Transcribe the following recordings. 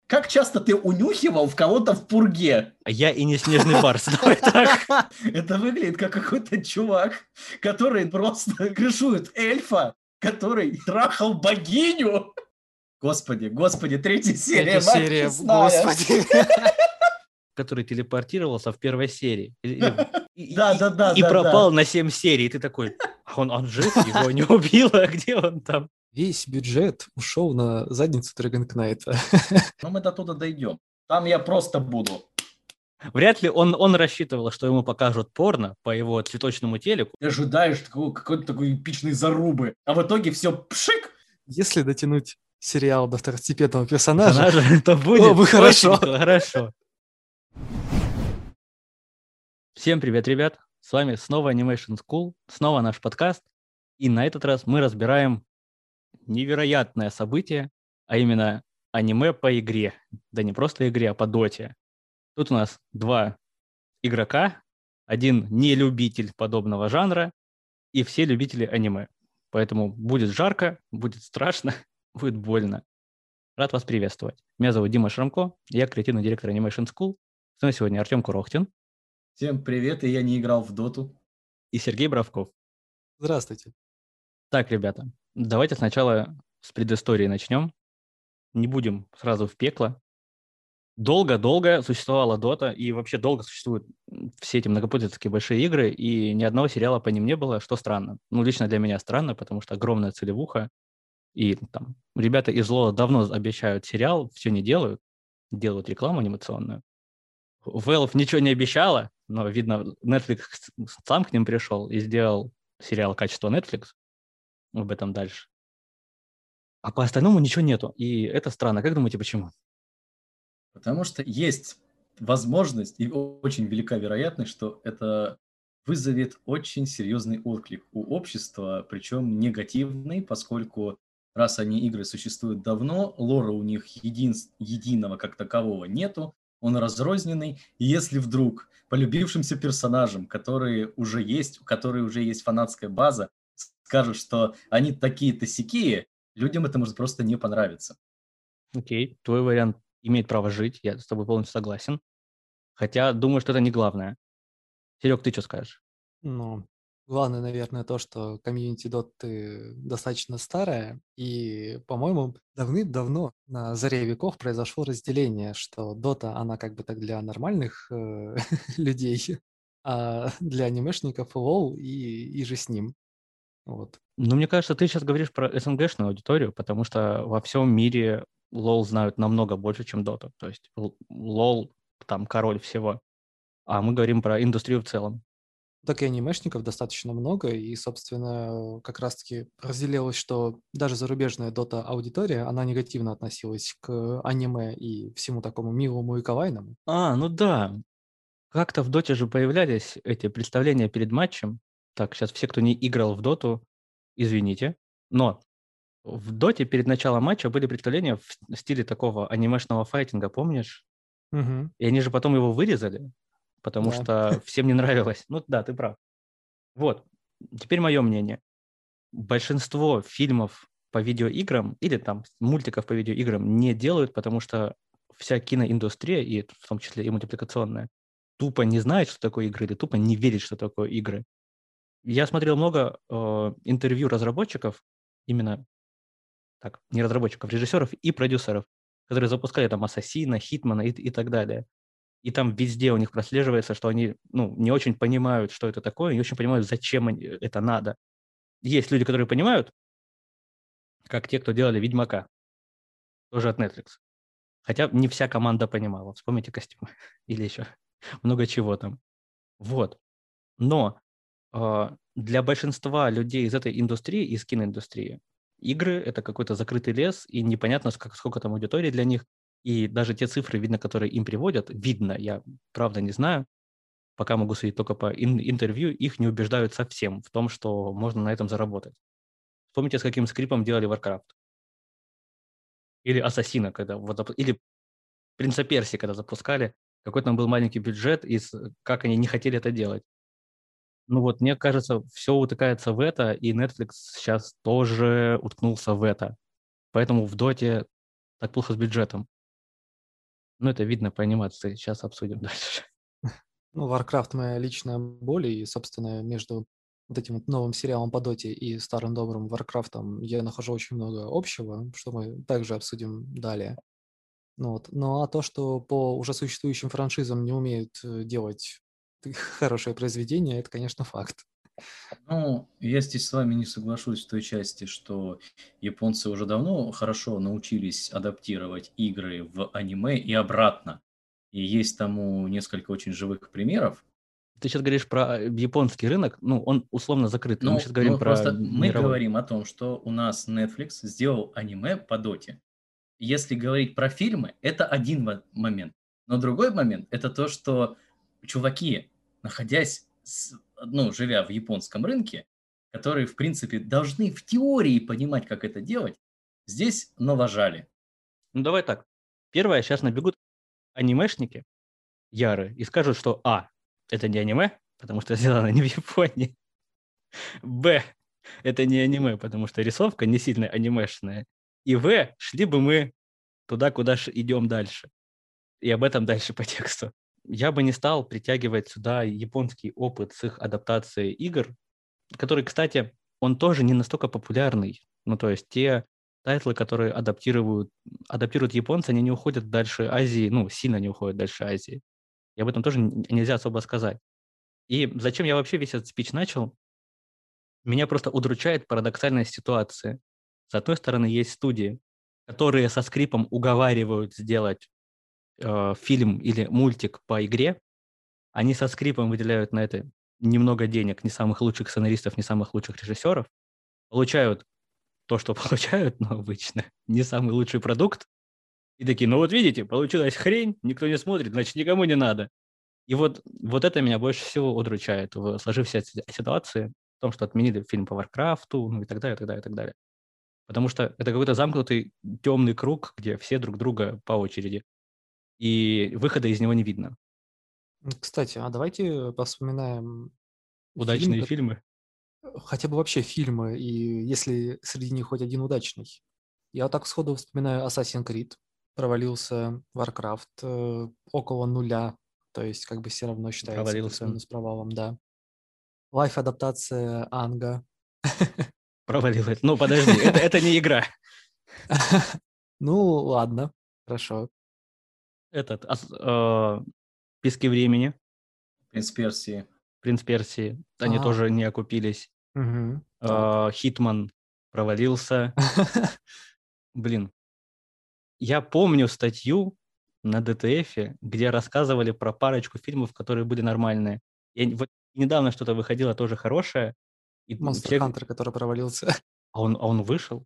Как часто ты унюхивал в кого-то в пурге? А я и не снежный барс, давай так. Это выглядит как какой-то чувак, который просто крышует эльфа, который трахал богиню. Господи, третья серия, Третья мать серия, честная. господи. Который телепортировался в первой серии. Да. И пропал на 7 серий. И ты такой, он жив, его не убило, где он там? Весь бюджет ушел на задницу Dragon Knight. Но мы до туда дойдем. Там я просто буду. Вряд ли он рассчитывал, что ему покажут порно по его цветочному телеку. Ты ожидаешь какой-то такой эпичной зарубы, а в итоге все пшик. Если дотянуть сериал до второстепенного персонажа, То будет бы хорошо. очень хорошо. Всем привет, ребят! С вами снова Animation School, снова наш подкаст. И на этот раз мы разбираем невероятное событие, а именно аниме по игре. Да не просто игре, а по доте. Тут у нас два игрока, один не любитель подобного жанра, и все любители аниме. Поэтому будет жарко, будет страшно, будет больно. Рад вас приветствовать. Меня зовут Дима Шрамко, я креативный директор Animation School. С нами сегодня Артем Курохтин. Всем привет, и я не играл в доту. И Сергей Бравков. Здравствуйте. Так, ребята, давайте сначала с предыстории начнем. Не будем сразу в пекло. Долго-долго существовала Дота, и вообще долго существуют все эти многопользовательские большие игры, и ни одного сериала по ним не было, что странно. Ну, лично для меня странно, потому что огромная целевуха, и там ребята из Лола давно обещают сериал, все не делают, делают рекламу анимационную. Valve ничего не обещала, но, видно, Netflix сам к ним пришел и сделал сериал качества Netflix. Об этом дальше. А по остальному ничего нету, и это странно. Как думаете, почему? Потому что есть возможность и очень велика вероятность, что это вызовет очень серьезный отклик у общества, причем негативный, поскольку раз они игры существуют давно, лора у них единого как такового нету, он разрозненный, и если вдруг полюбившимся персонажам, которые уже есть, у которых уже есть фанатская база, скажут, что они такие-то сякие, людям это может просто не понравиться. Окей, твой вариант имеет право жить, я с тобой полностью согласен. Хотя думаю, что это не главное. Серег, ты что скажешь? Ну, главное, наверное, то, что комьюнити Доты достаточно старая, и, по-моему, давным-давно на заре веков произошло разделение, что Дота, она как бы так для нормальных людей, а для анимешников лол и же с ним. Вот. Ну, мне кажется, ты сейчас говоришь про СНГшную аудиторию, потому что во всем мире лол знают намного больше, чем Dota. То есть лол там король всего. А мы говорим про индустрию в целом. Так и анимешников достаточно много, и, собственно, как раз-таки разделилось, что даже зарубежная дота-аудитория, она негативно относилась к аниме и всему такому милому и кавайному. Ну да. Как-то в доте же появлялись эти представления перед матчем. Так, сейчас все, кто не играл в доту, извините. Но в доте перед началом матча были представления в стиле такого анимешного файтинга, помнишь? Мгм. И они же потом его вырезали, потому Да. что всем не нравилось. Ну да, ты прав. Вот, теперь мое мнение. Большинство фильмов по видеоиграм или там мультиков по видеоиграм не делают, потому что вся киноиндустрия, и в том числе и мультипликационная, тупо не знает, что такое игры, или тупо не верит, что такое игры. Я смотрел много интервью разработчиков, именно так, не разработчиков, режиссеров и продюсеров, которые запускали там Ассасина, Хитмана и так далее. И там везде у них прослеживается, что они не очень понимают, что это такое, не очень понимают, зачем это надо. Есть люди, которые понимают, как те, кто делали «Ведьмака», тоже от Netflix. Хотя не вся команда понимала. Вспомните костюмы или еще много чего там. Вот. Но для большинства людей из этой индустрии, из киноиндустрии, игры – это какой-то закрытый лес, и непонятно, сколько там аудитории для них. И даже те цифры, видно, которые им приводят, видно, я правда не знаю, пока могу судить только по интервью, их не убеждают совсем в том, что можно на этом заработать. Вспомните, с каким скрипом делали Warcraft. Или Ассасина, или Принца Персии, когда запускали. Какой там был маленький бюджет, и как они не хотели это делать. Ну вот, мне кажется, все утыкается в это, и Netflix сейчас тоже уткнулся в это. Поэтому в Доте так плохо с бюджетом. Ну, это видно по анимации. Сейчас обсудим дальше. Ну, Warcraft моя личная боль, и, собственно, между вот этим вот новым сериалом по Доте и старым добрым Warcraft'ом я нахожу очень много общего, что мы также обсудим далее. Ну, вот. Ну, а то, что по уже существующим франшизам не умеют делать хорошее произведение, это, конечно, факт. Ну, я здесь с вами не соглашусь в той части, что японцы уже давно хорошо научились адаптировать игры в аниме и обратно. И есть тому несколько очень живых примеров. Ты сейчас говоришь про японский рынок, ну, он условно закрытый. Мы сейчас Ну, говорим ну про просто мы мировой. говорим о том, что у нас Netflix сделал аниме по доте. Если говорить про фильмы, это один момент. Но другой момент – это то, что чуваки, находясь, ну, живя в японском рынке, которые, в принципе, должны в теории понимать, как это делать, здесь налажали. Ну, давай так. Первое, сейчас набегут анимешники яры и скажут, что это не аниме, потому что сделано не в Японии. Б, это не аниме, потому что рисовка не сильно анимешная. И В, шли бы мы туда, куда идем дальше. И об этом дальше по тексту. Я бы не стал притягивать сюда японский опыт с их адаптацией игр, который, кстати, он тоже не настолько популярный. Ну, то есть те тайтлы, которые адаптируют японцы, они не уходят дальше Азии, ну, сильно не уходят дальше Азии. И об этом тоже нельзя особо сказать. И зачем я вообще весь этот спич начал? Меня просто удручает парадоксальная ситуация. С одной стороны, есть студии, которые со скрипом уговаривают сделать фильм или мультик по игре. Они со скрипом выделяют на это немного денег, не самых лучших сценаристов, не самых лучших режиссеров. Получают то, что получают, но обычно не самый лучший продукт. И такие, ну вот видите, получилась хрень, никто не смотрит, значит, никому не надо. И вот это меня больше всего удручает в сложившейся ситуации, в том, что отменили фильм по Варкрафту, ну и так далее, и так далее, и так далее. Потому что это какой-то замкнутый темный круг, где все друг друга по очереди, и выхода из него не видно. Кстати, а давайте повспоминаем фильмы, Удачные фильмы. хотя бы вообще фильмы, и если среди них хоть один удачный. Я так сходу вспоминаю Assassin's Creed, провалился Warcraft около нуля, то есть как бы все равно считается Провалился. плюс-минус провалом, да. Лайф-адаптация Анга. Провалилась. Ну, подожди, это не игра. Ну, ладно, хорошо. «Пески времени», Принц Персии. «Принц Персии», они тоже не окупились. Мгм, так. «Хитман» провалился. Блин, я помню статью на ДТФ, где рассказывали про парочку фильмов, которые были нормальные. Вот недавно что-то выходило тоже хорошее. И Monster все... Hunter, который провалился. А он вышел?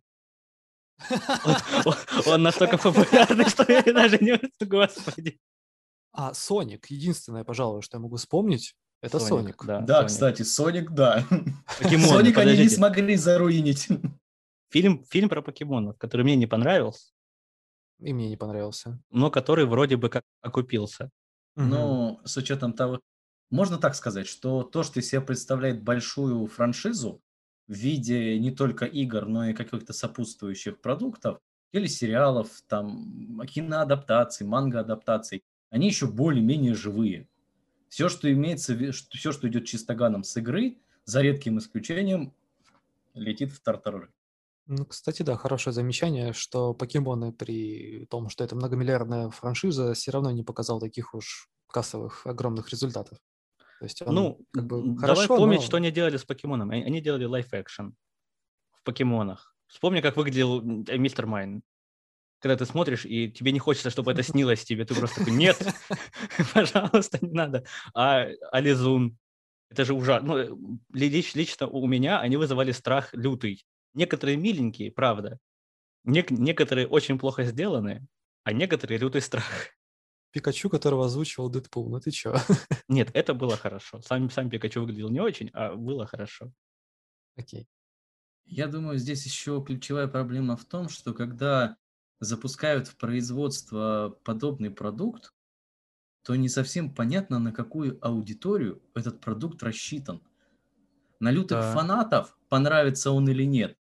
Он настолько популярный, что я даже не... Господи. А, Соник. Единственное, пожалуй, что я могу вспомнить, это Соник, Соник. да, Да, Соник. кстати, Соник, да. Покемоны, Соник они не подождите. смогли заруинить. Фильм про покемонов, который мне не понравился, И мне не понравился. но который вроде бы как окупился. Мгм. Но с учетом того, можно так сказать, что то, что из себя представляет большую франшизу в виде не только игр, но и каких-то сопутствующих продуктов, телесериалов, там, киноадаптаций, манго-адаптаций, они еще более-менее живые. Все, что имеется, все, что идет чистоганом с игры, за редким исключением, летит в тартарары. Ну, кстати, да, хорошее замечание, что покемоны при том, что это многомиллиардная франшиза, все равно не показал таких уж кассовых огромных результатов. То есть он Ну, как бы давай хорошо, помнить, но... что они делали с покемоном. Они делали лайф-экшн в покемонах. Вспомни, как выглядел Мистер Майн. Когда ты смотришь, и тебе не хочется, чтобы это снилось тебе, ты просто такой, нет, пожалуйста, не надо. А Лизун, это же ужасно. Ну, лично у меня они вызывали страх лютый. Некоторые миленькие, правда. Некоторые очень плохо сделаны, а некоторые лютый страх. Пикачу, которого озвучивал Дэдпул, ну ты чё? Нет, это было хорошо. Сам Пикачу выглядел не очень, а было хорошо. Окей. Я думаю, здесь еще ключевая проблема в том, что когда запускают в производство подобный продукт, то не совсем понятно, на какую аудиторию этот продукт рассчитан. На лютых Да. фанатов, понравится он или нет,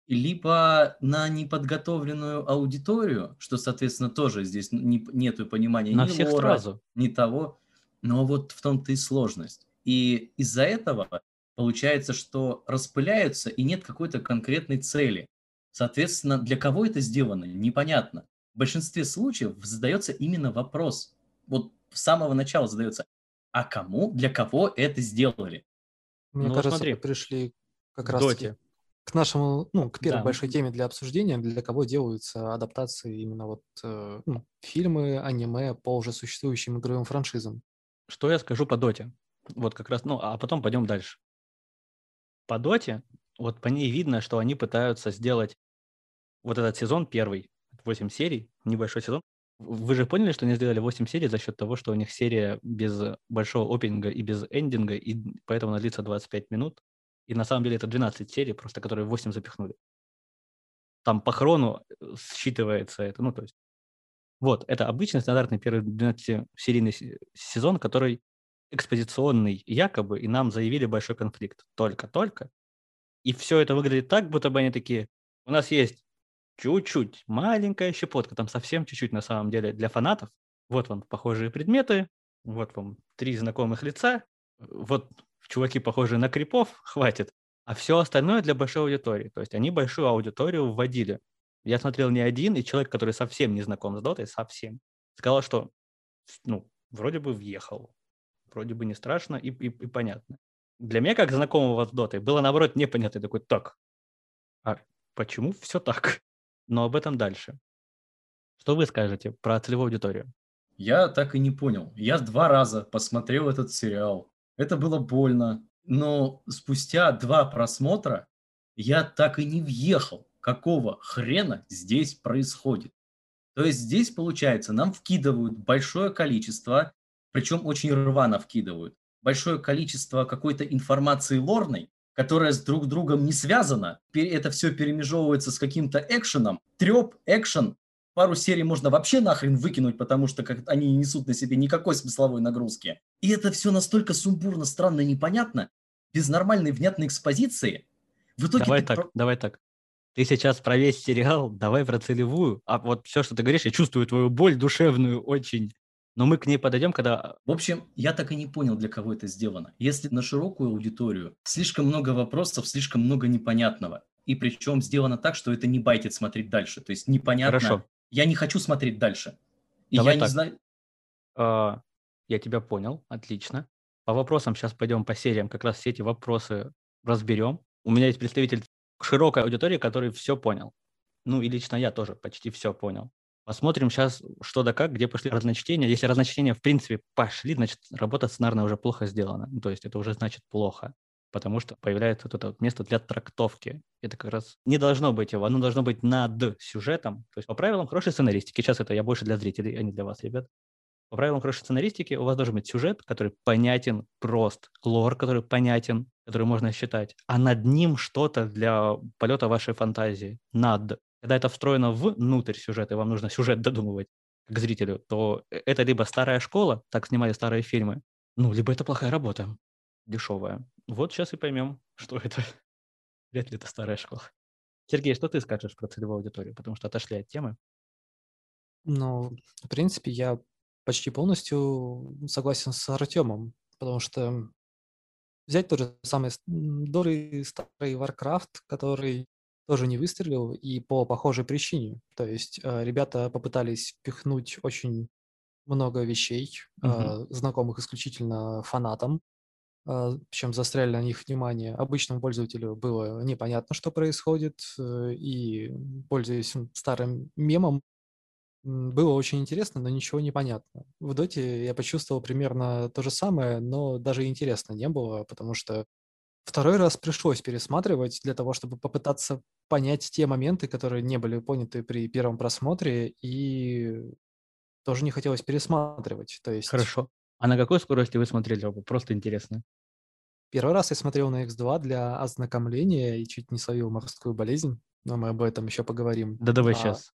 либо на неподготовленную аудиторию, что, соответственно, тоже здесь нету понимания На ни всех лора, сразу. ни того. Но вот в том-то и сложность. И из-за этого получается, что распыляются, и нет какой-то конкретной цели. Соответственно, для кого это сделано, непонятно. В большинстве случаев задается именно вопрос. Вот с самого начала задается, а кому, для кого это сделали? Мне Ну вот кажется, мы смотри, пришли как к раз-таки Доте. к нашему, ну, к первой Да, большой теме для обсуждения, для кого делаются адаптации именно вот фильмы, аниме по уже существующим игровым франшизам. что я скажу по Доте? Вот как раз, ну, а потом пойдем дальше. По Доте, вот по ней видно, что они пытаются сделать вот этот сезон первый, 8 серий, небольшой сезон. Вы же поняли, что они сделали 8 серий за счет того, что у них серия без большого опенинга и без эндинга, и поэтому она длится 25 минут. И на самом деле это 12 серий, просто которые в 8 запихнули. Там по хрону считывается это, ну, то есть. Вот, это обычный стандартный первый 12-серийный сезон, который экспозиционный якобы, и нам заявили большой конфликт. Только-только. И все это выглядит так, будто бы они такие, у нас есть чуть-чуть, маленькая щепотка, там совсем чуть-чуть на самом деле для фанатов. Вот вам похожие предметы, вот вам 3 знакомых лица, вот чуваки, похожие на крипов, хватит. А все остальное для большой аудитории. То есть они большую аудиторию вводили. Я смотрел не один, и человек, который совсем не знаком с Дотой, совсем, сказал, что ну, вроде бы въехал, вроде бы не страшно и понятно. Для меня, как знакомого с Дотой, было, наоборот, непонятно. Такой, так, а почему все так? Но об этом дальше. Что вы скажете про целевую аудиторию? Я так и не понял. Я 2 раза посмотрел этот сериал. Это было больно, но спустя 2 просмотра я так и не въехал, какого хрена здесь происходит. То есть здесь, получается, нам вкидывают большое количество, причем очень рвано вкидывают, большое количество какой-то информации лорной, которая с друг другом не связана. Это все перемежевывается с каким-то экшеном. Треп, экшен, пару серий можно вообще нахрен выкинуть, потому что они не несут на себе никакой смысловой нагрузки. И это все настолько сумбурно, странно и непонятно, без нормальной внятной экспозиции. В итоге Давай ты так, давай так. Ты сейчас про весь сериал, давай про целевую. А вот все, что ты говоришь, я чувствую твою боль душевную очень. Но мы к ней подойдем, когда... В общем, я так и не понял, для кого это сделано. Если на широкую аудиторию, слишком много вопросов, слишком много непонятного. И причем сделано так, что это не байтит смотреть дальше. То есть непонятно. Хорошо, Я не хочу смотреть дальше. И я давай не так. знаю... Я тебя понял, отлично. По вопросам сейчас пойдем по сериям, как раз все эти вопросы разберем. У меня есть представитель широкой аудитории, который все понял. Ну и лично я тоже почти все понял. Посмотрим сейчас, что да как, где пошли разночтения. Если разночтения в принципе пошли, значит, работа сценарная уже плохо сделана. Ну, то есть это уже значит плохо, потому что появляется вот это вот место для трактовки. Это как раз не должно быть его, оно должно быть над сюжетом. То есть по правилам хорошей сценаристики. Сейчас это я больше для зрителей, а не для вас, ребят. По правилам хорошей сценаристики у вас должен быть сюжет, который понятен, прост, лор, который понятен, который можно считать, а над ним что-то для полета вашей фантазии. Над. Когда это встроено внутрь сюжета, и вам нужно сюжет додумывать к зрителю, то это либо старая школа, так снимали старые фильмы, ну, либо это плохая работа, дешевая. Вот сейчас и поймем, что это. Вряд ли это старая школа. Сергей, что ты скажешь про целевую аудиторию? Потому что отошли от темы. Ну, в принципе, я почти полностью согласен с Артемом, потому что взять тот же самый добрый старый Warcraft, который тоже не выстрелил, и по похожей причине. То есть ребята попытались впихнуть очень много вещей, знакомых исключительно фанатам, причем застряли на них внимание. Обычному пользователю было непонятно, что происходит, и, пользуясь старым мемом, было очень интересно, но ничего не понятно. В Доте я почувствовал примерно то же самое, но даже интересно не было, потому что второй раз пришлось пересматривать для того, чтобы попытаться понять те моменты, которые не были поняты при первом просмотре, и тоже не хотелось пересматривать. То есть Хорошо. А на какой скорости вы смотрели оба? Просто интересно. первый раз я смотрел на X2 для ознакомления и чуть не словил морскую болезнь, но мы об этом еще поговорим. Да давай сейчас.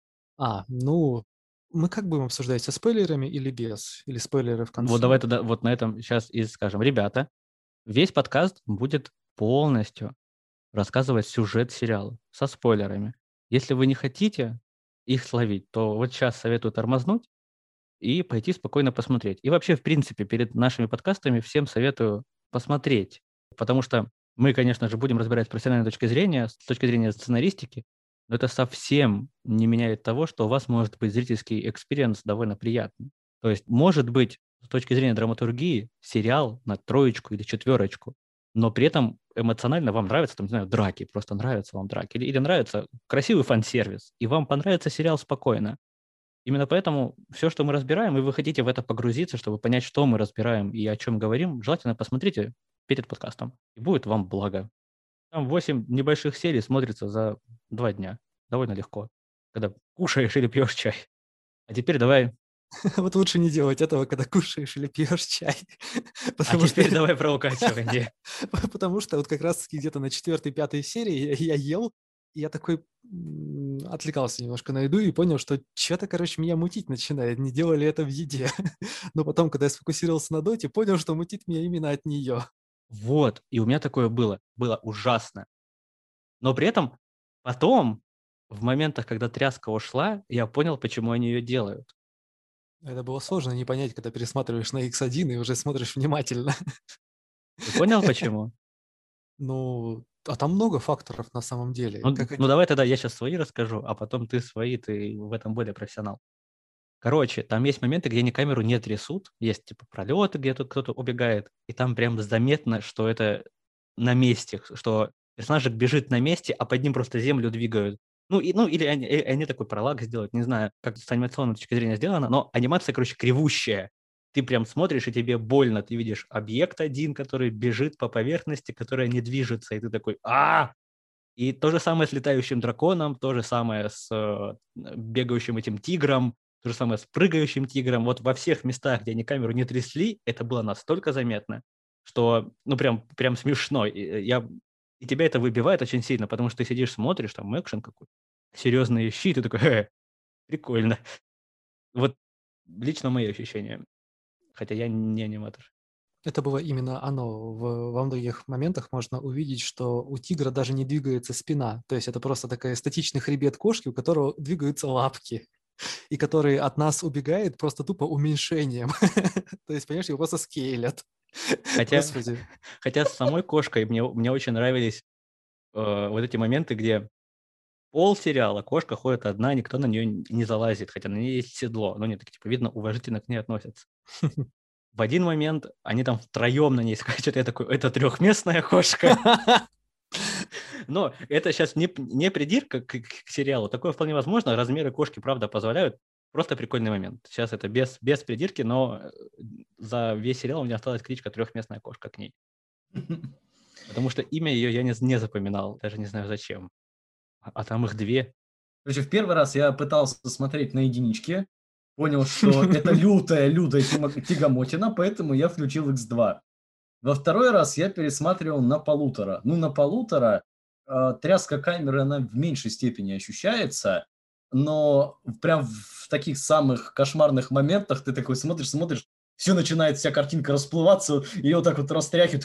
Ну, мы как будем обсуждать, со спойлерами или без? Или спойлеры в Вот давай конце? тогда вот на этом сейчас и скажем. Ребята, весь подкаст будет полностью рассказывать сюжет сериала со спойлерами. Если вы не хотите их словить, то вот сейчас советую тормознуть и пойти спокойно посмотреть. И вообще, в принципе, перед нашими подкастами всем советую посмотреть, потому что мы, конечно же, будем разбирать с профессиональной точки зрения, с точки зрения сценаристики, но это совсем не меняет того, что у вас может быть зрительский экспириенс довольно приятный. То есть, может быть, с точки зрения драматургии, сериал на 3 или 4, но при этом эмоционально вам нравятся, там, не знаю, драки, просто нравятся вам драки, или нравится красивый фан-сервис, и вам понравится сериал спокойно. Именно поэтому все, что мы разбираем, и вы хотите в это погрузиться, чтобы понять, что мы разбираем и о чем говорим, желательно посмотрите перед подкастом, и будет вам благо. Там 8 небольших серий смотрится за 2 дня. Довольно легко, когда кушаешь или пьешь чай. А теперь давай, Вот лучше не делать этого, когда кушаешь или пьешь чай. а Потому что, теперь давай про укачивание. потому что вот как раз-таки где-то на 4-5 серии я ел, и я такой отвлекался немножко на еду и понял, что что-то, короче, меня мутить начинает. Не делали это в еде. Но потом, когда я сфокусировался на доте, понял, что мутит меня именно от нее. Вот, и у меня такое было. Было ужасно. Но при этом потом, в моментах, когда тряска ушла, я понял, почему они ее делают. Это было сложно не понять, когда пересматриваешь на X1 и уже смотришь внимательно. Ты понял, почему? Ну, а там много факторов на самом деле. Ну, Как ну давай тогда я сейчас свои расскажу, а потом ты свои, ты в этом более профессионал. Короче, там есть моменты, где они камеру не трясут, есть типа пролеты, где тут кто-то убегает, и там прям заметно, что это на месте, что персонажик бежит на месте, а под ним просто землю двигают. Ну или они такой пролаг сделают, не знаю, как с анимационной точки зрения сделано, но анимация, короче, кривущая. Ты прям смотришь, и тебе больно, ты видишь объект один, который бежит по поверхности, которая не движется, и ты такой «А!». И то же самое с летающим драконом, то же самое с бегающим этим тигром, то же самое с прыгающим тигром. Вот во всех местах, где они камеру не трясли, это было настолько заметно, что, ну, прям смешно. И тебя это выбивает очень сильно, потому что ты сидишь, смотришь, там, экшен какой-то, серьезные щи, ты такой, прикольно. Вот лично мои ощущения, хотя я не аниматор. это было именно оно. Во многих моментах можно увидеть, что у тигра даже не двигается спина. То есть это просто такой статичный хребет кошки, у которого двигаются лапки, и который от нас убегает просто тупо уменьшением. То есть, понимаешь, его просто скейлят. Хотя, Господи. хотя с самой кошкой мне очень нравились вот эти моменты, где полсериала кошка ходит одна, никто на нее не залазит, хотя на ней есть седло, но они так, типа, видно, уважительно к ней относятся. В один момент они там втроем на ней скачут, я такой, это трехместная кошка. Но это сейчас не придирка к сериалу, такое вполне возможно, размеры кошки, правда, позволяют, просто прикольный момент. Сейчас это без придирки, но за весь сериал у меня осталась кличка «Трехместная кошка» к ней. Потому что имя ее я не запоминал, даже не знаю зачем. А там их 2. Короче, в первый раз я пытался смотреть на единичке, понял, что это лютая тягомотина, поэтому я включил X2. Во второй раз я пересматривал на 1,5. Ну, на 1,5 тряска камеры, она в меньшей степени ощущается, но прям в таких самых кошмарных моментах ты такой смотришь, все начинает, вся картинка расплываться, ее вот так вот растряхивает.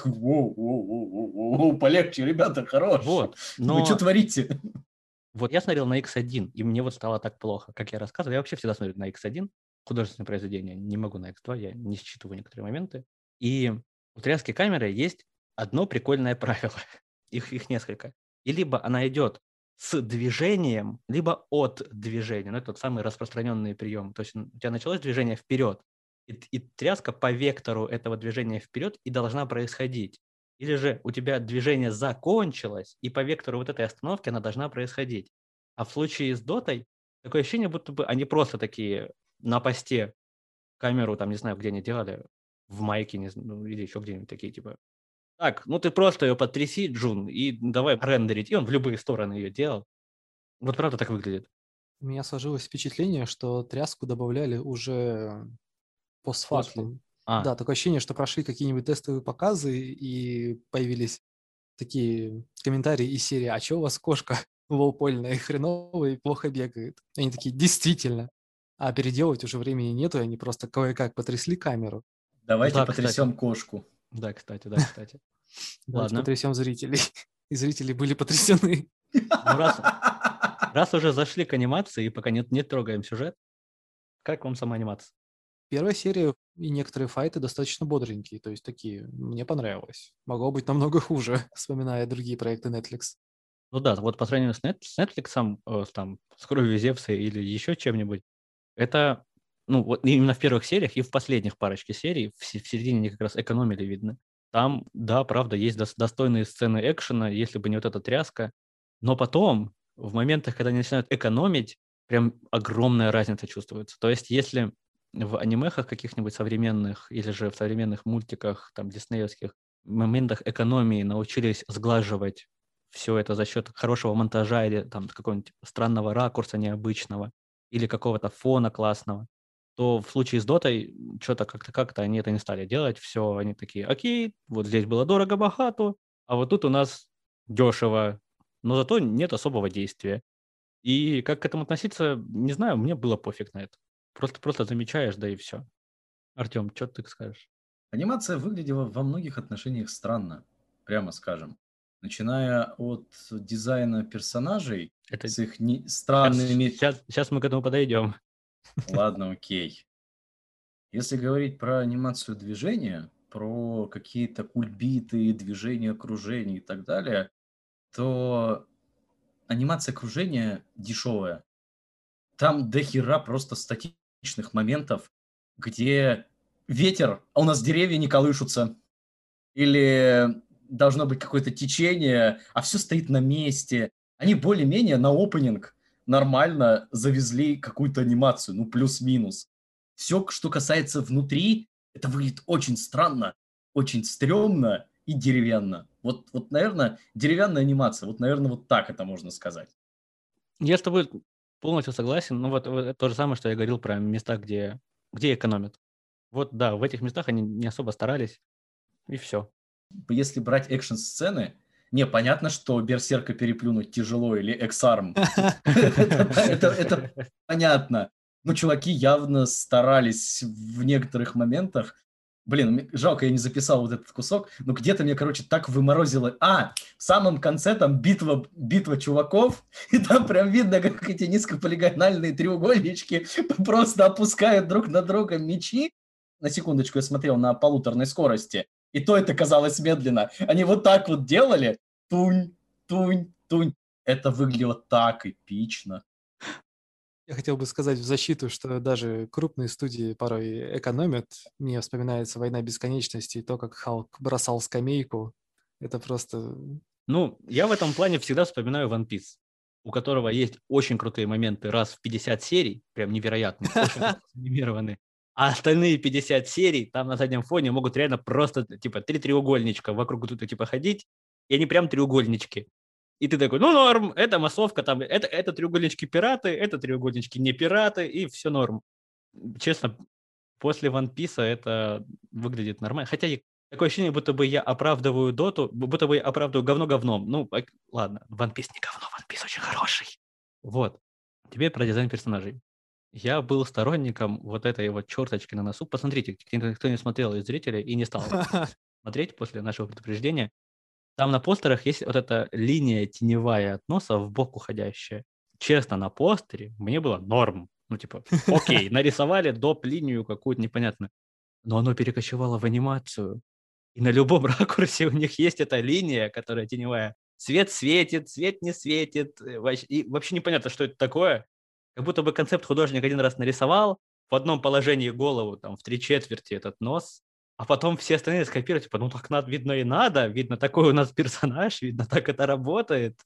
Воу, полегче, ребята, хорош. Вот, Вы что но творите? вот я смотрел на X1, и мне вот стало так плохо, как я рассказывал. Я вообще всегда смотрю на X1, художественное произведение, не могу на X2, я не считываю некоторые моменты. И у тряски камеры есть одно прикольное правило, их несколько. И либо она идет с движением, либо от движения. Ну, это тот самый распространенный прием. То есть у тебя началось движение вперед, и тряска по вектору этого движения вперед и должна происходить. Или же у тебя движение закончилось, и по вектору вот этой остановки она должна происходить. А в случае с дотой такое ощущение, будто бы они просто такие на посте камеру, там, не знаю, где они делали, в майке, не знаю, ну, или еще где-нибудь такие, типа, так, ну ты просто ее потряси, Джун, и давай рендерить. И он в любые стороны ее делал. Вот правда так выглядит. У меня сложилось впечатление, что тряску добавляли уже После. постфактум. Да, такое ощущение, что прошли какие-нибудь тестовые показы и появились такие комментарии из серии «А чё у вас кошка лоупольная, хреновая и плохо бегает?» Они такие «Действительно». А переделывать уже времени нету, и они просто кое-как потрясли камеру. Давайте Да, потрясем кстати. кошку. Да, кстати. Давайте Ладно. потрясем зрителей. и зрители были потрясены. Ну, раз уже зашли к анимации, и пока не трогаем сюжет, как вам сама анимация? Первая серия и некоторые файты достаточно бодренькие, то есть такие, мне понравилось. Могло быть намного хуже, вспоминая другие проекты Netflix. Ну да, вот по сравнению с Netflix, там, с «Кровью Зевса» или еще чем-нибудь, это, ну, вот именно в первых сериях и в последних парочке серий, в середине они как раз экономили, видно. Там, да, правда, есть достойные сцены экшена, если бы не вот эта тряска. Но потом, в моментах, когда они начинают экономить, прям огромная разница чувствуется. То есть если в анимехах каких-нибудь современных или же в современных мультиках, там, диснеевских, в моментах экономии научились сглаживать все это за счет хорошего монтажа или там какого-нибудь странного ракурса необычного или какого-то фона классного, то в случае с Дотой что-то как-то они это не стали делать. Все, они такие, окей, вот здесь было дорого-богато, а вот тут у нас дешево, но зато нет особого действия. И как к этому относиться, не знаю, мне было пофиг на это. Просто замечаешь, да и все. Артем, что ты скажешь? Анимация выглядела во многих отношениях странно, прямо скажем. Начиная от дизайна персонажей Это с их странными... сейчас мы к этому подойдем. Ладно, окей. Если говорить про анимацию движения, про какие-то кульбиты, движения окружений и так далее, то анимация окружения дешевая. Там до хера просто статичных моментов, где ветер, а у нас деревья не колышутся. Или должно быть какое-то течение, а все стоит на месте. Они более-менее на опенинг нормально завезли какую-то анимацию, ну, плюс-минус. Все, что касается внутри, это выглядит очень странно, очень стрёмно и деревянно. Вот, наверное, деревянная анимация, вот, наверное, вот так это можно сказать. Я с тобой полностью согласен. Ну вот это то же самое, что я говорил про места, где экономят. Вот да, в этих местах они не особо старались, и все. Если брать экшн-сцены, не, понятно, что Берсерка переплюнуть тяжело или Эксарм. Это понятно. Но чуваки явно старались в некоторых моментах. Блин, жалко, я не записал вот этот кусок, но где-то мне, короче, так выморозило. В самом конце там битва чуваков, и там прям видно, как эти низкополигональные треугольнички просто опускают друг на друга мечи. На секундочку, я смотрел на полуторной скорости, и то это казалось медленно. Они вот так вот делали. Тунь, тунь, тунь. Это выглядело так эпично. Я хотел бы сказать в защиту, что даже крупные студии порой экономят. Мне вспоминается «Война бесконечности» и то, как Халк бросал скамейку. Это просто... Ну, я в этом плане всегда вспоминаю One Piece, у которого есть очень крутые моменты раз в 50 серий, прям невероятные, очень классно анимированные. А остальные 50 серий там на заднем фоне могут реально просто, типа, 3 треугольничка вокруг тут, типа, ходить, и они прям треугольнички. И ты такой, ну норм, это массовка, там, это треугольнички пираты, это треугольнички не пираты, и все норм. Честно, после One Piece это выглядит нормально. Хотя такое ощущение, будто бы я оправдываю Доту, будто бы я оправдываю говно говном. Ну, ладно, One Piece не говно, One Piece очень хороший. Вот. Теперь про дизайн персонажей. Я был сторонником вот этой вот черточки на носу. Посмотрите, кто не смотрел из зрителей и не стал смотреть после нашего предупреждения. Там на постерах есть вот эта линия теневая от носа в бок уходящая. Честно, на постере мне было норм. Ну, типа, окей, нарисовали доп-линию какую-то непонятную. Но оно перекочевало в анимацию. И на любом ракурсе у них есть эта линия, которая теневая. Свет светит, свет не светит. И вообще непонятно, что это такое. Как будто бы концепт художник один раз нарисовал, в одном положении голову, там, в 3/4 этот нос, а потом все остальные скопировать, типа, ну так надо, видно и надо, видно, такой у нас персонаж, видно, так это работает.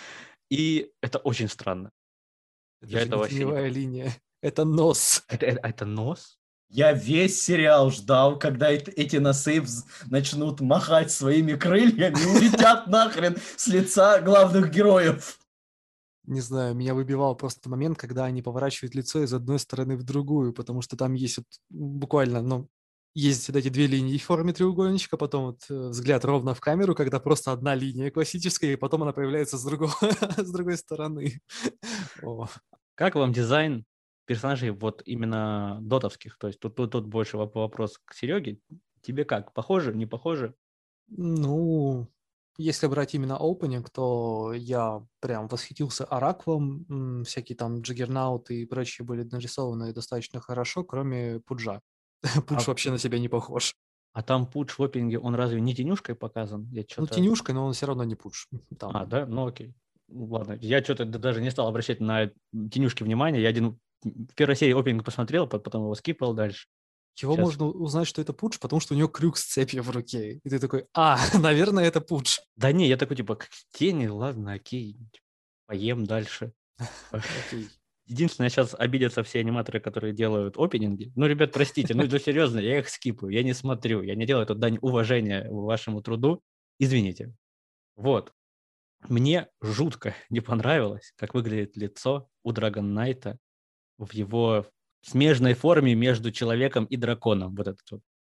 И это очень странно. Это Я же это не вообще не теневая понимаю. линия, это нос. Это нос? Я весь сериал ждал, когда эти носы начнут махать своими крыльями и улетят нахрен с лица главных героев. Не знаю, меня выбивал просто момент, когда они поворачивают лицо из одной стороны в другую, потому что там есть вот буквально, ну, есть вот эти две линии в форме треугольничка, потом вот взгляд ровно в камеру, когда просто одна линия классическая, и потом она появляется с с другой стороны. О. Как вам дизайн персонажей вот именно дотовских? То есть тут больше вопрос к Сереге. Тебе как? Похоже, не похоже? Ну, Если брать именно opening, то я прям восхитился Ораклом, всякие там Джаггернауты и прочие были нарисованы достаточно хорошо, кроме Пуджа. А, Пудж вообще на себя не похож. а там Пудж в опенинге, он разве не тенюшкой показан? Я Ну, что-то... тенюшкой, но он все равно не Пудж. А, Там да? Ну, окей. Ну, ладно, я что-то даже не стал обращать на тенюшки внимания. Я в первой серии опенинг посмотрел, потом его скипал дальше. его Сейчас... можно узнать, что это Пудж, потому что у него крюк с цепью в руке. И ты такой, наверное, это Пудж. Да не, я такой, типа, как тени, ладно, окей, поем дальше. Окей. Единственное, сейчас обидятся все аниматоры, которые делают опенинги. Ну, ребят, простите, ну, серьезно, я их скипаю, я не смотрю, я не делаю эту дань уважения вашему труду. Извините. Вот. Мне жутко не понравилось, как выглядит лицо у Драгон Найта в его смежной форме между человеком и драконом. Вот этот вот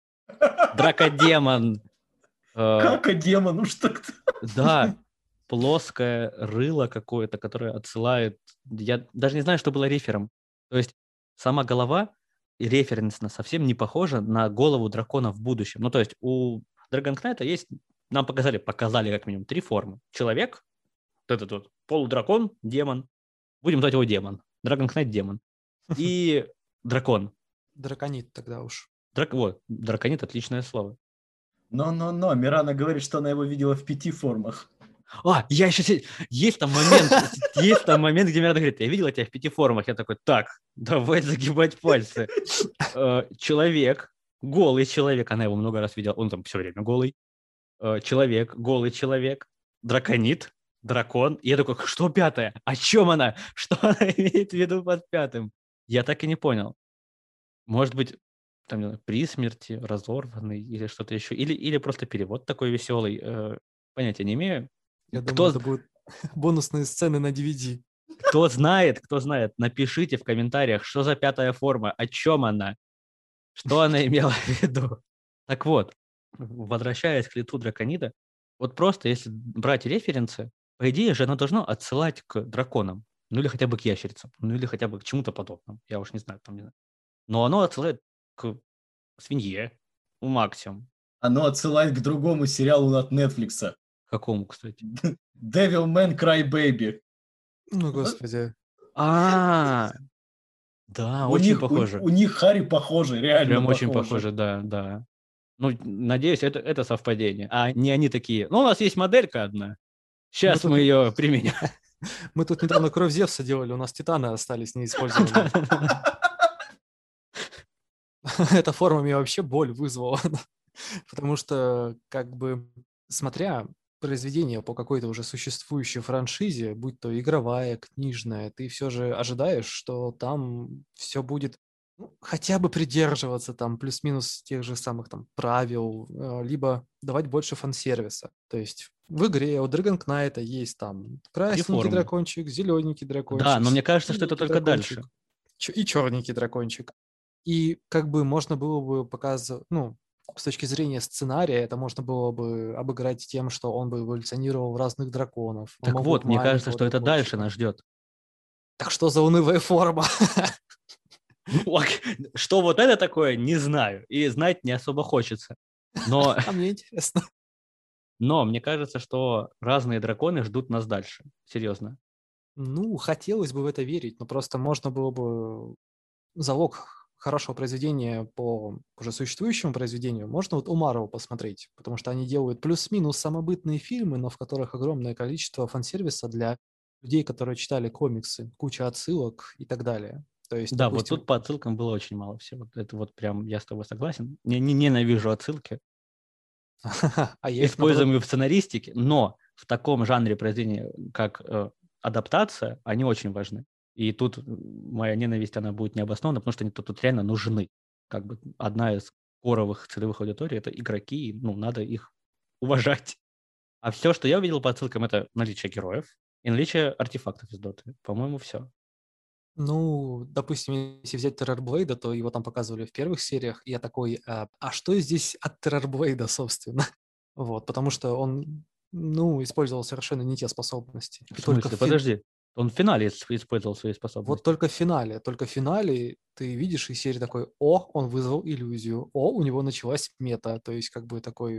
дракодемон. Как демон, ну что ты? Да, плоское рыло какое-то, которое отсылает... Я даже не знаю, что было рефером. То есть сама голова референсно совсем не похожа на голову дракона в будущем. Ну, то есть у Dragon Knight есть... Нам показали как минимум 3 формы. Человек, вот этот вот полудракон, демон. Будем звать его демон. Dragon Knight демон. И дракон. Драконит тогда уж. Вот, драконит — отличное слово. Но, Мирана говорит, что она его видела в 5 формах. Я еще... Есть там момент, где Мирана говорит, я видела тебя в 5 формах. Я такой, так, давай загибать пальцы. Человек, голый человек, она его много раз видела, он там все время голый. Человек, голый человек, драконит, дракон. И я такой, что 5-е? О чем она? Что она имеет в виду под 5-м? Я так и не понял. Может быть, там, не знаю, при смерти, разорванный или что-то еще. Или просто перевод такой веселый. Понятия не имею. Я думаю, это будут бонусные сцены на DVD. Кто знает, напишите в комментариях, что за 5-я форма, о чем она, что она имела в виду. Так вот, возвращаясь к лицу драконида, вот просто если брать референсы, по идее же оно должно отсылать к драконам, ну или хотя бы к ящерицам, ну или хотя бы к чему-то подобному, я уж не знаю, там не знаю. Но оно отсылает к свинье, максимум. Оно отсылает к другому сериалу от Netflix. Какому, кстати? Devilman Crybaby. Ну, господи. Да, У очень них, похоже. у них Харри похоже, реально Прям похоже. очень похоже, да. Ну, надеюсь, это совпадение. А не они такие, ну, у нас есть моделька одна, сейчас мы ее применим. Мы тут недавно Кровь Зевса делали, у нас титаны остались неиспользованные. Эта форма мне вообще боль вызвала. Потому что, как бы, смотря произведение по какой-то уже существующей франшизе, будь то игровая, книжная, ты все же ожидаешь, что там все будет хотя бы придерживаться там плюс-минус тех же самых там правил, либо давать больше фан-сервиса. То есть в игре у Dragon Knight есть там красненький дракончик, зелененький дракончик. Да, но мне кажется, что это только дальше. И черненький дракончик. И как бы можно было бы показывать, с точки зрения сценария, это можно было бы обыграть тем, что он бы эволюционировал в разных драконов. Так вот, мне кажется, что это дальше нас ждет. Так что за унылая форма? Что вот это такое, не знаю. И знать не особо хочется. Но... А мне интересно. Но мне кажется, что разные драконы ждут нас дальше. Серьезно. Хотелось бы в это верить, но просто можно было бы залог хорошего произведения по уже существующему произведению можно вот у Marvel посмотреть, потому что они делают плюс-минус самобытные фильмы, но в которых огромное количество фан-сервиса для людей, которые читали комиксы, куча отсылок и так далее. То есть, да, допустим... вот тут по отсылкам было очень мало всего. Это вот прям я с тобой согласен. Я ненавижу отсылки. Используемые в сценаристике, но в таком жанре произведения, как адаптация, они очень важны. И тут моя ненависть, она будет необоснована, потому что они тут реально нужны. Как бы одна из коровых целевых аудиторий — это игроки, и, надо их уважать. А все, что я увидел по отсылкам, это наличие героев и наличие артефактов из доты. По-моему, все. Допустим, если взять Террорблейда, то его там показывали в первых сериях, и я такой, а что здесь от Террорблейда, собственно? Вот, потому что он, использовал совершенно не те способности. В смысле? Подожди. Он в финале использовал свои способности. Вот только в финале ты видишь из серии такой, он вызвал иллюзию, у него началась мета, то есть как бы такой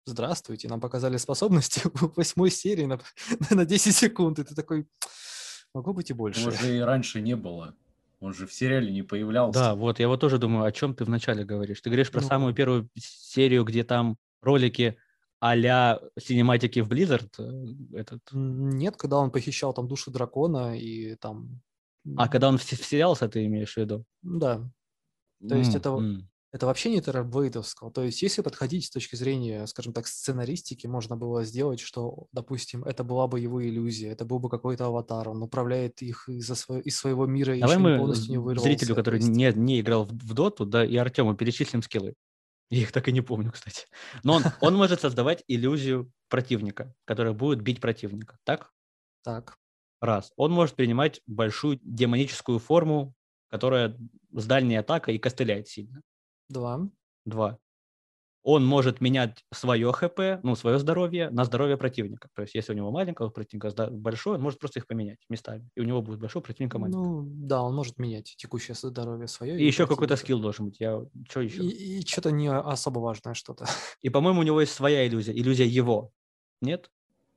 здравствуйте, нам показали способности в 8 серии на 10 секунд, и ты такой, могу быть и Его больше. же и раньше не было. Он же в сериале не Да, появлялся. вот я вот тоже думаю, о чем ты вначале говоришь. Ты говоришь про самую Ну, первую серию, где там ролики а-ля синематики в Blizzard, этот. нет, когда он похищал там души дракона и там... А когда он вселялся, ты имеешь в виду? Да, то есть это М. это вообще не террорблейдовского. То есть если подходить с точки зрения, скажем так, сценаристики, можно было сделать, что, допустим, это была бы его иллюзия, это был бы какой-то аватар, он управляет их из своего мира и Давай еще не мы полностью не зрителю, вырвался. То который есть, не играл в доту, да, и Артему перечислим скиллы. Я их так и не помню, кстати. Но он может создавать иллюзию противника, которая будет бить противника. Так? так, Раз. Он может принимать большую демоническую форму, которая с дальней атакой и костыляет сильно. 2, Два. Он может менять свое ХП, ну, свое здоровье на здоровье противника. То есть, если у него маленького противника большой, он может просто их поменять местами. И у него будет большой противника маленький. ну, да, он может менять текущее здоровье свое И и еще какой-то противника. скилл должен быть. Что еще? И что-то не особо важное что-то. И, по-моему, у него есть своя иллюзия. Иллюзия его. Нет?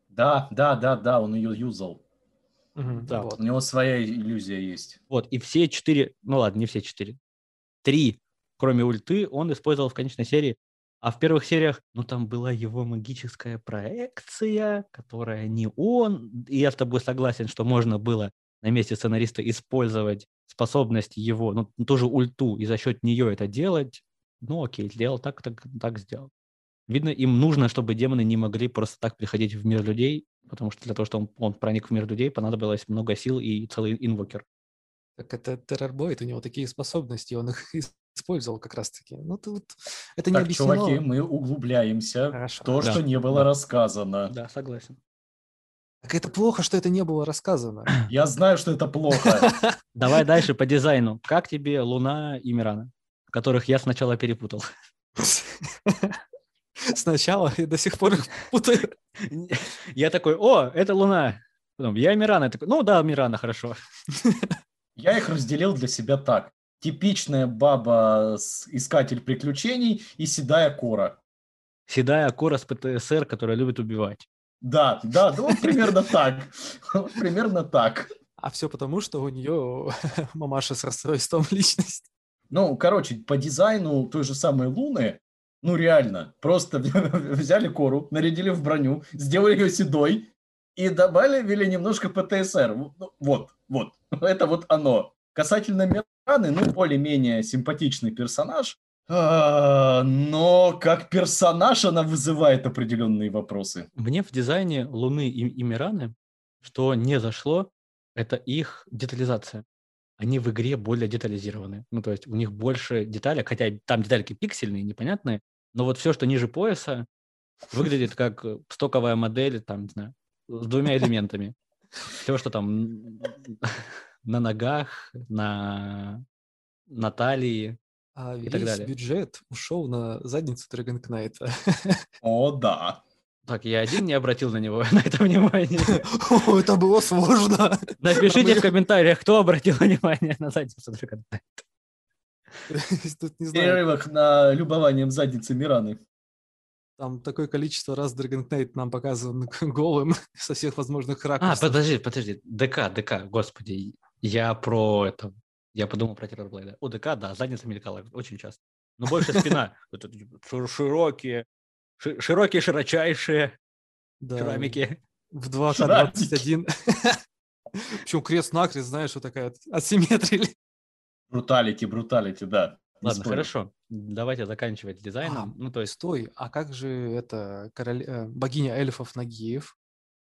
Да, он ее юзал. Да. У Вот. него своя иллюзия есть. Вот. И все 4, ну ладно, не все 4. 3, кроме ульты, он использовал в конечной серии. А в первых сериях, ну, там была его магическая проекция, которая не он. И я с тобой согласен, что можно было на месте сценариста использовать способность его, ну, тоже ульту, и за счет нее это делать. Ну, окей, сделал так сделал. Видно, им нужно, чтобы демоны не могли просто так приходить в мир людей, потому что для того, чтобы он проник в мир людей, понадобилось много сил и целый инвокер. Так это террорблейд, у него такие способности, он их использовал как раз-таки. Ну, тут это не Так, чуваки, объяснено. мы углубляемся Хорошо, в то, хорошо. что не было рассказано. Да, согласен. Так это плохо, что это не было рассказано. Я знаю, что это плохо. Давай дальше по дизайну. Как тебе Луна и Мирана, которых я сначала перепутал? Сначала и до сих пор их путаю. Я такой, о, это Луна. Потом, я Мирана. Я такой, ну да, Мирана, хорошо. Я их разделил для себя так. Типичная баба, искатель приключений и седая кора. Седая кора с ПТСР, которая любит убивать. Да, вот примерно так. Вот примерно так. А все потому, что у нее мамаша с расстройством личности. Ну, короче, по дизайну той же самой Луны, ну реально, просто взяли кору, нарядили в броню, сделали ее седой и добавили немножко ПТСР. Вот, это вот оно. Касательно Мираны, ну, более-менее симпатичный персонаж, но как персонаж она вызывает определенные вопросы. Мне в дизайне Луны и Мираны, что не зашло, это их детализация. Они в игре более детализированы. Ну, то есть у них больше деталек, хотя там детальки пиксельные, непонятные, но вот все, что ниже пояса, выглядит как стоковая модель, там, не знаю, с двумя элементами. Все, что там на ногах, на талии А и так весь далее. бюджет ушел на задницу Dragon Knight. О, да. Так, я один не обратил на него, на это внимание. Это было сложно. Напишите в комментариях, кто обратил внимание на задницу Dragon Knight. Тут, не В знаю, перерывах на любованием задницы Мираны. там такое количество раз Dragon Knight нам показан голым со всех возможных ракурсов. Подожди. ДК, господи. Я подумал про Террорблейда. У ДК, да, задница мелькала очень часто. Но больше спина. Широкие, широчайшие Да, шрамики. в 2К21. Причем крест-накрест, знаешь, вот такая вот асимметрия. Бруталити, да. Не Ладно, спорю. хорошо. Давайте заканчивать дизайном. Ну, то есть Стой, а как же это богиня эльфов Нагиев?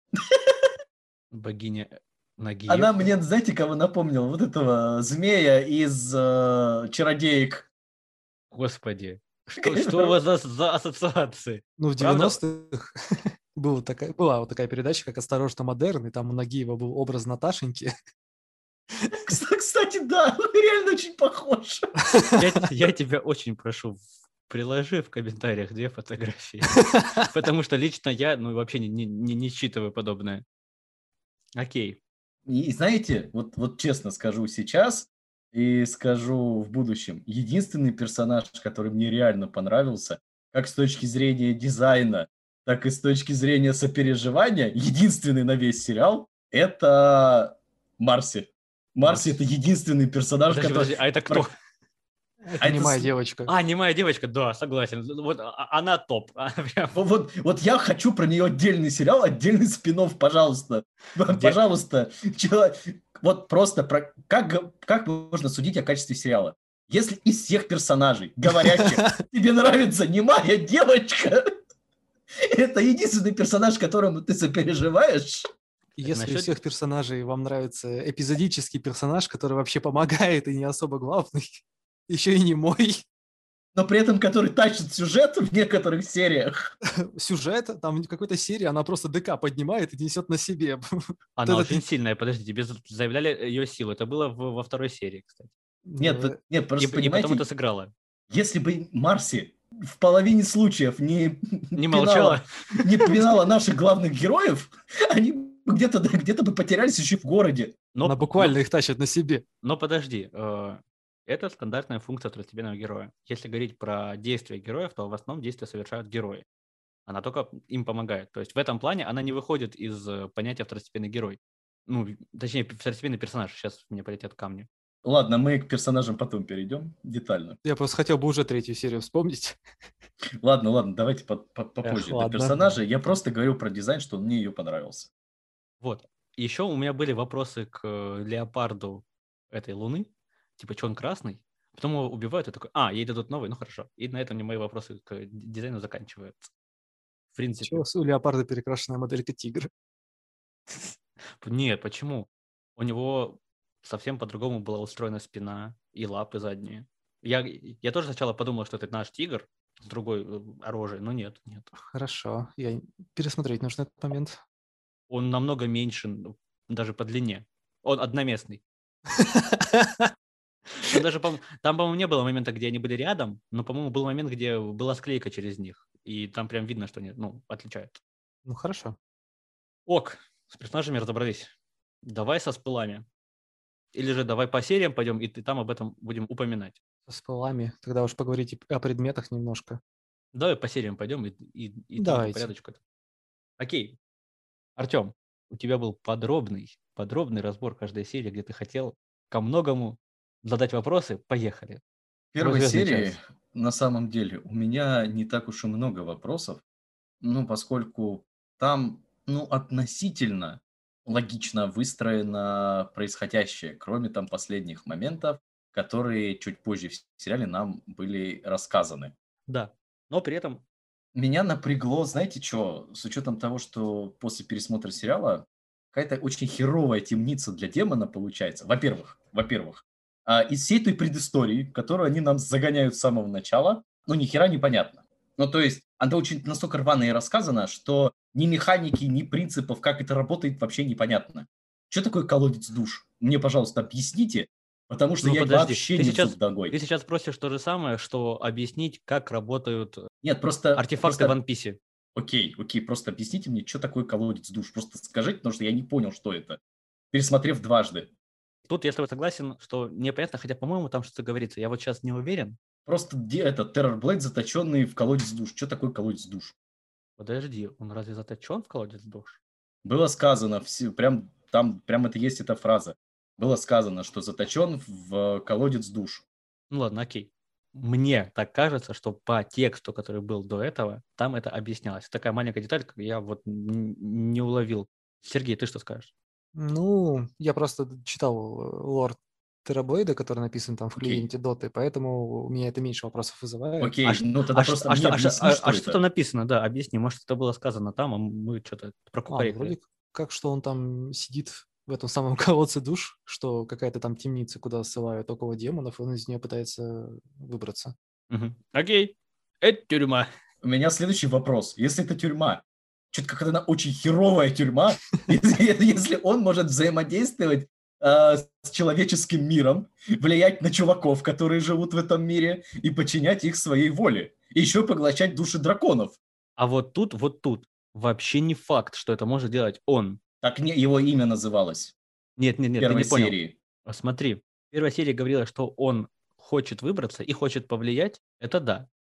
богиня Нагиев. Она мне, знаете, кого напомнила? Вот этого змея из «Чародеек». Господи, что у вас за ассоциации? Ну, в Правда? 90-х была вот такая передача, как «Осторожно, модерн», и там у Нагиева был образ Наташеньки. Кстати, да, реально очень похож. Я тебя очень прошу, приложи в комментариях 2 фотографии. Потому что лично я, вообще не считываю подобное. Окей. И знаете, вот честно скажу сейчас и скажу в будущем, единственный персонаж, который мне реально понравился, как с точки зрения дизайна, так и с точки зрения сопереживания, единственный на весь сериал — это Марси. Марси — это единственный персонаж, Подожди, который... а это кто? Это это немая с- девочка. Немая девочка, да, согласен. Вот она топ. Прям. Вот я хочу про нее отдельный сериал, отдельный спин-офф, пожалуйста. Где? Пожалуйста. Вот просто как можно судить о качестве сериала? Если из всех персонажей говорящих тебе нравится немая девочка, это единственный персонаж, которому ты сопереживаешь. Если из насчет- всех персонажей вам нравится эпизодический персонаж, который вообще помогает и не особо главный, еще и не мой Но при этом который тащит сюжет в некоторых сериях. сюжет, там какой-то серии, она просто ДК поднимает и несет на себе. Она это очень сильная, подожди, тебе заявляли ее силу. Это было во второй серии, кстати. Нет, И просто потом понимаете, это сыграло. если бы Марси в половине случаев не молчала. не пинала наших главных героев, они бы где-то бы потерялись еще в городе. Она буквально их тащит на себе. Но подожди, это стандартная функция второстепенного героя. Если говорить про действия героев, то в основном действия совершают герои. Она только им помогает. То есть в этом плане она не выходит из понятия второстепенный герой. Ну, точнее, второстепенный персонаж. Сейчас мне полетят камни. Ладно, мы к персонажам потом перейдем детально. Я просто хотел бы уже третью серию вспомнить. Ладно, давайте попозже. До ладно. персонажа я просто говорю про дизайн, что мне ее понравился. Вот. Еще у меня были вопросы к леопарду этой луны. Типа, что он красный? Потом его убивают, и такой, ей дадут новый, ну хорошо. И на этом мне мои вопросы к дизайну заканчиваются. В принципе. Чего у леопарда перекрашенная моделька тигра? Нет, почему? У него совсем по-другому была устроена спина и лапы задние. Я тоже сначала подумал, что это наш тигр с другой рожей, но нет. Хорошо, пересмотреть нужно этот момент. Он намного меньше, даже по длине. Он одноместный. Там, по-моему, не было момента, где они были рядом, но, по-моему, был момент, где была склейка через них. И там прям видно, что они, отличаются. Ну, хорошо. Ок, с персонажами разобрались. Давай со спылами. Или же давай по сериям пойдем, и там об этом будем упоминать. Со спылами. Тогда уж поговорите о предметах немножко. Давай по сериям пойдем и там по Давайте. порядочку. Окей. Артем, у тебя был подробный разбор каждой серии, где ты хотел ко многому задать вопросы. Поехали. В первой «Звездный серии, час». на самом деле, у меня не так уж и много вопросов, поскольку там, относительно логично выстроено происходящее, кроме там последних моментов, которые чуть позже в сериале нам были рассказаны. Да, но при этом... Меня напрягло, знаете что, с учетом того, что после пересмотра сериала какая-то очень херовая темница для демона получается. Во-первых, из всей той предыстории, которую они нам загоняют с самого начала, ни хера непонятно. То есть, она очень настолько рвано и рассказана, что ни механики, ни принципов, как это работает, вообще непонятно. Что такое колодец душ? Мне, пожалуйста, объясните, потому что я подожди, вообще не в зуб ногой. Ты сейчас просишь то же самое, что объяснить, как работают Нет, просто... артефакты в One Piece. Окей, просто объясните мне, что такое колодец душ. Просто скажите, потому что я не понял, что это, пересмотрев дважды. Тут я с тобой согласен, что непонятно, хотя, по-моему, там что-то говорится. Я вот сейчас не уверен. Просто где этот Террорблейд, заточенный в колодец душ? Что такое колодец душ? Подожди, он разве заточен в колодец душ? Было сказано, прям это есть эта фраза. Было сказано, что заточен в колодец душ. Ну ладно, окей. Мне так кажется, что по тексту, который был до этого, там это объяснялось. Такая маленькая деталь, как я вот не уловил. Сергей, ты что скажешь? Я просто читал лор Террорблейда, который написан там в клиенте Доты, поэтому у меня это меньше вопросов вызывает. Окей, тогда просто мне объясни, что это. Что там написано? Да, объясни. Может, это было сказано там, а мы что-то прокукарекали. Вроде как, что он там сидит в этом самом колодце душ, что какая-то там темница, куда ссылают около демонов, и он из нее пытается выбраться. Окей, это тюрьма. У меня следующий вопрос. Если это тюрьма, что-то как-то она очень херовая тюрьма, если он может взаимодействовать с человеческим миром, влиять на чуваков, которые живут в этом мире, и подчинять их своей воле. И еще поглощать души драконов. А вот тут вообще не факт, что это может делать он. Так его имя называлось. Нет, ты не первой понял. серии. Смотри, в первой серии говорила, что он хочет выбраться и хочет повлиять. Это да.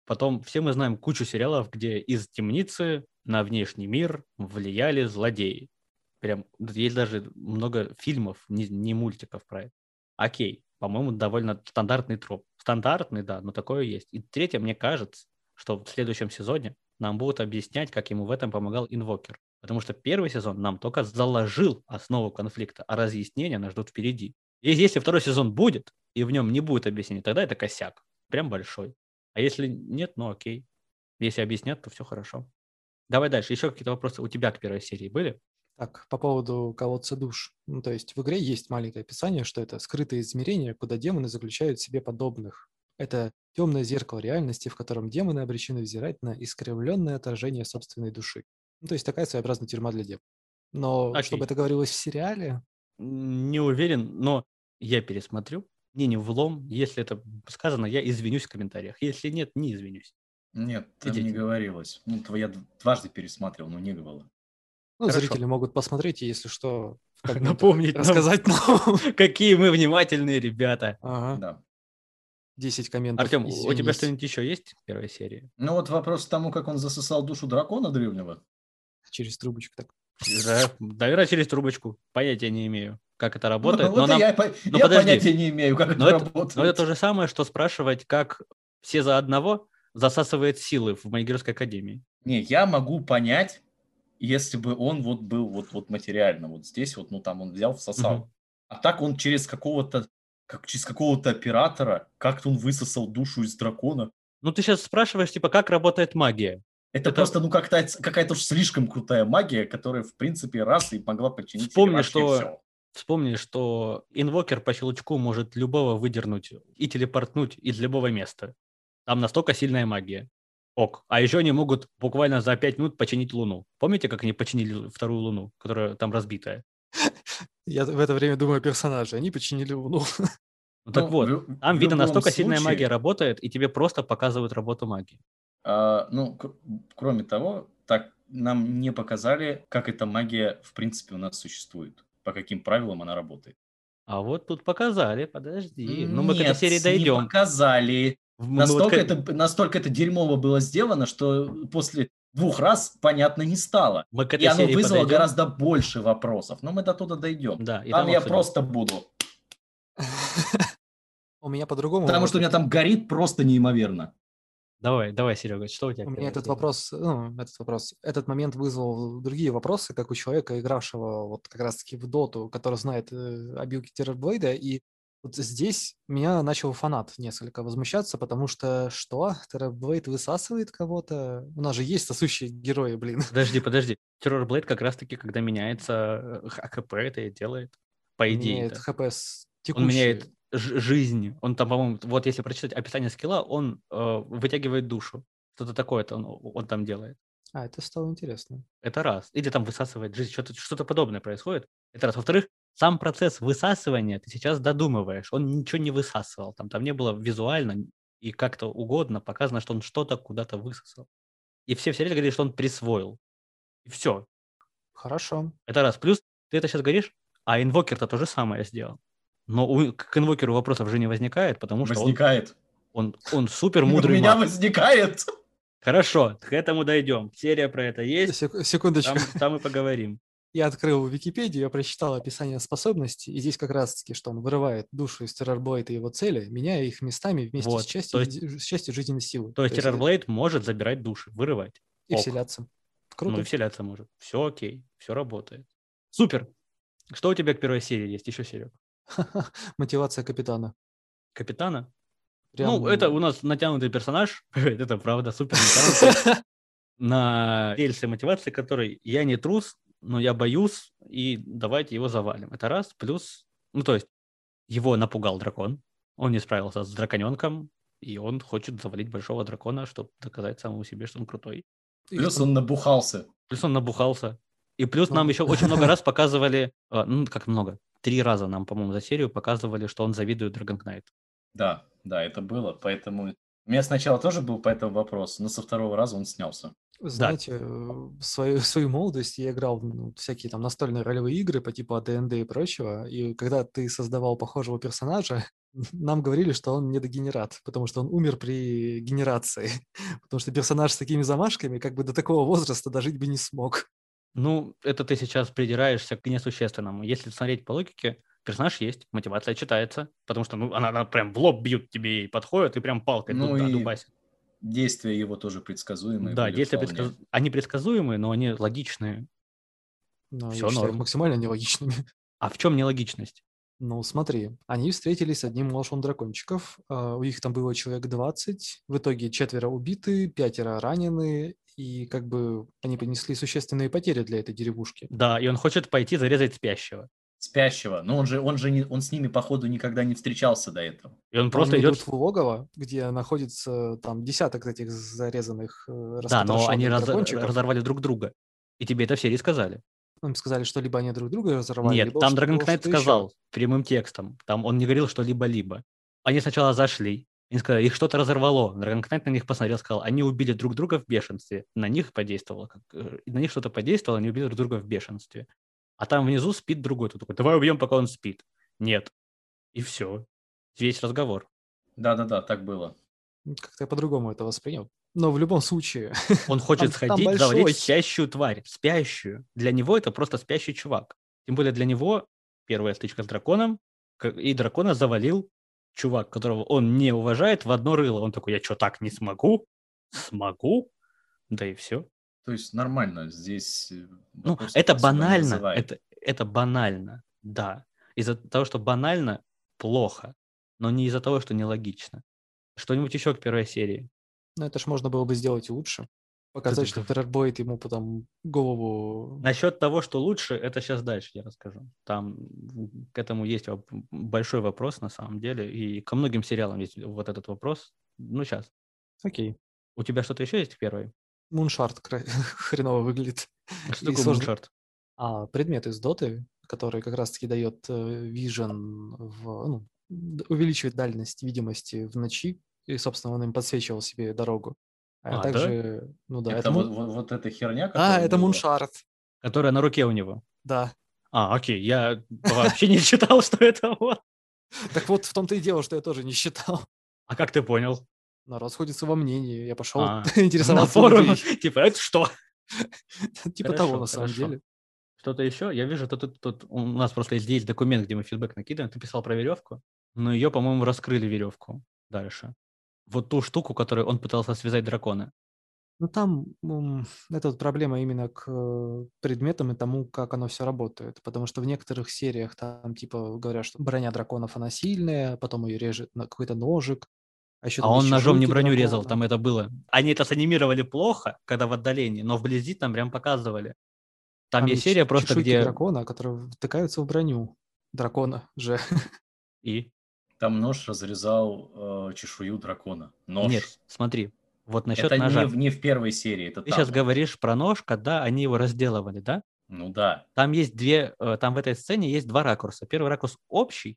Потом все мы знаем кучу сериалов, где из темницы на внешний мир влияли злодеи. Прям есть даже много фильмов, не мультиков про это. Окей, по-моему, довольно стандартный троп. Стандартный, да, но такое есть. И третье, мне кажется, что в следующем сезоне нам будут объяснять, как ему в этом помогал инвокер. Потому что первый сезон нам только заложил основу конфликта, а разъяснения нас ждут впереди. И если второй сезон будет, и в нем не будет объяснений, тогда это косяк. Прям большой. А если нет, ну окей. Если объяснят, то все хорошо. Давай дальше. Еще какие-то вопросы у тебя к первой серии были? Так, по поводу колодца душ. Ну, то есть в игре есть маленькое описание, что это скрытые измерения, куда демоны заключают себе подобных. Это темное зеркало реальности, в котором демоны обречены взирать на искривленное отражение собственной души. Ну, то есть такая своеобразная тюрьма для демонов. Но чтобы Окей. это говорилось в сериале, Не уверен, но я пересмотрю. Мне не влом. Если это сказано, я извинюсь в комментариях. Если нет, не извинюсь. Нет, там не Идите. говорилось. Ну, я дважды пересматривал, но не было. ну, Хорошо. зрители могут посмотреть, и если что, в комментах Напомнить нам, рассказать нам. какие мы внимательные ребята. Ага, Да. 10 комментов, Артем, у тебя извинись. что-нибудь еще есть в первой серии? Ну вот вопрос к тому, как он засосал душу дракона древнего. Через трубочку так. Да, наверное, через трубочку. Понятия не имею, как это работает. Вот Но и нам... я подожди. понятия не имею, как это Но работает. это то же самое, что спрашивать, как все за одного засасывает силы в Магической академии. Не, я могу понять, если бы он вот был вот материально, вот здесь вот, ну там он взял, всосал. Мгм. А так он через какого-то оператора, как-то он высосал душу из дракона. Ну, ты сейчас спрашиваешь, типа, как работает магия? Это просто, ну, какая-то уж слишком крутая магия, которая, в принципе, раз и могла починить себе Вспомни, вообще что все. Вспомни, что инвокер по щелчку может любого выдернуть и телепортнуть из любого места. Там настолько сильная магия. Ок. А еще они могут буквально за 5 минут починить Луну. Помните, как они починили вторую Луну, которая там разбитая? Я в это время думаю о персонаже. Они починили Луну. Ну так Ну, вот, там в видно, любом настолько сильная случае, магия работает, и тебе просто показывают работу магии. ну, кроме того, так нам не показали, как эта магия, в принципе, у нас существует, по каким правилам она работает. А вот тут показали, подожди. Ну мы к этой Нет, серии не дойдем. показали. Мы вот Настолько это дерьмово было сделано, что после 2 раз понятно не стало. мы к И этой оно серии вызвало подойдем. гораздо больше вопросов. Но мы до туда дойдем. Да, и Там там я обсудим. просто буду. У меня по-другому. Потому что у меня этот- там горит просто неимоверно. Давай, Серега, что у тебя? У в меня первой этот вопрос, этот момент вызвал другие вопросы, как у человека, игравшего вот как раз-таки в доту, который знает обилки Террорблейда, и вот здесь меня начал фанат несколько возмущаться, потому что что? Террорблейд высасывает кого-то? У нас же есть сосущие герои, блин. Подожди. Террорблейд как раз-таки, когда меняется ХКП, это и делает. По Меняет идее-то. ХП Он меняет текущие. жизнь. Он там, по-моему, вот если прочитать описание скилла, он вытягивает душу. Что-то такое-то он там делает. А, это стало интересно. Это раз. Или там высасывает жизнь. Что-то подобное происходит. Это раз. Во-вторых, сам процесс высасывания ты сейчас додумываешь. Он ничего не высасывал. Там не было визуально и как-то угодно показано, что он что-то куда-то высосал. И все в сериале говорили, что он присвоил. И все. Хорошо. Это раз. Плюс ты это сейчас говоришь, а инвокер-то то же самое сделал. Но к инвокеру вопросов же не возникает, потому что Возникает. он супер У мудрый меня маг. возникает. Хорошо, к этому дойдем. Серия про это есть, Секундочку. там и поговорим. Я открыл Википедию, я прочитал описание способностей, и здесь как раз-таки, что он вырывает душу из Террорблейда и его цели, меняя их местами вместе Вот, с частью жизненной силы. То есть Террорблейд может забирать души, вырывать. И Ок. вселяться. Ну Круто. и вселяться может. Все окей, все работает. Супер. Что у тебя к первой серии есть еще, Серег? Мотивация капитана. Капитана? Прям... Ну, это у нас натянутый персонаж. Это правда, супер натянутый. На рельсы мотивации, который я не трус, но я боюсь, и давайте его завалим. Это раз. Плюс, ну то есть, его напугал дракон, он не справился с драконенком, и он хочет завалить большого дракона, чтобы доказать самому себе, что он крутой. Плюс он набухался. Плюс он набухался. И плюс Ну. нам еще очень много раз показывали, ну как много, 3 раза нам, по-моему, за серию показывали, что он завидует Драгонкнайту. Да, это было. Поэтому у меня сначала тоже был по этому вопрос, но со второго раза он снялся. Вы Да, знаете, свою молодость я играл в всякие там настольные ролевые игры по типу АДНД и прочего, и когда ты создавал похожего персонажа, нам говорили, что он недогенерат, потому что он умер при генерации, потому что персонаж с такими замашками как бы до такого возраста дожить бы не смог. ну, это ты сейчас придираешься к несущественному. Если смотреть по логике, персонаж есть, мотивация читается, потому что ну, она прям в лоб бьют тебе и подходит, и прям палкой Ну и дубасит. действия его тоже предсказуемые Да, были действия вполне. они предсказуемые, но они логичные. Но я Все считаю их норм. максимально нелогичными. А в чем нелогичность? Ну, смотри, они встретились с одним малышом дракончиков, у них там было человек 20, в итоге 4 убиты, 5 ранены, и как бы они понесли существенные потери для этой деревушки. Да, и он хочет пойти зарезать спящего. Спящего. Но он с ними, походу, никогда не встречался до этого. И он Но они просто идет... идут в логово, где находится там десяток этих зарезанных, Да, но они распотрошенных дракончиков. разорвали друг друга. И тебе это все сказали. Им сказали, что либо они друг друга разорвали, Нет, либо там что Dragon было Knight что-то еще. сказал прямым текстом. Там он не говорил, что либо-либо. Они сначала зашли. Они сказали, их что-то разорвало. Dragon Knight на них посмотрел, сказал, они убили друг друга в бешенстве. На них подействовало. На них что-то подействовало, они убили друг друга в бешенстве. А там внизу спит другой. Тут такой, давай убьем, пока он спит. Нет. И все. Весь разговор. Да-да-да, так было. Как-то я по-другому это воспринял. Но в любом случае, Он хочет там сходить, большой. завалить спящую тварь. Спящую. Для него это просто спящий чувак. Тем более для него первая стычка с драконом, и дракона завалил чувак, которого он не уважает, в одно рыло. Он такой, я что, так не смогу? Смогу? Да и все. То есть нормально. Здесь Ну, вопросов это особо не банально. вызывает. Это банально, да. Из-за того, что банально, плохо. Но не из-за того, что нелогично. Что-нибудь еще к первой серии? Ну, это ж можно было бы сделать и лучше. Показать, что Террорбойд ему потом голову... Насчет того, что лучше, это сейчас дальше я расскажу. Там к этому есть большой вопрос на самом деле, и ко многим сериалам есть вот этот вопрос. Ну, сейчас. Окей. У тебя что-то еще есть к первой? Муншарт хреново выглядит. Что И такое сложно- Муншарт? предмет из доты, который как раз-таки дает вижен, увеличивает дальность видимости в ночи, и, собственно, он им подсвечивал себе дорогу. А Да? также, ну да, Это это вот эта херня, Да, которая это была? Муншарт, Которая на руке у него. да. Окей, я вообще не читал, что это вот. Так вот, в том-то и дело, что я тоже не считал. А как ты понял? Народ сходится во мнении. Я пошел На интересоваться у форуме. людей. Типа, это что? Типа того, на самом деле. Что-то еще? Я вижу, тут у нас просто есть документ, где мы фидбэк накидываем. Ты писал про веревку, но ее, по-моему, раскрыли веревку дальше. Вот ту штуку, которую он пытался связать дракона. Ну, там это вот проблема именно к предметам и тому, как оно все работает. Потому что в некоторых сериях там типа говорят, что броня драконов, она сильная, потом ее режет на какой-то ножик. А еще А там есть он ножом не чешуйки броню резал, дракона. там это было. Они это санимировали плохо, когда в отдалении, но вблизи там прям показывали. Там есть серия просто, чешуйки где... дракона, которые втыкаются в броню дракона же. И? Там нож разрезал чешую дракона. Нож. Нет, смотри, вот насчет Это ножа. не в первой серии, это Ты там. сейчас говоришь про нож, когда они его разделывали, да? Ну да. Там есть там в этой сцене есть два ракурса. Первый ракурс общий,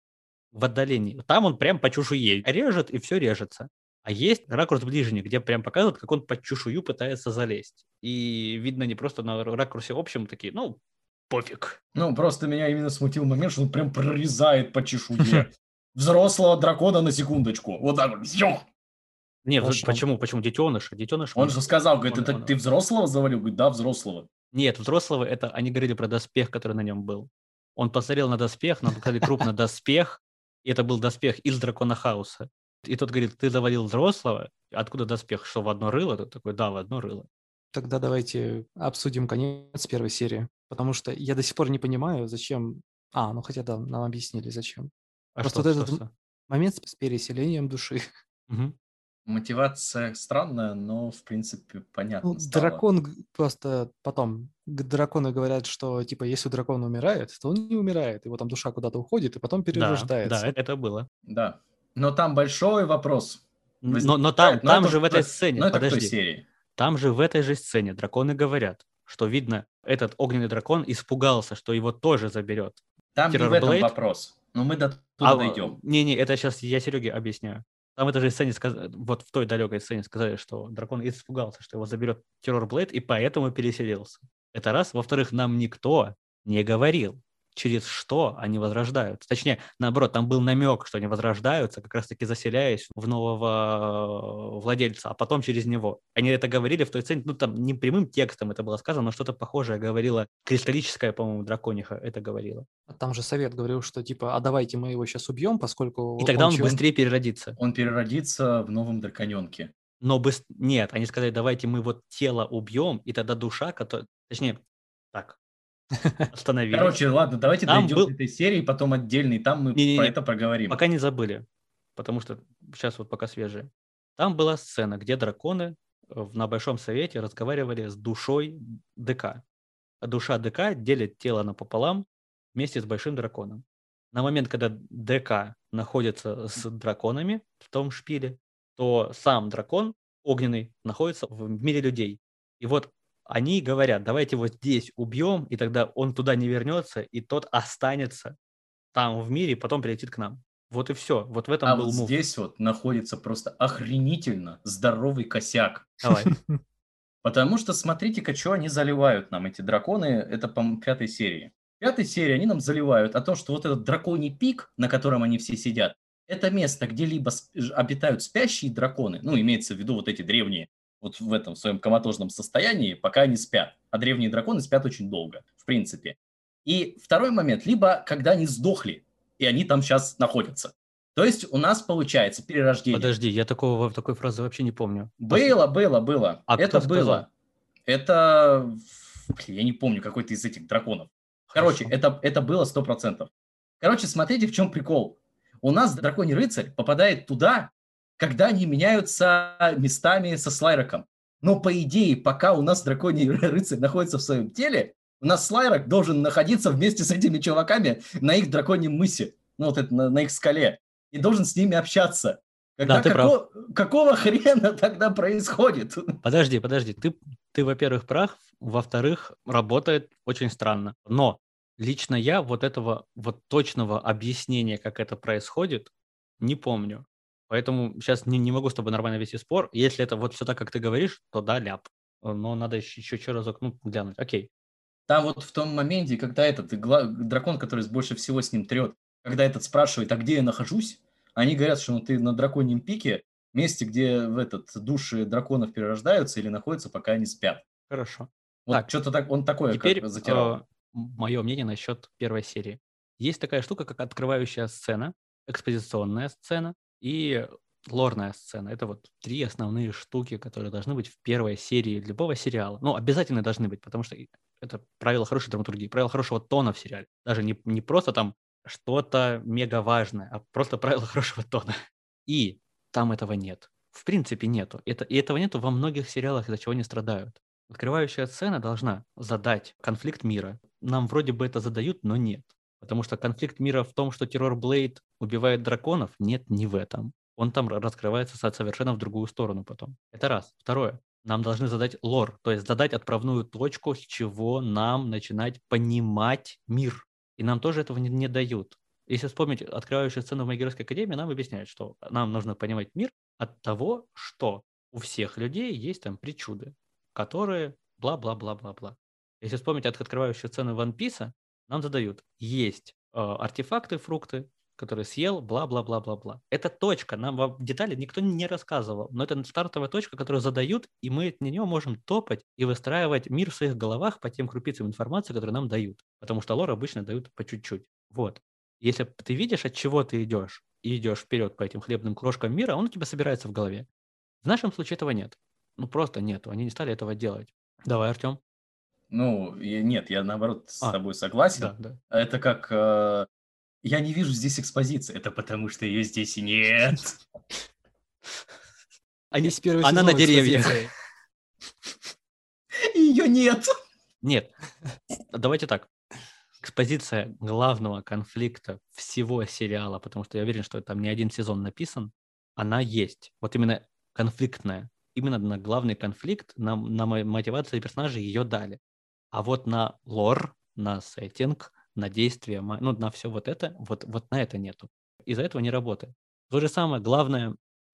в отдалении. Там он прям по чешуе режет, и все режется. А есть ракурс ближний, где прям показывают, как он под чешую пытается залезть. И видно не просто на ракурсе общем такие, ну, пофиг. Ну, просто меня именно смутил момент, что он прям прорезает по чешуе взрослого дракона на секундочку. Вот так вот. Зюх! Не, Хорошо. почему? Детеныша. Он же сказал, говорит, это ты взрослого завалил? Говорит, да, взрослого. Нет, взрослого, это они говорили про доспех, который на нем был. Он посмотрел на доспех, нам показали крупно доспех, и это был доспех из Дракона Хауса. И тот говорит, ты завалил взрослого, откуда доспех? Что, в одно рыло? Тот такой, да, в одно рыло. Тогда давайте обсудим конец первой серии. Потому что я до сих пор не понимаю, зачем... ну хотя да, нам объяснили, зачем. А Просто вот этот момент с переселением души. Угу. Мотивация странная, но, в принципе, понятно стало. Дракон просто потом... Драконы говорят, что, типа, если дракон умирает, то он не умирает. Его там душа куда-то уходит и потом перерождается. Да, это было. Да. Но там большой вопрос. Но там же в этой сцене, это подожди. в той серии. Там же в этой же сцене драконы говорят, что, видно, этот огненный дракон испугался, что его тоже заберет. Там не в этом вопрос. Но мы до туда дойдем. Не, это сейчас я Сереге объясняю. Там в этой же сцене, вот в той далекой сцене сказали, что дракон испугался, что его заберет Террорблейд, и поэтому переселился. Это раз. Во-вторых, нам никто не говорил, через что они возрождаются. Точнее, наоборот, там был намек, что они возрождаются, как раз-таки заселяясь в нового владельца, а потом через него. Они это говорили в той сцене, ну там не прямым текстом это было сказано, но что-то похожее говорила. Кристаллическая, по-моему, дракониха это говорила. А там же совет говорил, что типа, а давайте мы его сейчас убьем, поскольку И тогда он член- быстрее переродится. Он переродится в новом драконенке. Но нет, они сказали, давайте мы вот тело убьем, и тогда душа, которая... Точнее, так, остановились. Короче, ладно, давайте Там дойдем был- до этой серии, потом отдельный, там мы Не-не-не, про это проговорим. Пока не забыли, потому что сейчас вот пока свежие. Там была сцена, где драконы на Большом Совете разговаривали с душой ДК. А душа ДК делит тело напополам вместе с Большим Драконом. На момент, когда ДК находится с драконами в том шпиле, то сам дракон огненный находится в мире людей. И вот они говорят, давайте вот здесь убьем, и тогда он туда не вернется, и тот останется там в мире, и потом прилетит к нам. Вот и все. Вот в этом А был вот мув. здесь вот находится просто охренительно здоровый косяк. Давай. Потому что смотрите-ка, что они заливают нам, эти драконы, это, по-моему, 5 серии. В 5 серии они нам заливают о том, что вот этот драконий пик, на котором они все сидят, это место, где либо обитают спящие драконы, ну, имеется в виду вот эти древние, вот в этом в своем коматозном состоянии, пока они спят. А древние драконы спят очень долго, в принципе. И второй момент, либо когда они сдохли, и они там сейчас находятся. То есть у нас получается перерождение. Подожди, я такой фразы вообще не помню. Было. А Это кто было. сказал? Это... Я не помню, какой-то из этих драконов. Короче, Хорошо. это было 100%. Короче, смотрите, в чем прикол. У нас драконий рыцарь попадает туда, когда они меняются местами со Слайроком. Но по идее, пока у нас драконий рыцарь находится в своем теле, у нас Слайрок должен находиться вместе с этими чуваками на их драконьем мысе. Ну, вот это на их скале. И должен с ними общаться. Да, ты прав. Какого хрена тогда происходит? Подожди. Ты, во-первых, прав, во-вторых, работает очень странно. Но лично я вот этого вот точного объяснения, как это происходит, не помню. Поэтому сейчас не могу с тобой нормально вести спор. Если это вот все так, как ты говоришь, то да, ляп. Но надо еще разок глянуть. Окей. Там вот в том моменте, когда этот дракон, который больше всего с ним трет, когда этот спрашивает, а где я нахожусь, они говорят, что ты на драконьем пике, месте, где души драконов перерождаются или находятся, пока они спят. Хорошо. Вот Так, что-то так, он такое теперь как затирал. мое мнение насчет первой серии. Есть такая штука, как открывающая сцена, экспозиционная сцена и лорная сцена. Это вот 3 основные штуки, которые должны быть в первой серии любого сериала. Ну, обязательно должны быть, потому что это правило хорошей драматургии, правило хорошего тона в сериале. Даже не просто там что-то мега важное, а просто правило хорошего тона. И там этого нет. В принципе, нету. И этого нету во многих сериалах, из-за чего они страдают. Открывающая сцена должна задать конфликт мира. Нам вроде бы это задают, но нет. Потому что конфликт мира в том, что Террорблейд убивает драконов, нет, не в этом. Он там раскрывается совершенно в другую сторону потом. Это раз. Второе. Нам должны задать лор, то есть задать отправную точку, с чего нам начинать понимать мир. И нам тоже этого не дают. Если вспомнить открывающую сцену в «Моей геройской академии», нам объясняют, что нам нужно понимать мир от того, что у всех людей есть там причуды, которые бла-бла-бла-бла-бла. Если вспомнить открывающую сцену One Piece, нам задают, есть артефакты, фрукты, которые съел, бла-бла-бла-бла-бла. Это точка, нам в детали никто не рассказывал, но это стартовая точка, которую задают, и мы на нее можем топать и выстраивать мир в своих головах по тем крупицам информации, которые нам дают. Потому что лор обычно дают по чуть-чуть. Вот. Если ты видишь, от чего ты идешь, и идешь вперед по этим хлебным крошкам мира, он у тебя собирается в голове. В нашем случае этого нет. Ну, просто нету. Они не стали этого делать. Давай, Артем. Ну, нет, я наоборот с тобой согласен. Да. Это как... я не вижу здесь экспозиции. Это потому, что ее здесь и нет. Они с первого Она сезона на деревьях. экспозиции. Ее нет. Нет. Давайте так. Экспозиция главного конфликта всего сериала, потому что я уверен, что там не один сезон написан, она есть. Вот именно конфликтная. Именно на главный конфликт, на мотивацию персонажей ее дали. А вот на лор, на сеттинг, на действие, ну, на все вот это, вот на это нету. Из-за этого не работает. То же самое, главное,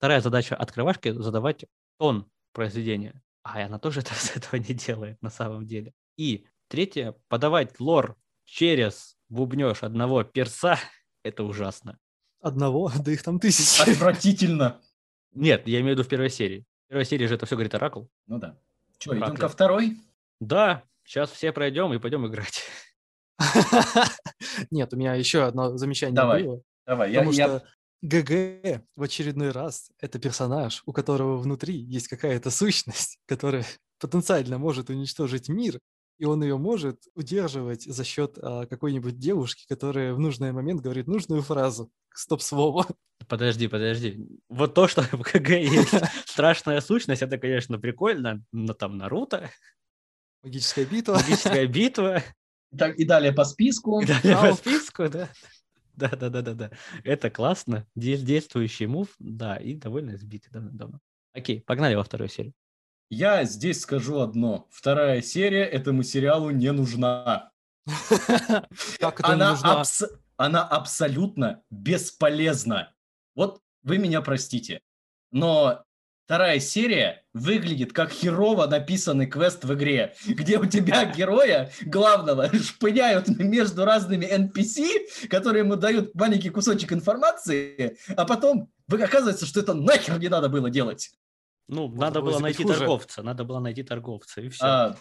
Вторая задача открывашки — задавать тон произведения. А она тоже этого не делает на самом деле. И третье — подавать лор через бубнёж одного перса — это ужасно. Одного, да их там тысячи. Отвратительно. Нет, я имею в виду в первой серии. В первой серии же это все говорит Оракул. Ну да. Что, идем Оракле. ко второй? Да, сейчас все пройдем и пойдем играть. Нет, у меня еще одно замечание Давай. было. Давай, Потому что ГГ в очередной раз это персонаж, у которого внутри есть какая-то сущность, которая потенциально может уничтожить мир, и он ее может удерживать за счет какой-нибудь девушки, которая в нужный момент говорит нужную фразу. Стоп-слово. Подожди. Вот то, что в КГ есть страшная сущность, это, конечно, прикольно. Но там Наруто, Магическая битва. магическая битва. Так, и далее по списку. И далее по Халк. списку, да. Да. Это классно. Действующий мув, да, и довольно сбитый давно. Окей, погнали во вторую серию. Я здесь скажу одно. Вторая серия этому сериалу не нужна. Как это не нужна? Она абсолютно бесполезна. Вот вы меня простите, но вторая серия выглядит как херово написанный квест в игре, где у тебя героя главного шпыняют между разными NPC, которые ему дают маленький кусочек информации, а потом оказывается, что это нахер не надо было делать. Ну, Можно надо было было сделать найти хуже. торговца. Надо было найти торговца, и все.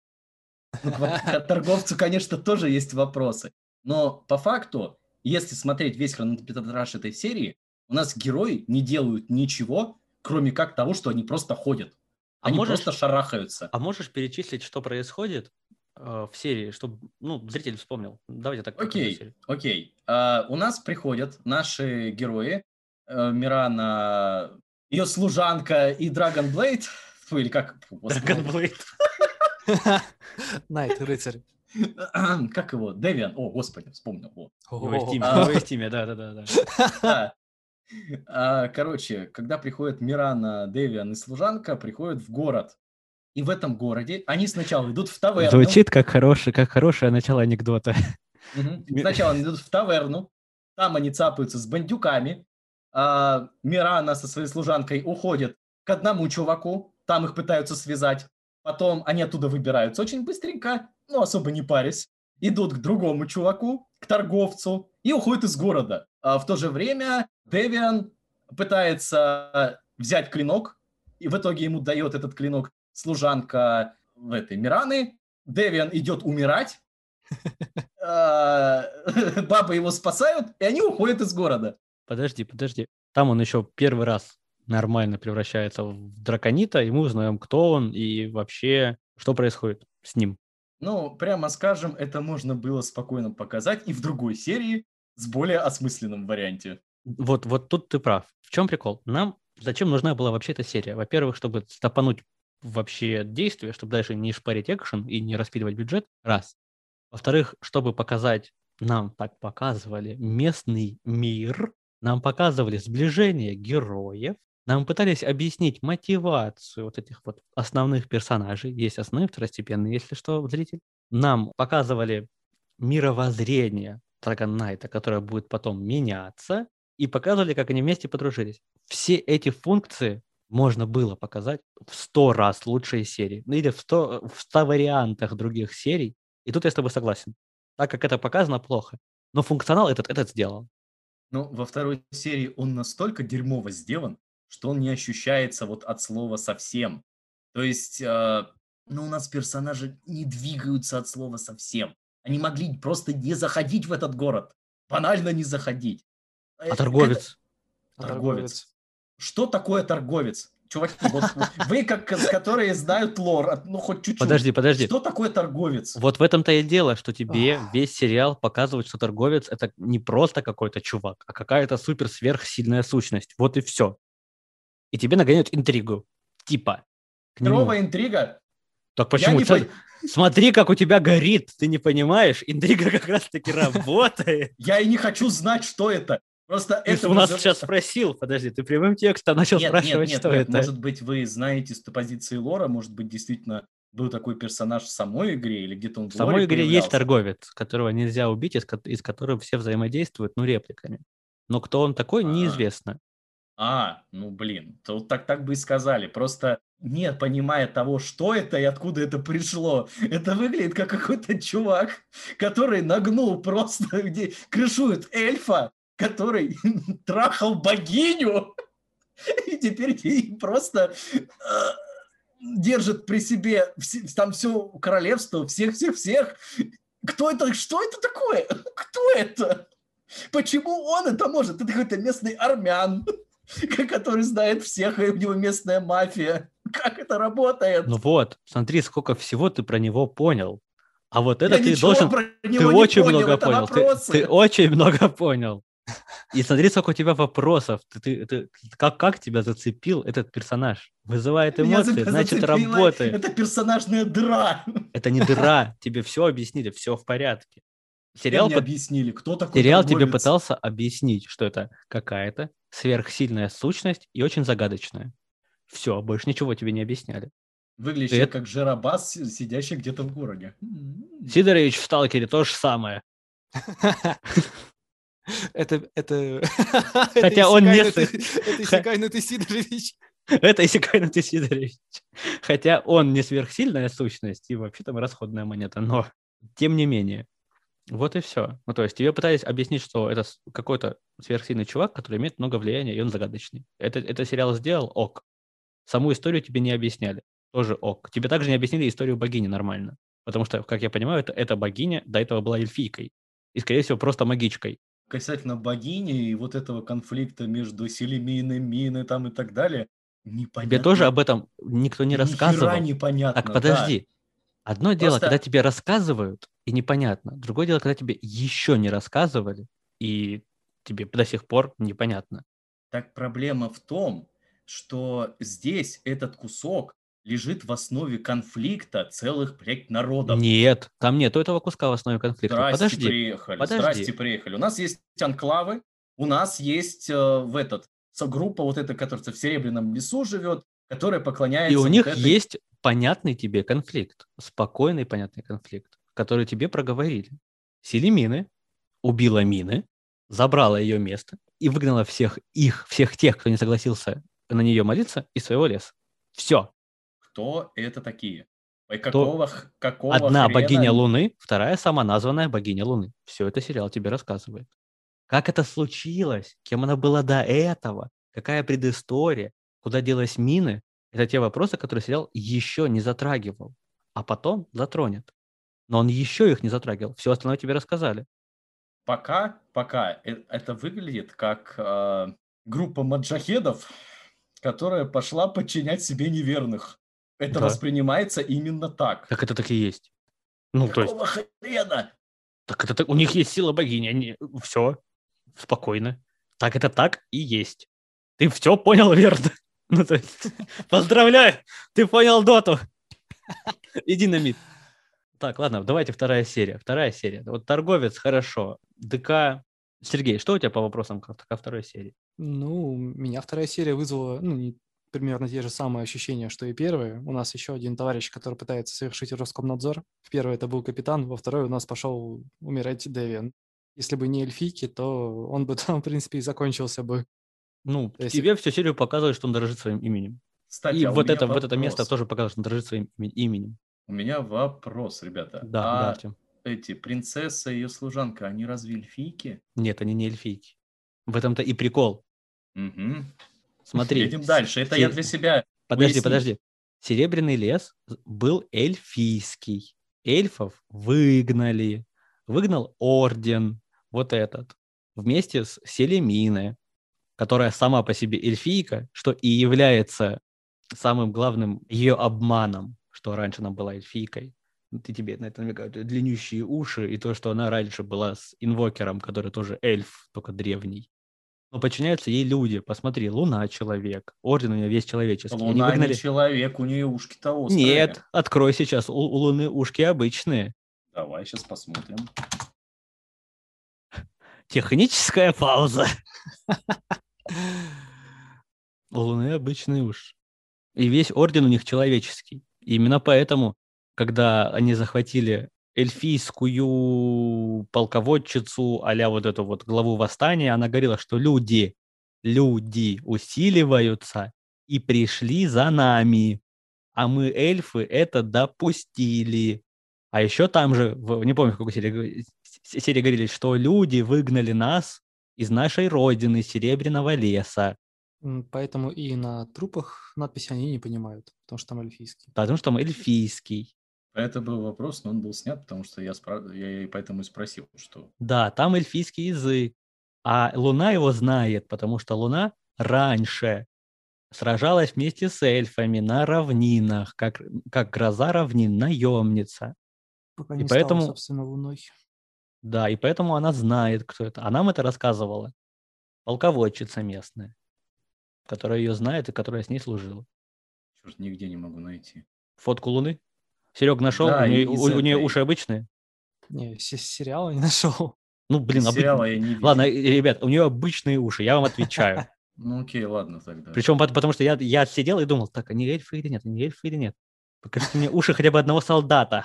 К торговцу, конечно, тоже есть вопросы. Но по факту, если смотреть весь хронометраж этой серии, у нас герои не делают ничего, кроме как того, что они просто ходят. Они просто шарахаются. А можешь перечислить, что происходит в серии, чтобы зритель вспомнил? Давайте так. Окей. У нас приходят наши герои. Мирана, ее служанка и Драгонблейд. Или как? Драгонблейд. Найт, рыцарь. Как его? Девиан. О, господи, вспомнил. Его есть имя, да. Короче, когда приходят Мирана, Девиан и служанка, приходят в город. И в этом городе они сначала идут в таверну. Звучит как хорошее начало анекдота. Сначала они идут в таверну, там они цапаются с бандюками, Мирана со своей служанкой уходит к одному чуваку, там их пытаются связать, потом они оттуда выбираются очень быстренько, особо не парясь, идут к другому чуваку, к торговцу и уходят из города. В то же время Девиан пытается взять клинок, и в итоге ему дает этот клинок служанка Мираны. Девиан идет умирать, бабы его спасают, и они уходят из города. Подожди. Там он еще первый раз нормально превращается в драконита, и мы узнаем, кто он и вообще, что происходит с ним. Прямо скажем, это можно было спокойно показать и в другой серии с более осмысленном варианте. Вот тут ты прав. В чем прикол? Нам зачем нужна была вообще эта серия? Во-первых, чтобы стопануть вообще действие, чтобы дальше не шпарить экшен и не распиливать бюджет, раз. Во-вторых, чтобы показать, нам так показывали местный мир, нам показывали сближение героев, нам пытались объяснить мотивацию вот этих вот основных персонажей, есть основные, второстепенные, если что, зритель. Нам показывали мировоззрение Dragon Knight, которое будет потом меняться, и показывали, как они вместе подружились. Все эти функции можно было показать в 100 раз лучшие серии, или в 100 вариантах других серий. И тут я с тобой согласен. Так как это показано, плохо. Но функционал этот сделал. Во второй серии он настолько дерьмово сделан, что он не ощущается вот от слова совсем. То есть, у нас персонажи не двигаются от слова совсем. Они могли просто не заходить в этот город. Банально не заходить. А торговец? Торговец. Что такое торговец? Чуваки, вот вы, которые знают лор, хоть чуть-чуть. Подожди. Что такое торговец? Вот в этом-то и дело, что тебе весь сериал показывает, что торговец — это не просто какой-то чувак, а какая-то супер-сверхсильная сущность. Вот и все. И тебе нагоняют интригу. Типа. Херовая интрига? Так почему? Смотри, как у тебя горит. Ты не понимаешь? Интрига как раз-таки работает. Я и не хочу знать, что это. Просто ты у нас сейчас спросил. Подожди, ты прямым текстом начал спрашивать, что это. Может быть, вы знаете с позиции лора, может быть, действительно был такой персонаж в самой игре, или где-то он в самой игре появлялся. Есть торговец, которого нельзя убить, из которого все взаимодействуют, репликами. Но кто он такой, неизвестно. Ну блин, то вот так бы и сказали. Просто не понимая того, что это и откуда это пришло. Это выглядит как какой-то чувак, который нагнул просто, где крышует эльфа, который трахал богиню, и теперь ей просто держит при себе там все королевство, всех-всех-всех. Кто это? Что это такое? Кто это? Почему он это может? Это какой-то местный армян, который знает всех, и у него местная мафия. Как это работает? Ну вот, смотри, сколько всего ты про него понял. А вот это Я ты ничего должен... про Ты него не очень понял, много это понял. Ты вопросы. очень много понял. И смотри, сколько у тебя вопросов. Как тебя зацепил этот персонаж? Вызывает Меня эмоции, значит, зацепила работает. эта персонажная дыра. Это не дыра. Тебе все объяснили, все в порядке. Мне объяснили, кто такой Сериал тебе торговец. пытался объяснить, что это какая-то сверхсильная сущность и очень загадочная. Все, больше ничего тебе не объясняли. Выглядящий как Жиробас, сидящий где-то в городе. Сидорович в «Сталкере» то же самое. Это Хотя он не... Это Исекай Сидорович. Это Исекай Сидорович. Хотя он не сверхсильная сущность и вообще там расходная монета, но тем не менее. Вот и все. Ну, то есть тебе пытались объяснить, что это какой-то сверхсильный чувак, который имеет много влияния, и он загадочный. Это сериал сделал, ок. Саму историю тебе не объясняли, тоже ок. Тебе также не объяснили историю богини нормально. Потому что, как я понимаю, эта богиня до этого была эльфийкой. И, скорее всего, просто магичкой. Касательно богини и вот этого конфликта между Селиминой, Миной там и так далее, непонятно. Тебе тоже об этом никто не рассказывал. Ни хера непонятно. Так, подожди. Да. Одно дело, когда тебе рассказывают, и непонятно. Другое дело, когда тебе еще не рассказывали, и тебе до сих пор непонятно. Так проблема в том, что здесь этот кусок лежит в основе конфликта целых, народов. Нет, там нет этого куска в основе конфликта. Здрасте, приехали. У нас есть анклавы, у нас есть группа вот эта, которая в Серебряном лесу живет, которая поклоняется... И у них есть понятный тебе конфликт, спокойный понятный конфликт, который тебе проговорили. Селимины убила Мины, забрала ее место и выгнала всех тех, кто не согласился на нее молиться, из своего леса. Все. Кто это такие? Какого Одна хрена? богиня Луны, вторая самоназванная богиня Луны. Все это сериал тебе рассказывает. Как это случилось? Кем она была до этого? Какая предыстория? Куда делась Мины? Это те вопросы, которые сериал еще не затрагивал. А потом затронет. Но он еще их не затрагивал. Все остальное тебе рассказали. Пока это выглядит как группа маджахедов, которая пошла подчинять себе неверных. Это воспринимается именно так. Так это так и есть. Ну, какого хрена? Так это у них есть сила богини. Все. Спокойно. Так это так и есть. Ты все понял верно. Ну, то есть, поздравляю, ты понял доту. Иди на мид. Так, ладно, давайте вторая серия. Вот торговец, хорошо. ДК. Сергей, что у тебя по вопросам ко второй серии? Ну, меня вторая серия вызвала, примерно те же самые ощущения, что и первая. У нас еще один товарищ, который пытается совершить Роскомнадзор. В первой это был капитан, во второй у нас пошел умирать Девиан. Если бы не эльфийки, то он бы там, в принципе, и закончился бы. Ну, тебе всю серию показывают, что он дорожит своим именем. Кстати, и вот это место тоже показывает, что он дорожит своим именем. У меня вопрос, ребята. Да, Артем. Эти принцесса и ее служанка, они разве эльфийки? Нет, они не эльфийки. В этом-то и прикол. Угу. Смотри. Едем дальше. Это я для себя. Подожди. Серебряный лес был эльфийский. Эльфов выгнали. Выгнал орден. Вот этот. Вместе с Селиминой, которая сама по себе эльфийка, что и является самым главным ее обманом, что раньше она была эльфийкой. Тебе на это намекают длиннющие уши и то, что она раньше была с инвокером, который тоже эльф, только древний. Но подчиняются ей люди. Посмотри, Луна — человек, орден у нее весь человеческий. Луна не человек, у нее ушки-то острые. Нет, открой сейчас, у Луны ушки обычные. Давай сейчас посмотрим. Техническая пауза. У Луны обычные уши. И весь орден у них человеческий. И именно поэтому, когда они захватили эльфийскую полководчицу, а-ля вот эту вот главу восстания, она говорила, что люди, люди усиливаются и пришли за нами, а мы, эльфы, это допустили. А еще там же, не помню, в какой серии говорили, что люди выгнали нас из нашей родины, Серебряного леса. Поэтому и на трупах надписи они не понимают, потому что там эльфийский. Потому что там эльфийский. Это был вопрос, но он был снят, потому что я и поэтому и спросил, что... Да, там эльфийский язык. А Луна его знает, потому что Луна раньше сражалась вместе с эльфами на равнинах, как гроза равнин, наемница. Пока И не поэтому, стала, собственно, луной. да, и поэтому она знает, кто это. А нам это рассказывала полководчица местная, которая ее знает и которая с ней служила. Черт, нигде не могу найти. Фотку Луны? Серег нашел? Да, у нее этой. уши обычные? Не, сериала не нашел. Ну, блин, Сериала я не видел. Ладно, ребят, у нее обычные уши, я вам отвечаю. Ну окей, ладно тогда. Причем потому что я сидел и думал, так, они эльфы или нет, они эльфы или нет? Покажите мне уши хотя бы одного солдата.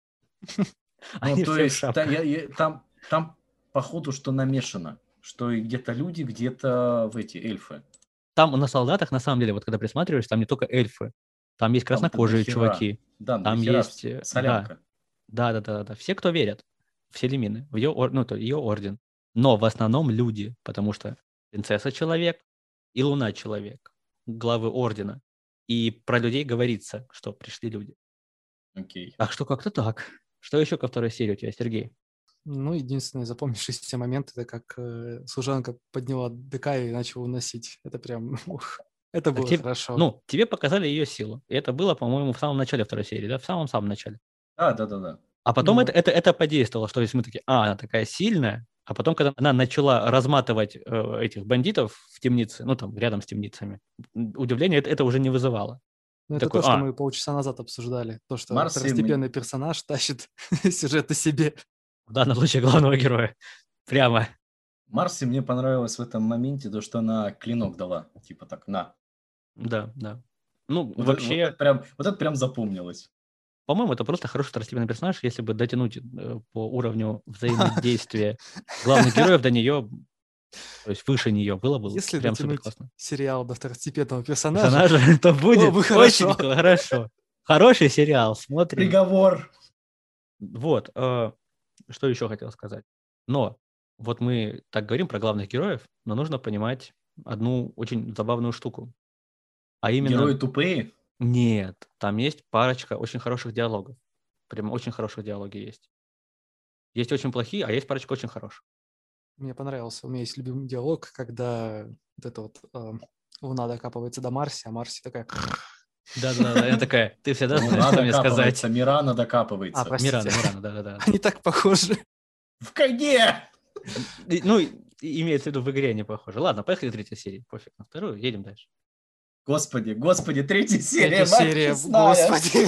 Ну, Они то все в есть шапках. там походу что намешано, что и где-то люди, где-то эти эльфы. Там на солдатах, на самом деле, вот когда присматриваешь, там не только эльфы, там есть Там краснокожие дохера. чуваки, Да, там дохера есть, солянка. да, все, кто верят в Селимины, в ее, ее орден, но в основном люди, потому что принцесса человек и Луна человек, главы ордена, и про людей говорится, что пришли люди. Окей. Так что как-то так. Что еще ко второй серии у тебя, Сергей? Ну, единственный запомнившийся момент, это как служанка подняла ДК и начала уносить. Это прям, это было хорошо. Ну, тебе показали ее силу. И это было, по-моему, в самом начале второй серии, да? В самом-самом начале. Да. А потом Ну, это подействовало, что есть мы такие, она такая сильная, а потом, когда она начала разматывать этих бандитов в темнице, ну, там, рядом с темницами, удивление это уже не вызывало. ну, это такой, то, что мы полчаса назад обсуждали. То, что Марси второстепенный персонаж тащит сюжет о себе. В данном случае главного героя. Прямо. Марси мне понравилось в этом моменте то, что она клинок дала. Типа так, на. Да. Ну, Вот вообще, это прям запомнилось. по-моему, это просто хороший второстепенный персонаж, если бы дотянуть по уровню взаимодействия главных героев до нее, то есть выше нее, было бы Если прям супер дотянуть классно. Сериал до второстепенного персонажа, То будет бы очень хорошо. Хороший сериал, смотрим. Приговор. Вот, что еще хотел сказать. Но вот мы так говорим про главных героев, но нужно понимать одну очень забавную штуку. А именно... Герои тупые? Нет, там есть парочка очень хороших диалогов. Прям очень хорошие диалоги есть. Есть очень плохие, а есть парочка очень хороших. мне понравился. У меня есть любимый диалог, когда вот это вот Луна докапывается до Марси, а Марси такая... Да, я такая, ты всегда знаешь, Луна что мне сказать. докапывается, Мирана докапывается. простите. Мирана, да. Они так похожи. В коне! Ну, имеется в виду в игре не похоже. Ладно, поехали третья серия. Пофиг на вторую, едем дальше. Господи, третья серия. Третья серия, господи.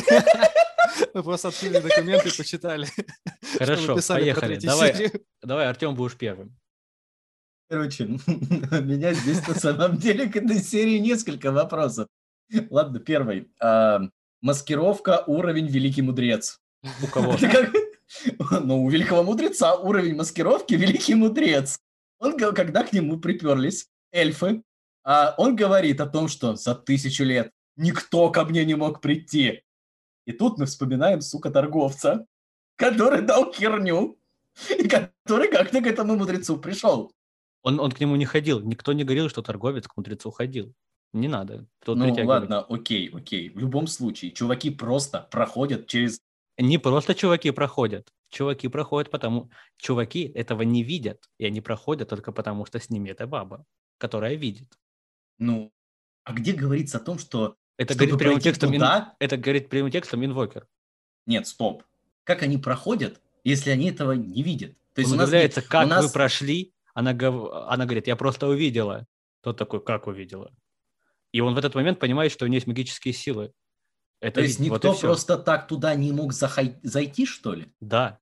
Мы просто открыли документы и почитали. Хорошо, поехали. Давай, Артем, будешь первым. Короче, у меня здесь на самом деле к этой серии несколько вопросов. Ладно, первый. Маскировка, уровень Великий Мудрец. У кого? Ну, у Великого Мудреца уровень маскировки Великий Мудрец. Когда к нему приперлись эльфы, он говорит о том, что за 1000 лет никто ко мне не мог прийти. И тут мы вспоминаем, сука, торговца, который дал херню, и который как-то к этому мудрецу пришел. Он к нему не ходил. Никто не говорил, что торговец к мудрецу ходил. Не надо. Ну ладно, окей. В любом случае, чуваки просто проходят через... Не просто чуваки проходят. Чуваки проходят потому... Чуваки этого не видят. И они проходят только потому, что с ними эта баба, которая видит. Ну, а где говорится о том, что... Это чтобы говорит прямым пройти текстом, туда... это говорит прямым текстом инвокер. Нет, стоп. Как они проходят, если они этого не видят? То есть Он у нас удивляется, как у нас... вы прошли. Она говорит, я просто увидела. Тот такой, как увидела? И он в этот момент понимает, что у него есть магические силы. Это То есть никто вот просто так туда не мог зайти, что ли? Да.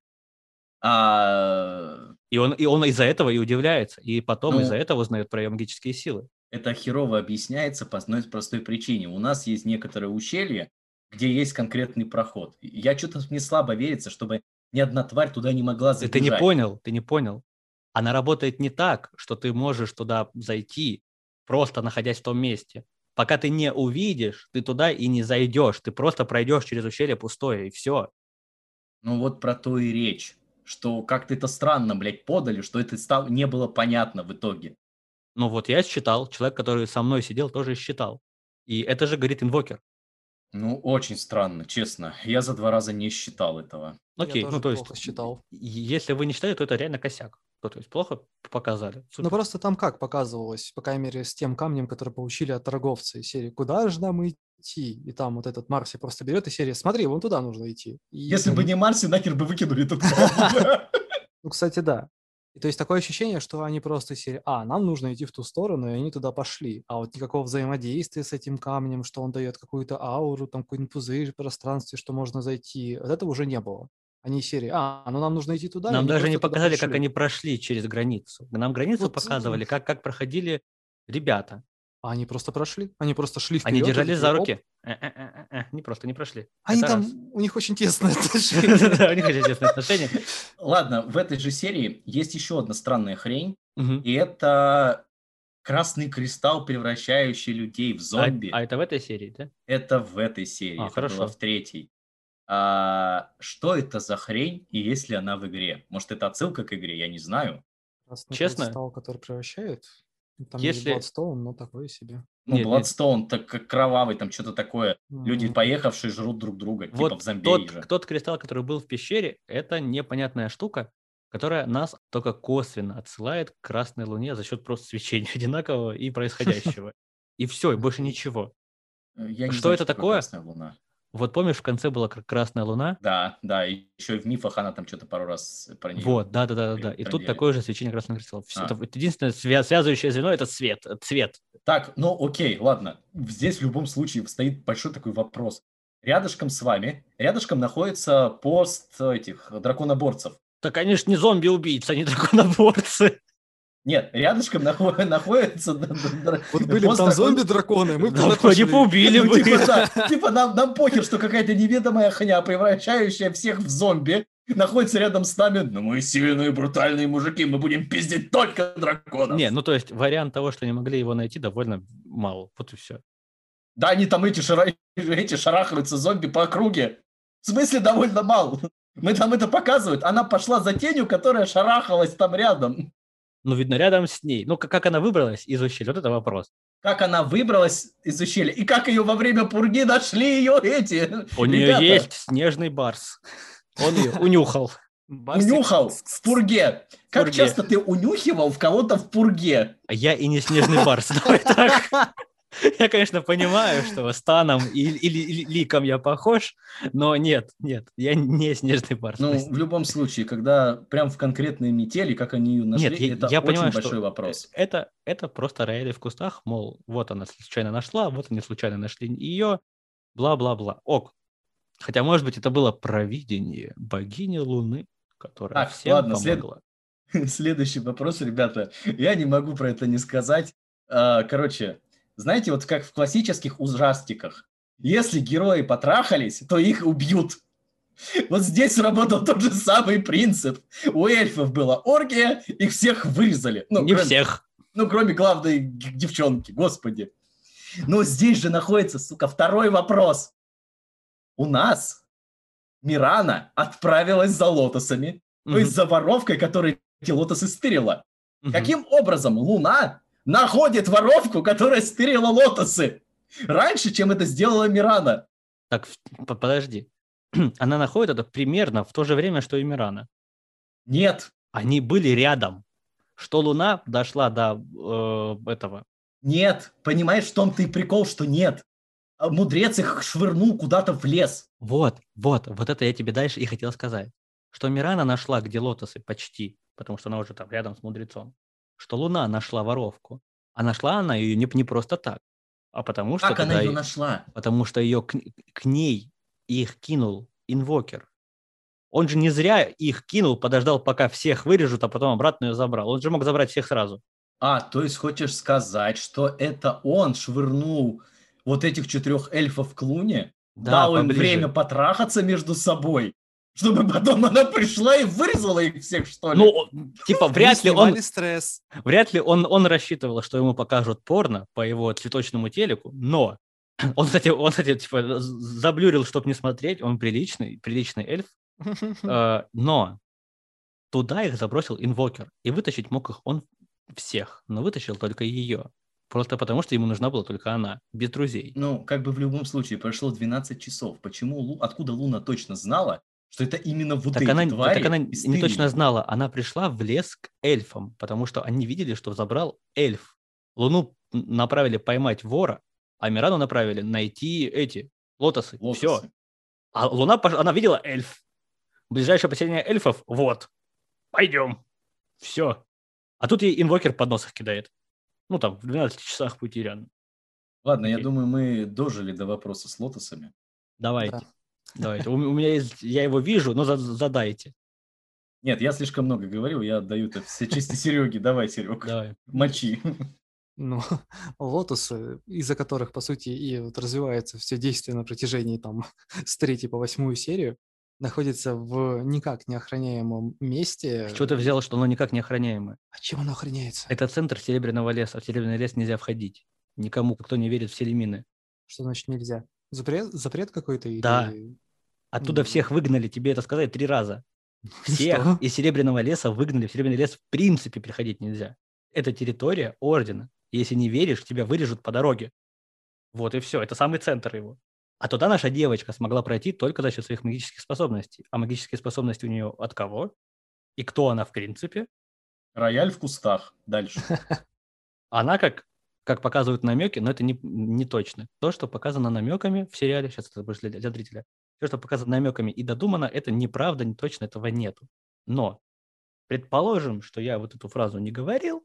И он из-за этого и удивляется. И потом из-за этого узнает про ее магические силы. Это херово объясняется по одной простой причине. У нас есть некоторые ущелья, где есть конкретный проход. Я что-то мне слабо верится, чтобы ни одна тварь туда не могла забежать. Ты не понял. Она работает не так, что ты можешь туда зайти просто находясь в том месте. Пока ты не увидишь, ты туда и не зайдешь. Ты просто пройдешь через ущелье пустое, и все. Ну вот про то и речь, что как-то это странно, блядь, подали, что это не было понятно в итоге. Ну вот я считал, человек, который со мной сидел, тоже считал. И это же говорит инвокер. Ну, очень странно, честно. Я за 2 раза не считал этого. Я Окей, тоже то есть, плохо считал. если вы не считали, то это реально косяк. То есть плохо показали. Ну Супер. просто там как показывалось, по крайней мере, с тем камнем, который получили от торговца из серии «Куда же нам идти?» И там вот этот Марси просто берет из серии «Смотри, вон туда нужно идти». И Если бы они- не Марси, нахер бы выкинули этот камень. Ну, кстати, да. И то есть такое ощущение, что они просто из серии нам нужно идти в ту сторону, и они туда пошли. А вот никакого взаимодействия с этим камнем, что он дает какую-то ауру, там какой-нибудь пузырь в пространстве, что можно зайти, вот этого уже не было. Они из серии ну нам нужно идти туда, и Нам они даже не просто туда показали, как пришли. они прошли через границу. Нам границу Вот, показывали, как проходили ребята. А они просто прошли. Они просто шли Они вперед. держались за руки. Не прошли. Они Это там, раз. у них очень тесные отношения. Да, у них очень тесные отношения. Ладно, в этой же серии есть еще одна странная хрень, Мгм. и это красный кристалл, превращающий людей в зомби. А это в этой серии, да? Это в этой серии, это было Хорошо. в 3-й. Что это за хрень, и есть ли она в игре? Может, это отсылка к игре, я не знаю. Красный Честно? кристалл, который превращает. Там Если- есть Bloodstone, но такое себе. Ну, Нет, Bloodstone, так как кровавый, там что-то такое. Люди, М. поехавшие, жрут друг друга, типа в Вот зомби же. тот кристалл, который был в пещере, это непонятная штука, которая нас только косвенно отсылает к Красной Луне за счет просто свечения одинакового и происходящего. И все, и больше ничего. Я не Что знаю, это что такое такое? Красная Луна. Вот помнишь, в конце была Красная Луна? Да, и еще и в мифах она там что-то пару раз про нее. Вот, да. И тут такое же свечение красного кристалла. Это единственное связывающее звено – это цвет. Так, ну окей, ладно. Здесь в любом случае стоит большой такой вопрос. Рядышком с вами, рядышком находится пост этих драконоборцев. Да, конечно, не зомби-убийцы, они драконоборцы. Нет, рядышком находится Вот были бы там зомби-драконы, мы бы Да, туда они пошли. поубили Ну, бы. типа нам похер, что какая-то неведомая хня, превращающая всех в зомби, находится рядом с нами. Но мы сильные, брутальные мужики, мы будем пиздить только драконов. Не, ну то есть вариант того, что не могли его найти, довольно мало. Вот и все. Да, они там эти шарахаются зомби по округе. В смысле довольно мало. Мы там это показывают. Она пошла за тенью, которая шарахалась там рядом. Ну, видно, рядом с ней. Ну, как она выбралась из ущелья, вот это вопрос. Как она выбралась из ущелья, и как ее во время пурги нашли ее эти У нее ребята. есть снежный барс. Он ее унюхал. Унюхал в пурге. Как пурге. часто ты унюхивал в кого-то в пурге? А я и не снежный барс. Давай так. Я, конечно, понимаю, что станом или ликом я похож, но нет, я не снежный барс. Ну, в любом случае, когда прям в конкретной метели, как они ее нашли, Нет, это я очень понимаю, большой что вопрос. это просто рояли в кустах, мол, вот она случайно нашла, вот они случайно нашли ее, бла-бла-бла. Ок. Хотя, может быть, это было провидение богини Луны, которая Так, всем ладно, помогла. Следующий вопрос, ребята. Я не могу про это не сказать. Короче, знаете, вот как в классических ужастиках. Если герои потрахались, то их убьют. Вот здесь работал тот же самый принцип. У эльфов была оргия, их всех вырезали. Не всех. Ну, кроме главной девчонки, господи. Но здесь же находится, сука, второй вопрос. У нас Мирана отправилась за лотосами, то есть за воровкой, которая эти лотосы стырила. Каким образом Луна находит воровку, которая стырила лотосы раньше, чем это сделала Мирана? Так, подожди. Она находит это примерно в то же время, что и Мирана. Нет. Они были рядом. Что Луна дошла до этого. Нет. Понимаешь, в том-то и прикол, что нет. Мудрец их швырнул куда-то в лес. Вот это я тебе дальше и хотел сказать. Что Мирана нашла, где лотосы почти, потому что она уже там рядом с мудрецом. Что Луна нашла воровку. А нашла она ее не просто так, а потому что... Как она ее нашла? Потому что ее к ней их кинул инвокер. Он же не зря их кинул, подождал, пока всех вырежут, а потом обратно ее забрал. Он же мог забрать всех сразу. То есть хочешь сказать, что это он швырнул вот этих 4 эльфов к Луне? Да, дал им поближе. время потрахаться между собой? Чтобы потом она пришла и вырезала их всех, что ли? Ну, типа, Вы вряд ли снимали стресс. он рассчитывал, что ему покажут порно по его цветочному телеку, но кстати, типа, заблюрил, чтобы не смотреть, он приличный эльф, но туда их забросил инвокер, и вытащить мог их он всех, но вытащил только ее. Просто потому, что ему нужна была только она, без друзей. Ну, как бы в любом случае, прошло 12 часов. Откуда Луна точно знала, что это именно вот Так эти она твари не истырили? точно знала, она пришла в лес к эльфам, потому что они видели, что забрал эльф. Луну направили поймать вора, а Мирану направили найти эти лотосы. Все. Лотосы. А Луна, она видела эльф. Ближайшее поселение эльфов, вот. Пойдем. Все. А тут ей инвокер под носах кидает. Ну, там, в 12 часах пути реально. Ладно, я Окей. думаю, мы дожили до вопроса с лотосами. Давайте. Да. У меня есть, я его вижу, но задайте. Нет, я слишком много говорил, я отдаю это все чести Сереге. Давай, Серег, Давай. мочи. Ну, лотосы, из-за которых, по сути, и вот развивается все действие на протяжении там с 3 по 8 серию, находится в никак не охраняемом месте. С чего ты взял, что оно никак не охраняемое? А чем оно охраняется? Это центр Серебряного леса. В Серебряный лес нельзя входить. Никому, кто не верит в селемины. Что значит нельзя? Запрет какой-то? Да. Или... Оттуда всех выгнали, тебе это сказали 3 раза. Всех Что? из Серебряного леса выгнали. В Серебряный лес в принципе приходить нельзя. Это территория ордена. Если не веришь, тебя вырежут по дороге. Вот и все. Это самый центр его. А туда наша девочка смогла пройти только за счет своих магических способностей. А магические способности у нее от кого? И кто она в принципе? Рояль в кустах. Дальше. Она как показывают намеки, но это не точно. То, что показано намеками в сериале, сейчас это будет для зрителя, все, что показано намеками и додумано, это неправда, не точно, этого нету. Но предположим, что я вот эту фразу не говорил,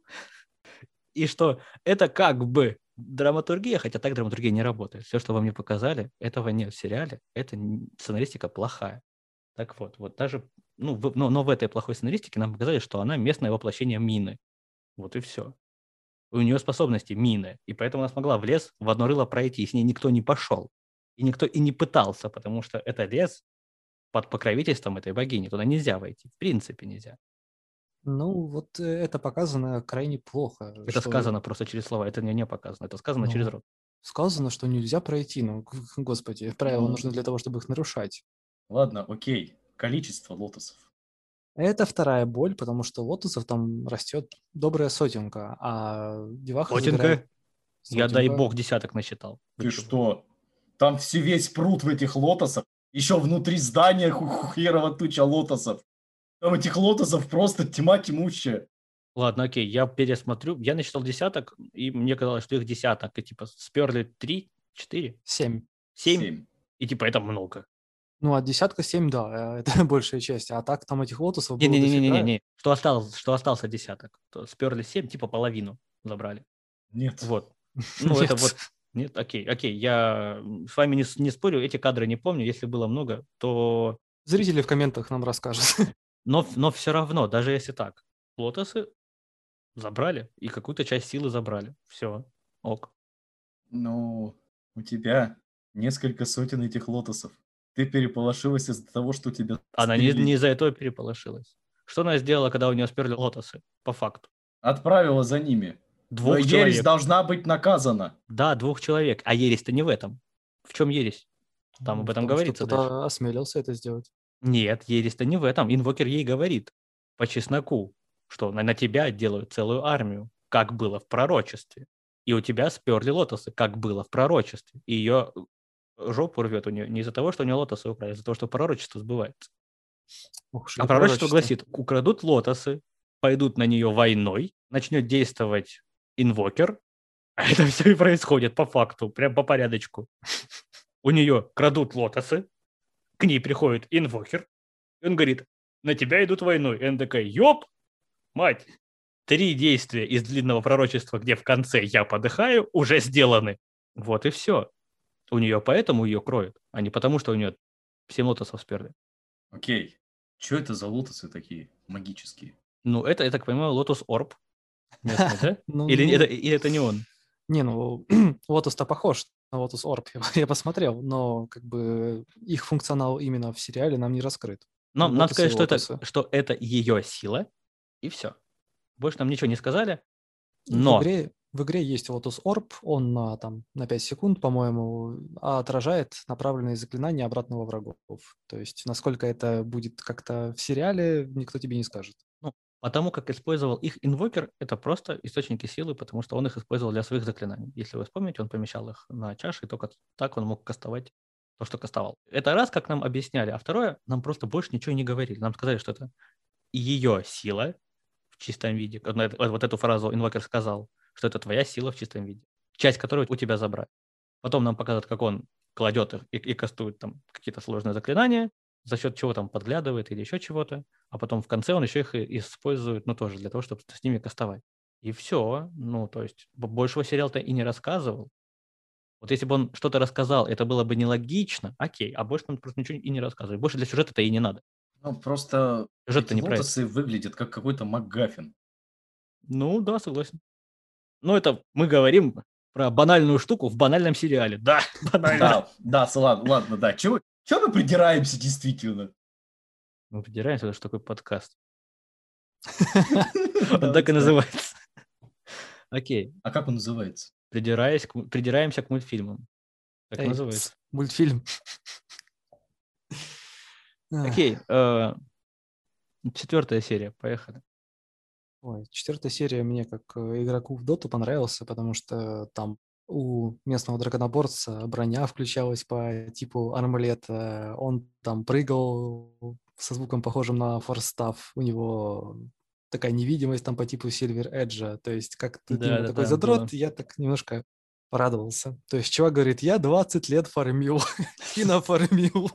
и что это как бы драматургия, хотя так драматургия не работает. Все, что вам мне показали, этого нет в сериале, это сценаристика плохая. Так вот даже, но в этой плохой сценаристике нам показали, что она местное воплощение мины. Вот и все. У нее способности мины, и поэтому она смогла в лес в одно рыло пройти, и с ней никто не пошел. И никто и не пытался, потому что это лес под покровительством этой богини. Туда нельзя войти, в принципе нельзя. Ну, вот это показано крайне плохо. Это сказано просто через слова, это не показано, это сказано через рот. Сказано, что нельзя пройти, ну, господи, правила Ну. нужны для того, чтобы их нарушать. Ладно, окей. Количество лотосов. Это вторая боль, потому что лотосов там растет добрая сотенка, а деваха забирает... Сотенка? Я, дай Сотенка. бог, десяток насчитал. Ты что? Там весь пруд в этих лотосах. Еще внутри здания херова туча лотосов. Там этих лотосов просто тьма тьмущая. Ладно, окей, я пересмотрю. Я насчитал десяток, и мне казалось, что их десяток. И типа сперли 3, 4, 7. 7. И типа это много. Ну, от десятка 7, да, это большая часть. А так там этих лотосов было дофига. Не-не-не-не-не. Что остался десяток. То сперли 7, типа половину забрали. Нет. Вот. Ну, это Нет. вот... Нет, окей. Я с вами не спорю, эти кадры не помню. Если было много, то... Зрители в комментах нам расскажут. Но все равно, даже если так, лотосы забрали, и какую-то часть силы забрали. Все, ок. Ну, у тебя несколько сотен этих лотосов. Ты переполошилась из-за того, что у тебя... Она не из-за этого переполошилась. Что она сделала, когда у нее сперли лотосы? По факту. Отправила за ними. 2 Но ересь человек. должна быть наказана. Да, 2 человек. А ересь-то не в этом. В чем ересь? Там об этом Потому говорится что кто-то дальше. осмелился это сделать. Нет, ересь-то не в этом. Инвокер ей говорит по чесноку, что на тебя делают целую армию, как было в пророчестве. И у тебя сперли лотосы, как было в пророчестве. И ее жопу рвет у нее не из-за того, что у нее лотосы украли, а из-за того, что пророчество сбывается. Ух, А пророчество гласит, украдут лотосы, пойдут на нее войной, начнет действовать инвокер, а это все и происходит по факту, прям по порядочку. У нее крадут лотосы, к ней приходит инвокер, и он говорит, на тебя идут войной. И она такая, ёп, мать, 3 действия из длинного пророчества, где в конце я подыхаю, уже сделаны. Вот и все. У нее поэтому ее кроют, а не потому, что у нее 7 лотосов сперли. Окей. Что это за лотосы такие магические? Ну, это, я так понимаю, лотос орб. Местный, да? Ну, Или это не он? Не, ну, Lotus-то похож на Lotus Orb, я посмотрел, но как бы их функционал именно в сериале нам не раскрыт. Нам Лотос и сказали, Лотосы. что это ее сила, и все. Больше нам ничего не сказали, В но игре есть Lotus Orb, он на 5 секунд, по-моему, отражает направленные заклинания обратного врагов. То есть, насколько это будет как-то в сериале, никто тебе не скажет. потому как использовал их инвокер, это просто источники силы, потому что он их использовал для своих заклинаний. Если вы вспомните, он помещал их на чаши, и только так он мог кастовать то, что кастовал. Это раз, как нам объясняли, а второе, нам просто больше ничего не говорили. Нам сказали, что это ее сила в чистом виде. Вот эту фразу инвокер сказал, что это твоя сила в чистом виде, часть которой у тебя забрать. Потом нам показывают, как он кладет их и кастует там какие-то сложные заклинания, за счет чего там подглядывает или еще чего-то, а потом в конце он еще их использует, тоже для того, чтобы с ними кастовать. И все. То есть большего сериал-то и не рассказывал. Вот если бы он что-то рассказал, это было бы нелогично, окей, а больше он просто ничего и не рассказывает. Больше для сюжета-то и не надо. Просто Сюжет-то эти не про это. лотосы выглядят как какой-то МакГаффин. Да, согласен. Это мы говорим про банальную штуку в банальном сериале. Да, банально. Да, ладно, да. Чего мы придираемся действительно? Мы придираемся, что такой подкаст. Да, Он так и да. называется. Окей. А как он называется? Придираемся к мультфильмам. Так и Эй, называется. мультфильм. Окей. 4 серия. Поехали. Ой, 4 серия мне как игроку в доту понравился, потому что там у местного драконоборца броня включалась по типу армлета, он там прыгал со звуком похожим на форстав, у него такая невидимость там по типу Silver Edge, то есть как Дима такой Да, задрот, было. я так немножко порадовался. То есть чувак говорит, я 20 лет фармил, кинофармил.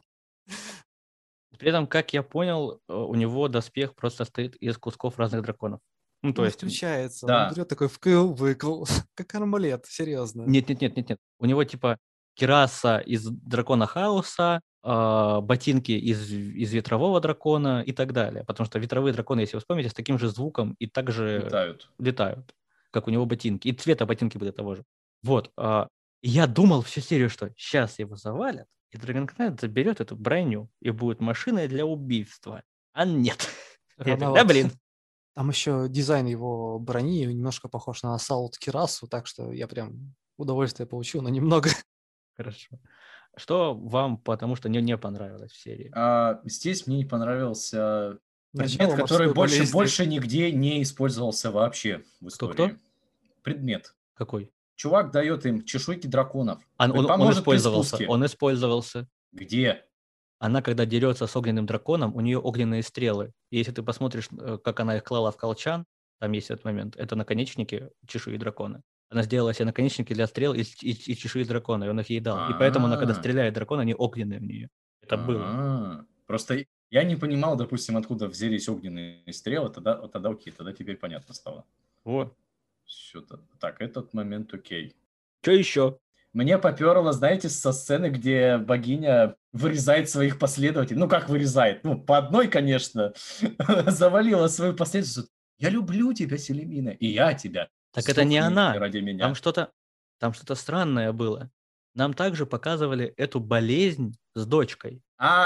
При этом, как я понял, у него доспех просто состоит из кусков разных драконов. То Он есть... включается, он Да. берет такой вкл-выкл, как армлет, серьезно. Нет. У него типа кираса из дракона хаоса, ботинки из ветрового дракона и так далее. Потому что ветровые драконы, если вы вспомните, с таким же звуком и также летают, как у него ботинки. И цвета ботинки были того же. Вот. Я думал всю серию, что сейчас его завалят, и Dragon Knight заберет эту броню и будет машиной для убийства. А нет. Да, блин. Там еще дизайн его брони немножко похож на Assault Кирасу, так что я прям удовольствие получил, но немного. Хорошо. Что вам, потому что не понравилось в серии? Здесь мне не понравился предмет, Начало который морской болезни. больше нигде не использовался вообще в истории. Кто? Предмет. Какой? Чувак дает им чешуйки драконов. Он использовался. Где? Она, когда дерется с огненным драконом, у нее огненные стрелы. И если ты посмотришь, как она их клала в колчан, там есть этот момент, это наконечники чешуи дракона. Она сделала себе наконечники для стрел из чешуи дракона, и он их ей дал. И поэтому она, когда стреляет дракон, они огненные в нее. Это было. Просто я не понимал, допустим, откуда взялись огненные стрелы, тогда окей, тогда теперь понятно стало. Вот. Все-то. Так, этот момент окей. Что еще? Мне поперло, знаете, со сцены, где богиня вырезает своих последователей. Ну, как вырезает? По одной, конечно. Завалила свою последовательницу. Я люблю тебя, Селимина, и я тебя. Так это не она. Ради меня. Там что-то странное было. Нам также показывали эту болезнь с дочкой.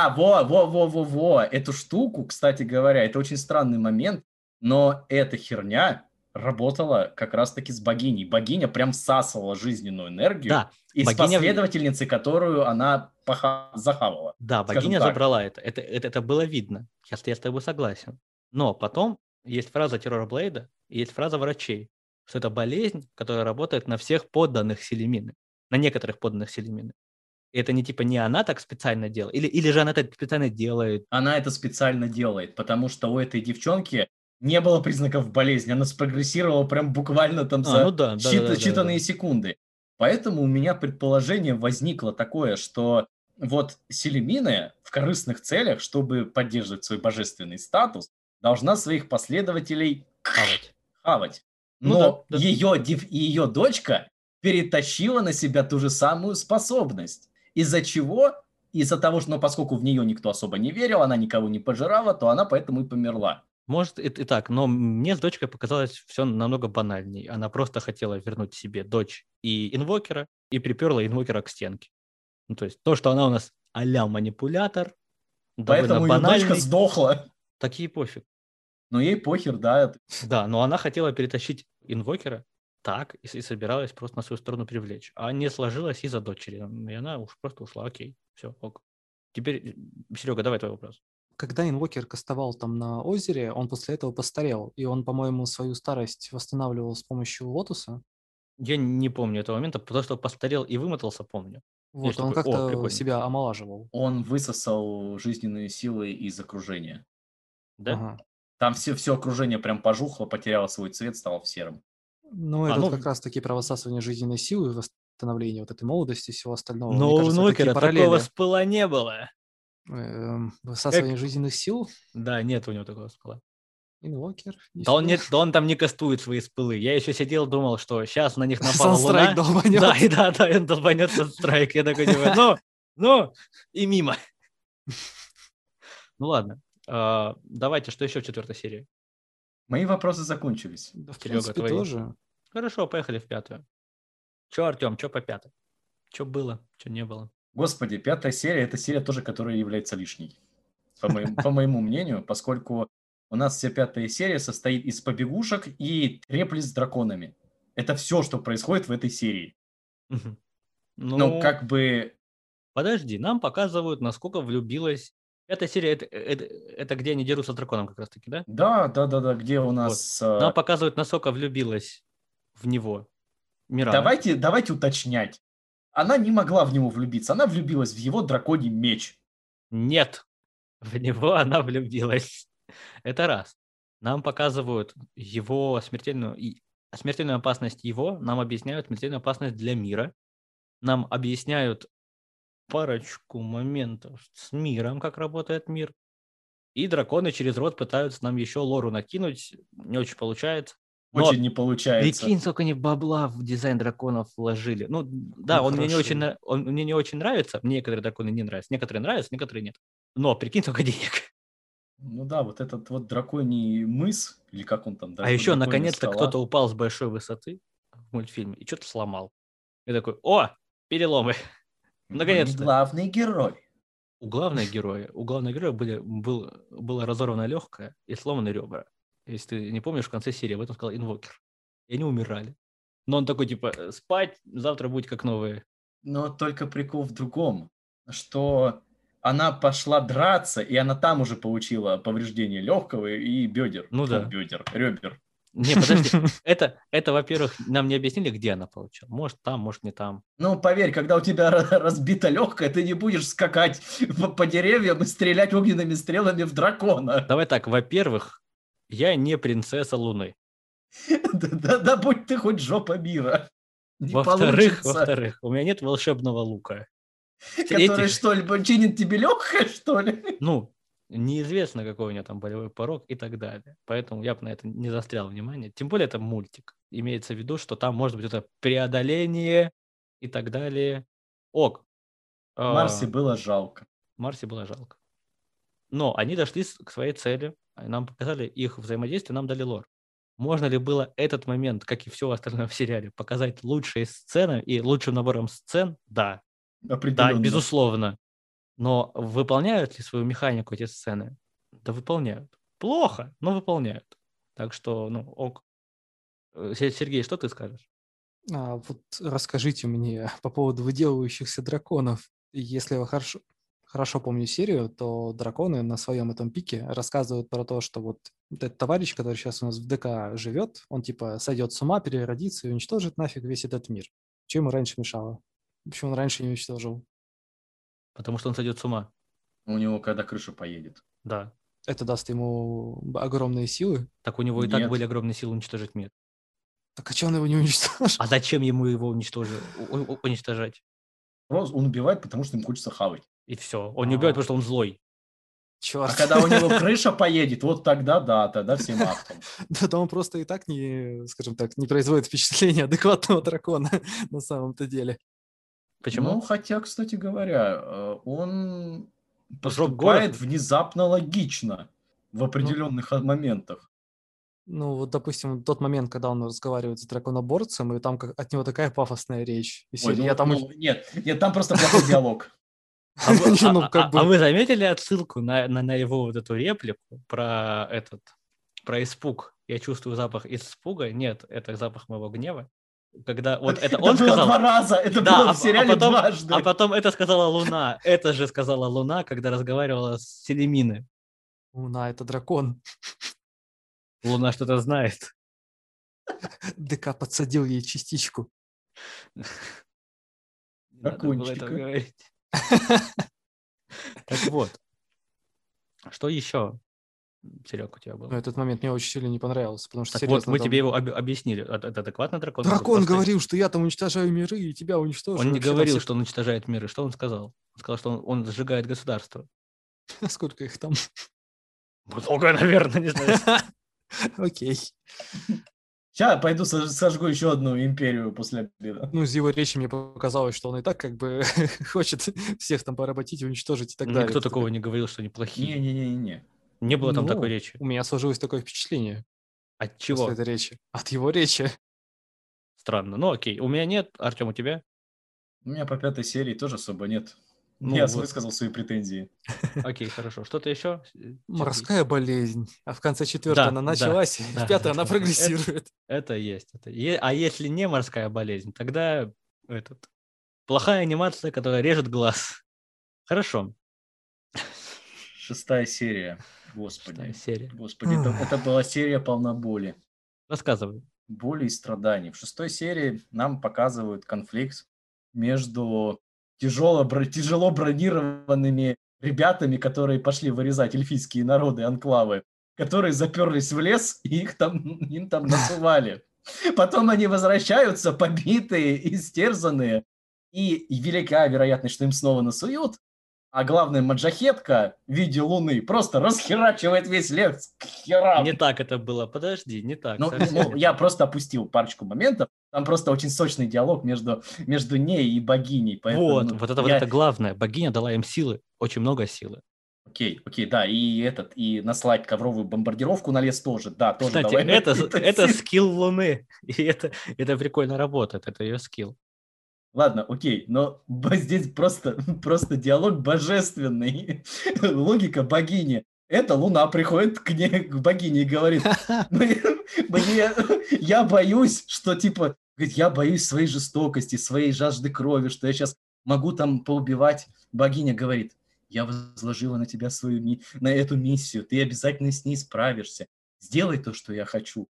Во. Эту штуку, кстати говоря, это очень странный момент, но эта херня работала как раз-таки с богиней. Богиня прям всасывала жизненную энергию из последовательницы, которую она захавала. Да, богиня забрала это. Это было видно. Я с тобой согласен. Но потом есть фраза Террорблейда и есть фраза врачей, что это болезнь, которая работает на всех подданных Селимины. На некоторых подданных Селимины. И это не она так специально делает? Или же она это специально делает? Она это специально делает, потому что у этой девчонки не было признаков болезни. Она спрогрессировала прям буквально там за считанные секунды. Поэтому у меня предположение возникло такое, что вот Селимина в корыстных целях, чтобы поддерживать свой божественный статус, должна своих последователей хавать. Но ее дочка перетащила на себя ту же самую способность. Из-за чего? Из-за того, что, поскольку в нее никто особо не верил, она никого не пожирала, то она поэтому и померла. Может и так, но мне с дочкой показалось все намного банальней. Она просто хотела вернуть себе дочь и инвокера, и приперла инвокера к стенке. То есть то, что она у нас а-ля манипулятор, довольно Поэтому ее дочка банальный, сдохла. так ей пофиг. Но ей похер, да. Да, но она хотела перетащить инвокера так и собиралась просто на свою сторону привлечь. А не сложилось из-за дочери. И она уж просто ушла. Окей, все, ок. Теперь, Серега, давай твой вопрос. Когда инвокер кастовал там на озере, он после этого постарел, и он, по-моему, свою старость восстанавливал с помощью лотуса. Я не помню этого момента, потому что постарел и вымотался, помню. Я Вот, же он такой, о, как-то прикольно. себя омолаживал. Он высосал жизненные силы из окружения. Да? Ага. Там все окружение прям пожухло, потеряло свой цвет, стало серым. Ну, А, это ну, как раз-таки про высасывание жизненной силы, восстановление вот этой молодости и всего остального. Мне но у кажется, такие инвокера такого параллели. спыла не было. Высасывание жизненных сил, Да, нет у него такого спыла. инвокер. Да он там не кастует свои спылы. Я еще сидел, думал, что сейчас на них напала Санстрайк луна. долбанет. Да, он долбанет Санстрайк. Я такой думаю, ну, и мимо. Ну ладно. Давайте, что еще в 4 серии? Мои вопросы закончились. Да, в Серега, принципе, твои. тоже. Хорошо, поехали в 5. Че, Артем, че по 5? Че было, че не было? Господи, 5 серия – это серия тоже, которая является лишней. По моему мнению, поскольку у нас вся 5 серия состоит из побегушек и трепли с драконами. Это все, что происходит в этой серии. Мгм. Ну, Ну, как бы... подожди, нам показывают, насколько влюбилась. 5 серия это где они дерутся с драконом как раз таки, да? Да, где у Вот. нас... Нам показывают, насколько влюбилась в него Мирана. Давайте уточнять. Она не могла в него влюбиться. Она влюбилась в его драконий меч. Нет, в него она влюбилась. Это раз. Нам показывают его смертельную опасность его, нам объясняют смертельную опасность для мира, нам объясняют парочку моментов с миром, как работает мир, и драконы через рот пытаются нам еще лору накинуть, не очень получается. Но Очень не получается. прикинь, сколько они бабла в дизайн драконов вложили. Ну, да, он мне не очень нравится, мне некоторые драконы не нравятся, некоторые нет. Но прикинь, сколько денег. Ну да, вот этот вот драконий мыс, или как он там, А еще драконья наконец-то скала. кто-то упал с большой высоты в мультфильме и что-то сломал. И такой, о, переломы. Мы Наконец-то. главный герой. У главного героя было разорвано легкое и сломаны ребра. Если ты не помнишь, в конце серии об этом сказал инвокер. И они умирали. Но он такой, типа, спать, завтра будет как новые. Но только прикол в другом, что она пошла драться, и она там уже получила повреждение легкого и бедер. Ну да. Ребер. Не, подожди. Это, во-первых, нам не объяснили, где она получила. Может, там, может, не там. Ну, поверь, когда у тебя разбито легкое, ты не будешь скакать по деревьям и стрелять огненными стрелами в дракона. Давай так, во-первых, я не принцесса Луны. Да будь ты хоть жопа мира. Не Во-вторых, получится. у меня нет волшебного лука. Который, что ли, чинит тебе легкое, что ли? Ну, неизвестно, какой у него там болевой порог и так далее. Поэтому я бы на это не заострял внимание. Тем более это мультик. Имеется в виду, что там может быть это преодоление и так далее. Ок. Марси было жалко. Марси было жалко. Но они дошли к своей цели. Нам показали их взаимодействие, нам дали лор. Можно ли было этот момент, как и все остальное в сериале, показать лучшей сценой и лучшим набором сцен? Да. Да, безусловно. Но выполняют ли свою механику эти сцены? Да выполняют. Плохо, но выполняют. Так что, ну, ок. Сергей, что ты скажешь? Вот расскажите мне по поводу выделывающихся драконов. Если я хорошо помню серию, то драконы на своем этом пике рассказывают про то, что вот этот товарищ, который сейчас у нас в ДК живет, он типа сойдет с ума, переродится и уничтожит нафиг весь этот мир. Что ему раньше мешало? Почему он раньше не уничтожил? Потому что он сойдет с ума. У него когда крыша поедет. Да. Это даст ему огромные силы? Так у него и так были огромные силы уничтожить мир. Так а что он его не уничтожил? А зачем ему его уничтожать? Он убивает, потому что им хочется хавать. И все. Он не убивает, потому что он злой. Черт. А когда у него крыша поедет, вот тогда да, тогда всем актом. Да, он просто и так не, скажем так, не производит впечатление адекватного дракона на самом-то деле. Почему? Ну, хотя, кстати говоря, он поступает внезапно логично в определенных моментах. Ну, вот, допустим, тот момент, когда он разговаривает с драконоборцем, и там от него такая пафосная речь. Ой, нет, там просто плохой диалог. А вы заметили отсылку на его вот эту реплику про испуг? Я чувствую запах испуга. Нет, это запах моего гнева. Когда вот это он было сказал... 2 раза, это было в сериале дважды. А потом это сказала Луна. Это же сказала Луна, когда разговаривала с Селиминой. Луна — это дракон. Луна что-то знает. ДК подсадил ей частичку. Не надо было этого говорить. Так вот. Что еще, Серег, у тебя было? Но этот момент мне очень сильно не понравился, потому что, Так серьезно, вот, мы тебе его объяснили. Это адекватный дракон? Дракон говорил, что я там уничтожаю миры, и тебя уничтожу. Он не говорил, что он уничтожает миры. Что он сказал? Он сказал, что он сжигает государство. Сколько их там? Много, наверное, не знаю. Окей. Сейчас пойду сожгу еще одну империю после обеда. Ну, из его речи мне показалось, что он и так как бы хочет всех там поработить, уничтожить и так далее. Никто такого не говорил, что они плохие. Не-не-не-не. Не было там такой речи. У меня сложилось такое впечатление. От чего? После этой речи. От его речи. Странно. Ну, окей. У меня нет. Артем, у тебя? У меня по 5 серии тоже особо нет. Ну, Я вот. высказал свои претензии. Окей, хорошо. Что-то еще? Морская болезнь. А в конце 4-й она началась, в 5-й она прогрессирует. Это есть. А если не морская болезнь, тогда плохая анимация, которая режет глаз. Хорошо. 6 серия. Господи. 6 серия. Господи, это была серия полна боли. Рассказывай. Боли и страданий. В 6 серии нам показывают конфликт между тяжело бронированными ребятами, которые пошли вырезать эльфийские народы, анклавы, которые заперлись в лес и им там насували. Потом они возвращаются побитые, истерзанные, и велика вероятность, что им снова насуют. А главная маджахетка в виде Луны просто расхерачивает весь лес к херам. Не так это было, подожди, не так. Я просто опустил парочку моментов. Там просто очень сочный диалог между ней и богиней. Поэтому, вот это главное. Богиня дала им силы, очень много силы. Окей, да, и наслать ковровую бомбардировку на лес тоже, да, тоже. Кстати, это скилл Луны, и это прикольно работает, это ее скилл. Ладно, окей, но здесь просто диалог божественный. Логика богини. Эта Луна приходит к богине и говорит: я боюсь, что я боюсь своей жестокости, своей жажды крови, что я сейчас могу там поубивать. Богиня говорит: я возложила на тебя на эту миссию, ты обязательно с ней справишься. Сделай то, что я хочу.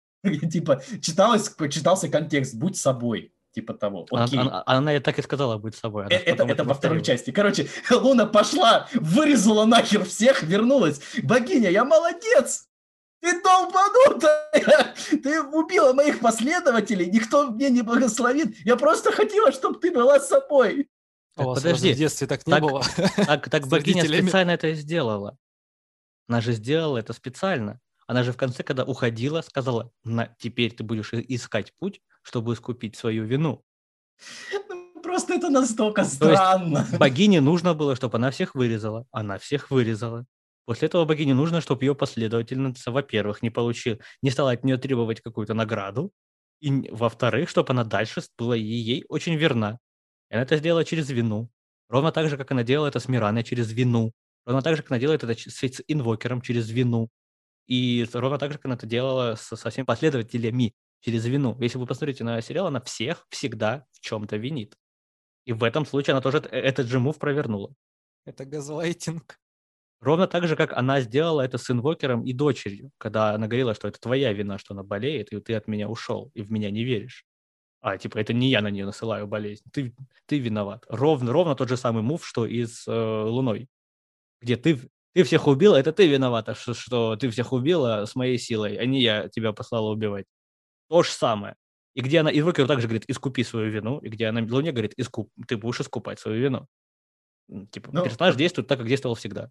Читался контекст: будь собой. Типа того. Окей. Она так и сказала быть собой. Это во второй части. Короче, Луна пошла, вырезала нахер всех, вернулась. Богиня, я молодец! Ты долбанутая! Ты убила моих последователей, никто мне не благословит. Я просто хотела, чтобы ты была с собой. Подожди, в детстве так не было. Так богиня специально это сделала. Она же сделала это специально. Она же в конце, когда уходила, сказала: теперь ты будешь искать путь, чтобы искупить свою вину. Просто это настолько странно. То есть богине нужно было, чтобы она всех вырезала. Она всех вырезала. После этого богине нужно, чтобы ее последовательница, во-первых, не стала от нее требовать какую-то награду, и, во-вторых, чтобы она дальше была ей очень верна. И она это сделала через вину. Ровно так же, как она делала это с Мираной через вину. Ровно так же, как она делает это с инвокером через вину. И ровно так же, как она это делала со всеми последователями через вину. Если вы посмотрите на сериал, она всех всегда в чем-то винит. И в этом случае она тоже этот же мув провернула. Это газлайтинг. Ровно так же, как она сделала это с инвокером и дочерью, когда она говорила, что это твоя вина, что она болеет, и ты от меня ушел, и в меня не веришь. Это не я на нее насылаю болезнь, ты виноват. Ровно тот же самый мув, что и с Луной, где ты всех убила, это ты виновата, что ты всех убила с моей силой, а не я тебя послала убивать. То же самое. И где она инвокеру также говорит: искупи свою вину, и где она Луне говорит: ты будешь искупать свою вину. Персонаж действует так, как действовал всегда.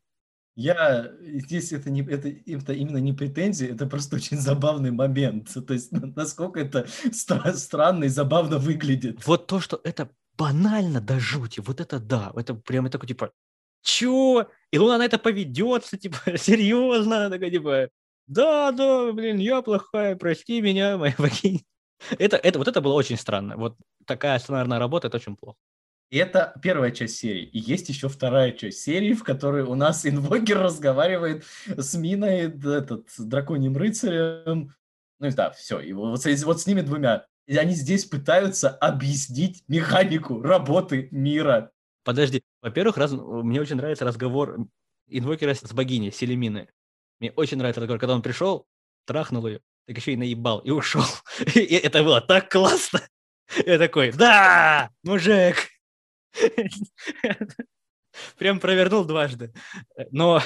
Здесь это именно не претензия, это просто очень забавный момент. То есть насколько это странно и забавно выглядит. Вот то, что это банально до жути, вот это да, это прямо такой чё? И Луна на это поведется, серьезно, такая, да, блин, я плохая, прости меня, моя богиня. Вот это было очень странно. Вот такая сценарная работа, это очень плохо. И это первая часть серии. И есть еще вторая часть серии, в которой у нас инвокер разговаривает с Миной, с драконьим рыцарем. Ну и да, все. И вот с ними двумя. И они здесь пытаются объяснить механику работы мира. Подожди. Во-первых, мне очень нравится разговор инвокера с богиней Селимины. Мне очень нравится разговор, когда он пришел, трахнул ее, так еще и наебал, и ушел. И это было так классно. Я такой, да, мужик. Прям провернул дважды. Но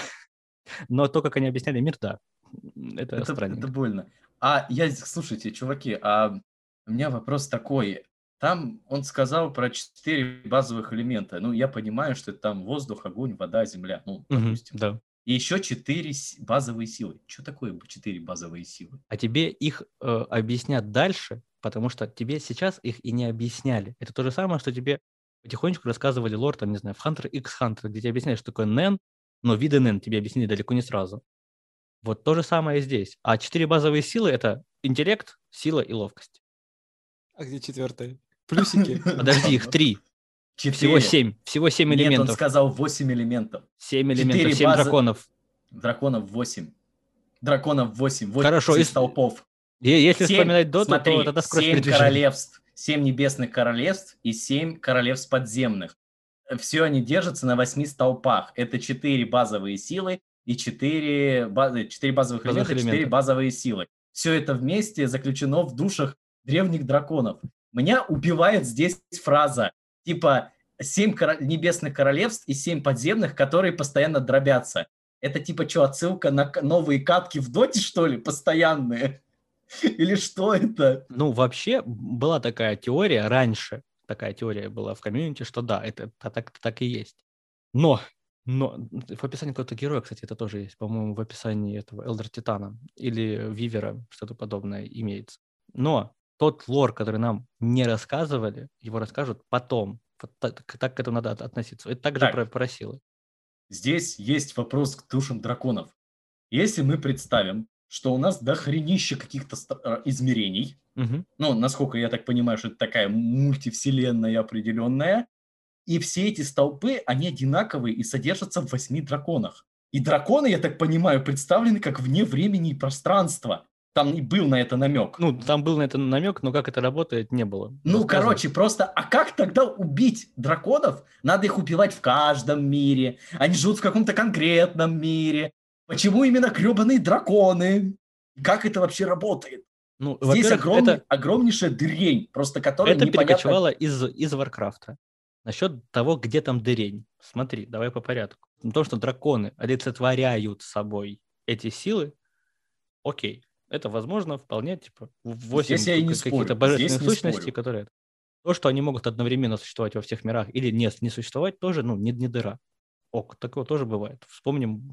то, как они объясняли мир, да, это странненько. Это больно. Слушайте, чуваки, у меня вопрос такой. Там он сказал про 4 базовых элемента. Ну, я понимаю, что это там воздух, огонь, вода, земля. Ну, допустим. Да. И еще 4 базовые силы. Что такое 4 базовые силы? А тебе их объяснят дальше, потому что тебе сейчас их и не объясняли. Это то же самое, что тебе потихонечку рассказывали лор, там, не знаю, в Hunter x Hunter, где тебе объясняли, что такое Нэн, но виды Нэн тебе объяснили далеко не сразу. Вот то же самое и здесь. А 4 базовые силы – это интеллект, сила и ловкость. А где 4? Плюсики? Подожди, их 3. 4. Всего 7 элементов. Нет, он сказал 8 элементов. 7 элементов, 7 драконов. Драконов 8. Драконов 8. 8 Хорошо, столпов. Если вспоминать доту, то тогда скорость 7 передвижения. королевств. 7 небесных королевств и 7 королевств подземных. Все они держатся на 8 столпах. Это 4 базовые силы и 4 базовых элемента, 4 базовые силы. Все это вместе заключено в душах древних драконов. Меня убивает здесь фраза, типа 7 небесных королевств и 7 подземных, которые постоянно дробятся. Это типа что, отсылка на новые катки в доте, что ли, постоянные? Или что это? Ну, вообще, была такая теория раньше, такая теория была в комьюнити, что да, это так и есть. Но в описании какого-то героя, кстати, это тоже есть, по-моему, в описании этого Элдер Титана или Вивера, что-то подобное имеется. Но тот лор, который нам не рассказывали, его расскажут потом. Вот так к этому надо относиться. Это также про силы. Здесь есть вопрос к душам драконов. Если мы представим, что у нас дохренища каких-то измерений, ну, насколько я так понимаю, что это такая мультивселенная определенная, и все эти столпы, они одинаковые и содержатся в 8 драконах. И драконы, я так понимаю, представлены как вне времени и пространства. Там и был на это намек. Ну, там был на это намек, но как это работает, не было. Ну, короче, просто, а как тогда убить драконов? Надо их убивать в каждом мире. Они живут в каком-то конкретном мире. Почему именно гребаные драконы? Как это вообще работает? Ну, здесь огромнейшая дырень, просто которая это непонятно... перекочевало из Варкрафта. Насчет того, где там дырень. Смотри, давай по порядку. То, что драконы олицетворяют собой эти силы, окей. Это возможно вполне, типа, 8 каких-то божественных сущностей, которые... То, что они могут одновременно существовать во всех мирах или не существовать, тоже, ну, не дыра. Такое тоже бывает. Вспомним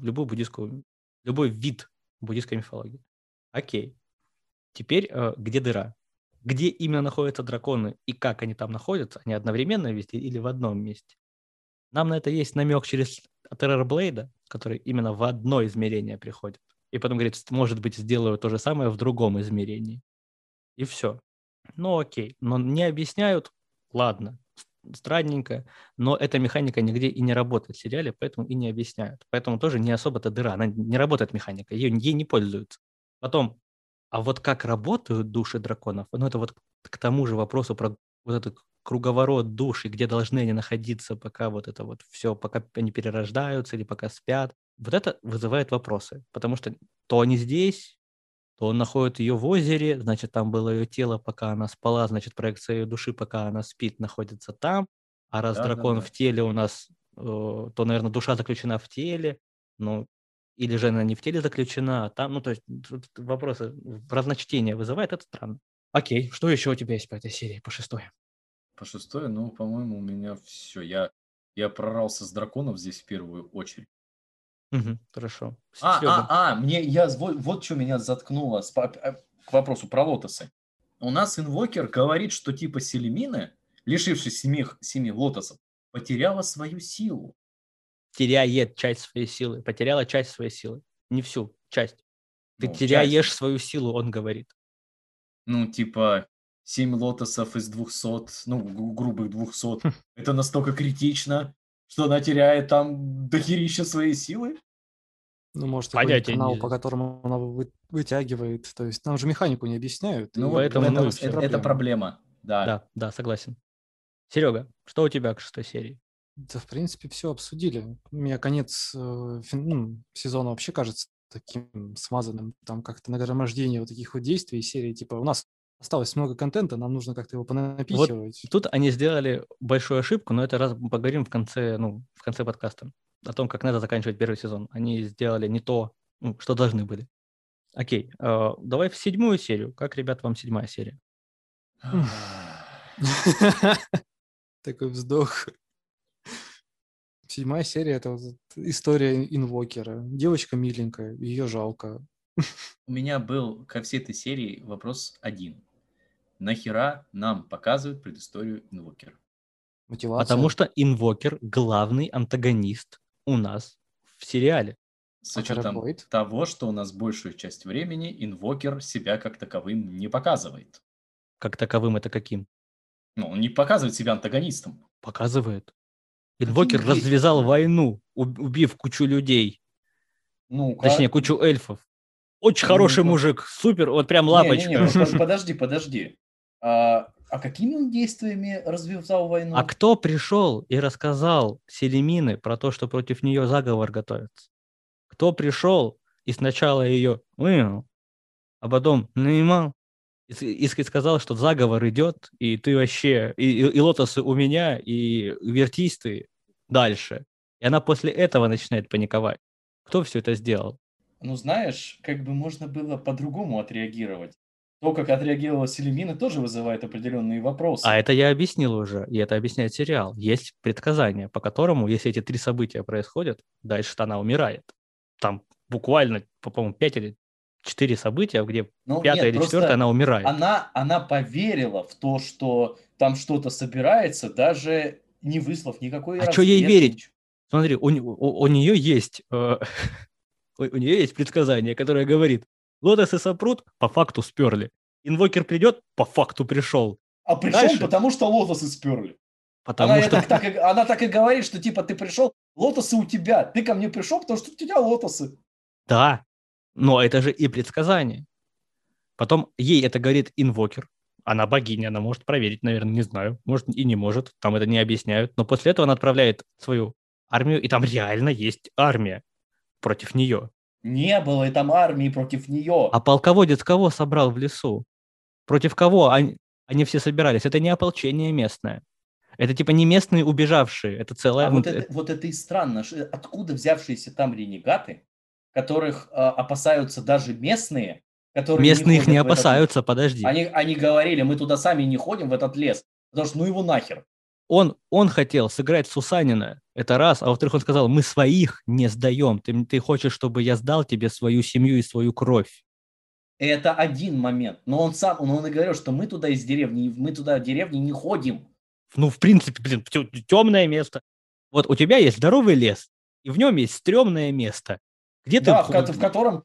любой вид буддийской мифологии. Окей. Теперь где дыра? Где именно находятся драконы и как они там находятся? Они одновременно везде или в одном месте? Нам на это есть намек через Террорблейда, который именно в одно измерение приходит. И потом говорит, может быть, сделаю то же самое в другом измерении. И все. Ну окей. Но не объясняют, ладно, странненько, но эта механика нигде и не работает в сериале, поэтому и не объясняют. Поэтому тоже не особо-то дыра. Она не работает механика, ей не пользуются. Потом, а вот как работают души драконов, ну это вот к тому же вопросу про вот этот круговорот душ, и где должны они находиться, пока вот это вот все, пока они перерождаются или пока спят. Вот это вызывает вопросы, потому что то они здесь, то он находит ее в озере, значит, там было ее тело, пока она спала, значит, проекция ее души, пока она спит, находится там. А раз дракон в теле у нас, то, наверное, душа заключена в теле, ну, или же она не в теле заключена, а там, ну, то есть вопросы разночтения вызывает, это странно. Окей, что еще у тебя есть по этой серии, по 6? По 6, ну, по-моему, у меня все. Я прорался с драконов здесь в первую очередь. Хорошо. Вот что меня заткнуло к вопросу про лотосы. У нас инвокер говорит, что типа Селимина, лишившись 7 лотосов, потеряла свою силу. Теряет часть своей силы. Потеряла часть своей силы. Не всю, часть. Ты теряешь свою силу, он говорит. Ну, типа, 7 лотосов из 200, ну, грубых 200, это настолько критично, что она теряет там дохерища своей силы? Ну, может, какой-нибудь Понятия канал, по не... которому она вытягивает. То есть нам же механику не объясняют, Ну и вот Поэтому, это ну и это, все. это проблема, да. Да, согласен. Серега, что у тебя к 6 серии? Да, в принципе, все обсудили. Мне конец сезона вообще кажется таким смазанным. Там как-то нагромождение вот таких вот действий серии. Типа, у нас осталось много контента, нам нужно как-то его Вот понапихивать. тут они сделали большую ошибку, но это раз мы поговорим в конце подкаста о том, как надо заканчивать первый сезон. Они сделали не то, что должны были. Окей, давай в 7 серию. Как, ребят, вам 7 серия? Такой вздох. 7 серия — это вот история инвокера. Девочка миленькая, ее жалко. У меня был ко всей этой серии вопрос один. Нахера нам показывают предысторию инвокера? Мотивация. Потому что Инвокер — главный антагонист у нас в сериале. С учетом Терапоид. того, что у нас большую часть времени инвокер себя как таковым не показывает. Как таковым это каким? Ну, он не показывает себя антагонистом. Показывает. Каким Инвокер есть развязал такой? войну, убив кучу людей. Ну-ка. Точнее, кучу эльфов. Очень Ну, хороший ну-ка. мужик, супер, вот прям Не-не-не, лапочка. подожди. А какими он действиями развязал войну? А кто пришел и рассказал Селимины про то, что против нее заговор готовится? Кто пришел и сначала ее вынул, а потом нанимал и сказал, что заговор идет, и ты вообще, и лотосы у меня, и вертись ты дальше. И она после этого начинает паниковать. Кто все это сделал? Ну, знаешь, как бы можно было по-другому отреагировать. То, как отреагировала Селимина, тоже вызывает определенные вопросы. А это я объяснил уже, и это объясняет сериал. Есть предсказание, по которому, если эти 3 события происходят, дальше она умирает. Там буквально, по-моему, 5 или 4 события, где Ну, 5 нет, или 4 она умирает. она поверила в то, что там что-то собирается, даже не выслав никакой А что ей разведки. верить? Смотри, у нее есть у нее есть предсказание, которое говорит: лотосы сопрут, по факту сперли. Инвокер придет, по факту пришел. А пришел, Дальше. потому что лотосы сперли. Потому что... Она так и говорит, что типа ты пришел, лотосы у тебя. Ты ко мне пришел, потому что у тебя лотосы. Да, но это же и предсказание. Потом ей это говорит инвокер. Она богиня, она может проверить, наверное, не знаю. Может и не может, там это не объясняют. Но после этого она отправляет свою армию, и там реально есть армия против нее. Не было там армии против нее. А полководец кого собрал в лесу? Против кого они все собирались? Это не ополчение местное. Это типа не местные убежавшие. Это целая... А вот это и странно. Откуда взявшиеся там ренегаты, которых опасаются даже местные, которые Местные их не ходят в этот лес? опасаются, подожди. Они говорили, мы туда сами не ходим, в этот лес, потому что ну его нахер. Он хотел сыграть Сусанина, это раз, а во-вторых, он сказал: мы своих не сдаем, ты хочешь, чтобы я сдал тебе свою семью и свою кровь. Это один момент, но он и говорил, что мы туда из деревни, мы туда в деревни не ходим. Ну, в принципе, блин, темное место. Вот у тебя есть здоровый лес, и в нем есть стрёмное место. Где Да, ты... в котором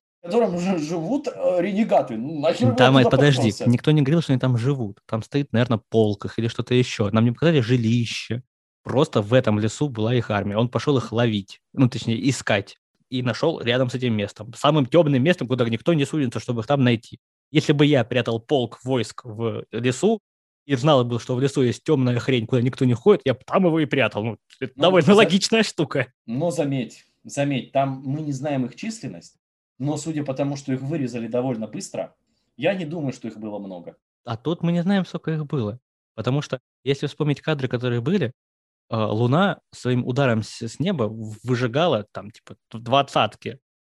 живут ренегаты. Ну, нахер Там, туда подожди, попёрся? никто не говорил, что они там живут. Там стоит, наверное, полк их или что-то еще. Нам не показали жилище. Просто в этом лесу была их армия. Он пошел их ловить, ну, точнее, искать. И нашел рядом с этим местом. Самым темным местом, куда никто не сунется, чтобы их там найти. Если бы я прятал полк войск в лесу и знал бы, что в лесу есть темная хрень, куда никто не ходит, я бы там его и прятал. Ну, это довольно логичная штука. Но заметь, там мы не знаем их численность, но судя по тому, что их вырезали довольно быстро, я не думаю, что их было много. А тут мы не знаем, сколько их было. Потому что, если вспомнить кадры, которые были, Луна своим ударом с неба выжигала там типа 20,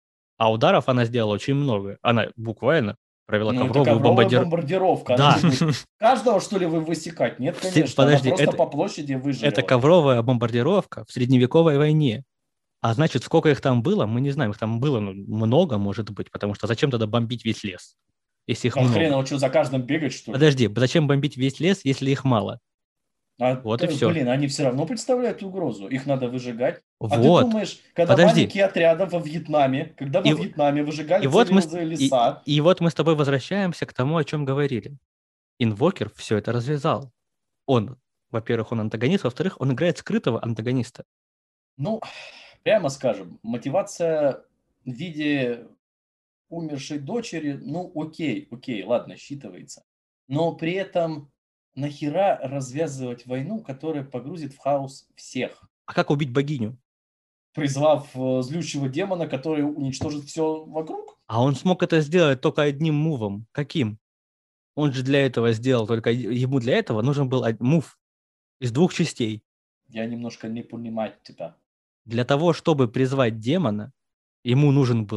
а ударов она сделала очень много. Она буквально провела ковровую бомбардировку. Да. Каждого, что ли, высекать? Нет, конечно. Подожди, она просто по площади выжгла. Это ковровая бомбардировка в средневековой войне. А значит, сколько их там было, мы не знаем. Их там было много, может быть, потому что зачем тогда бомбить весь лес, если их много? Хрен его, что, за каждым бегать, что ли? Подожди, зачем бомбить весь лес, если их мало? Вот и все. Блин, они все равно представляют угрозу. Их надо выжигать. Вот. А ты думаешь, когда маленькие отряды во Вьетнаме, выжигали целые леса... И вот мы с тобой возвращаемся к тому, о чем говорили. Инвокер все это развязал. Он, во-первых, он антагонист, во-вторых, он играет скрытого антагониста. Ну, прямо скажем, мотивация в виде умершей дочери, ну окей, ладно, считывается. Но при этом нахера развязывать войну, которая погрузит в хаос всех, А как убить богиню? призвав злющего демона, который уничтожит все вокруг? А он смог это сделать только одним мувом. Каким? Он же для этого сделал, только ему для этого нужен был мув из 2 частей. Я немножко не понимаю тебя. Для того, чтобы призвать демона, ему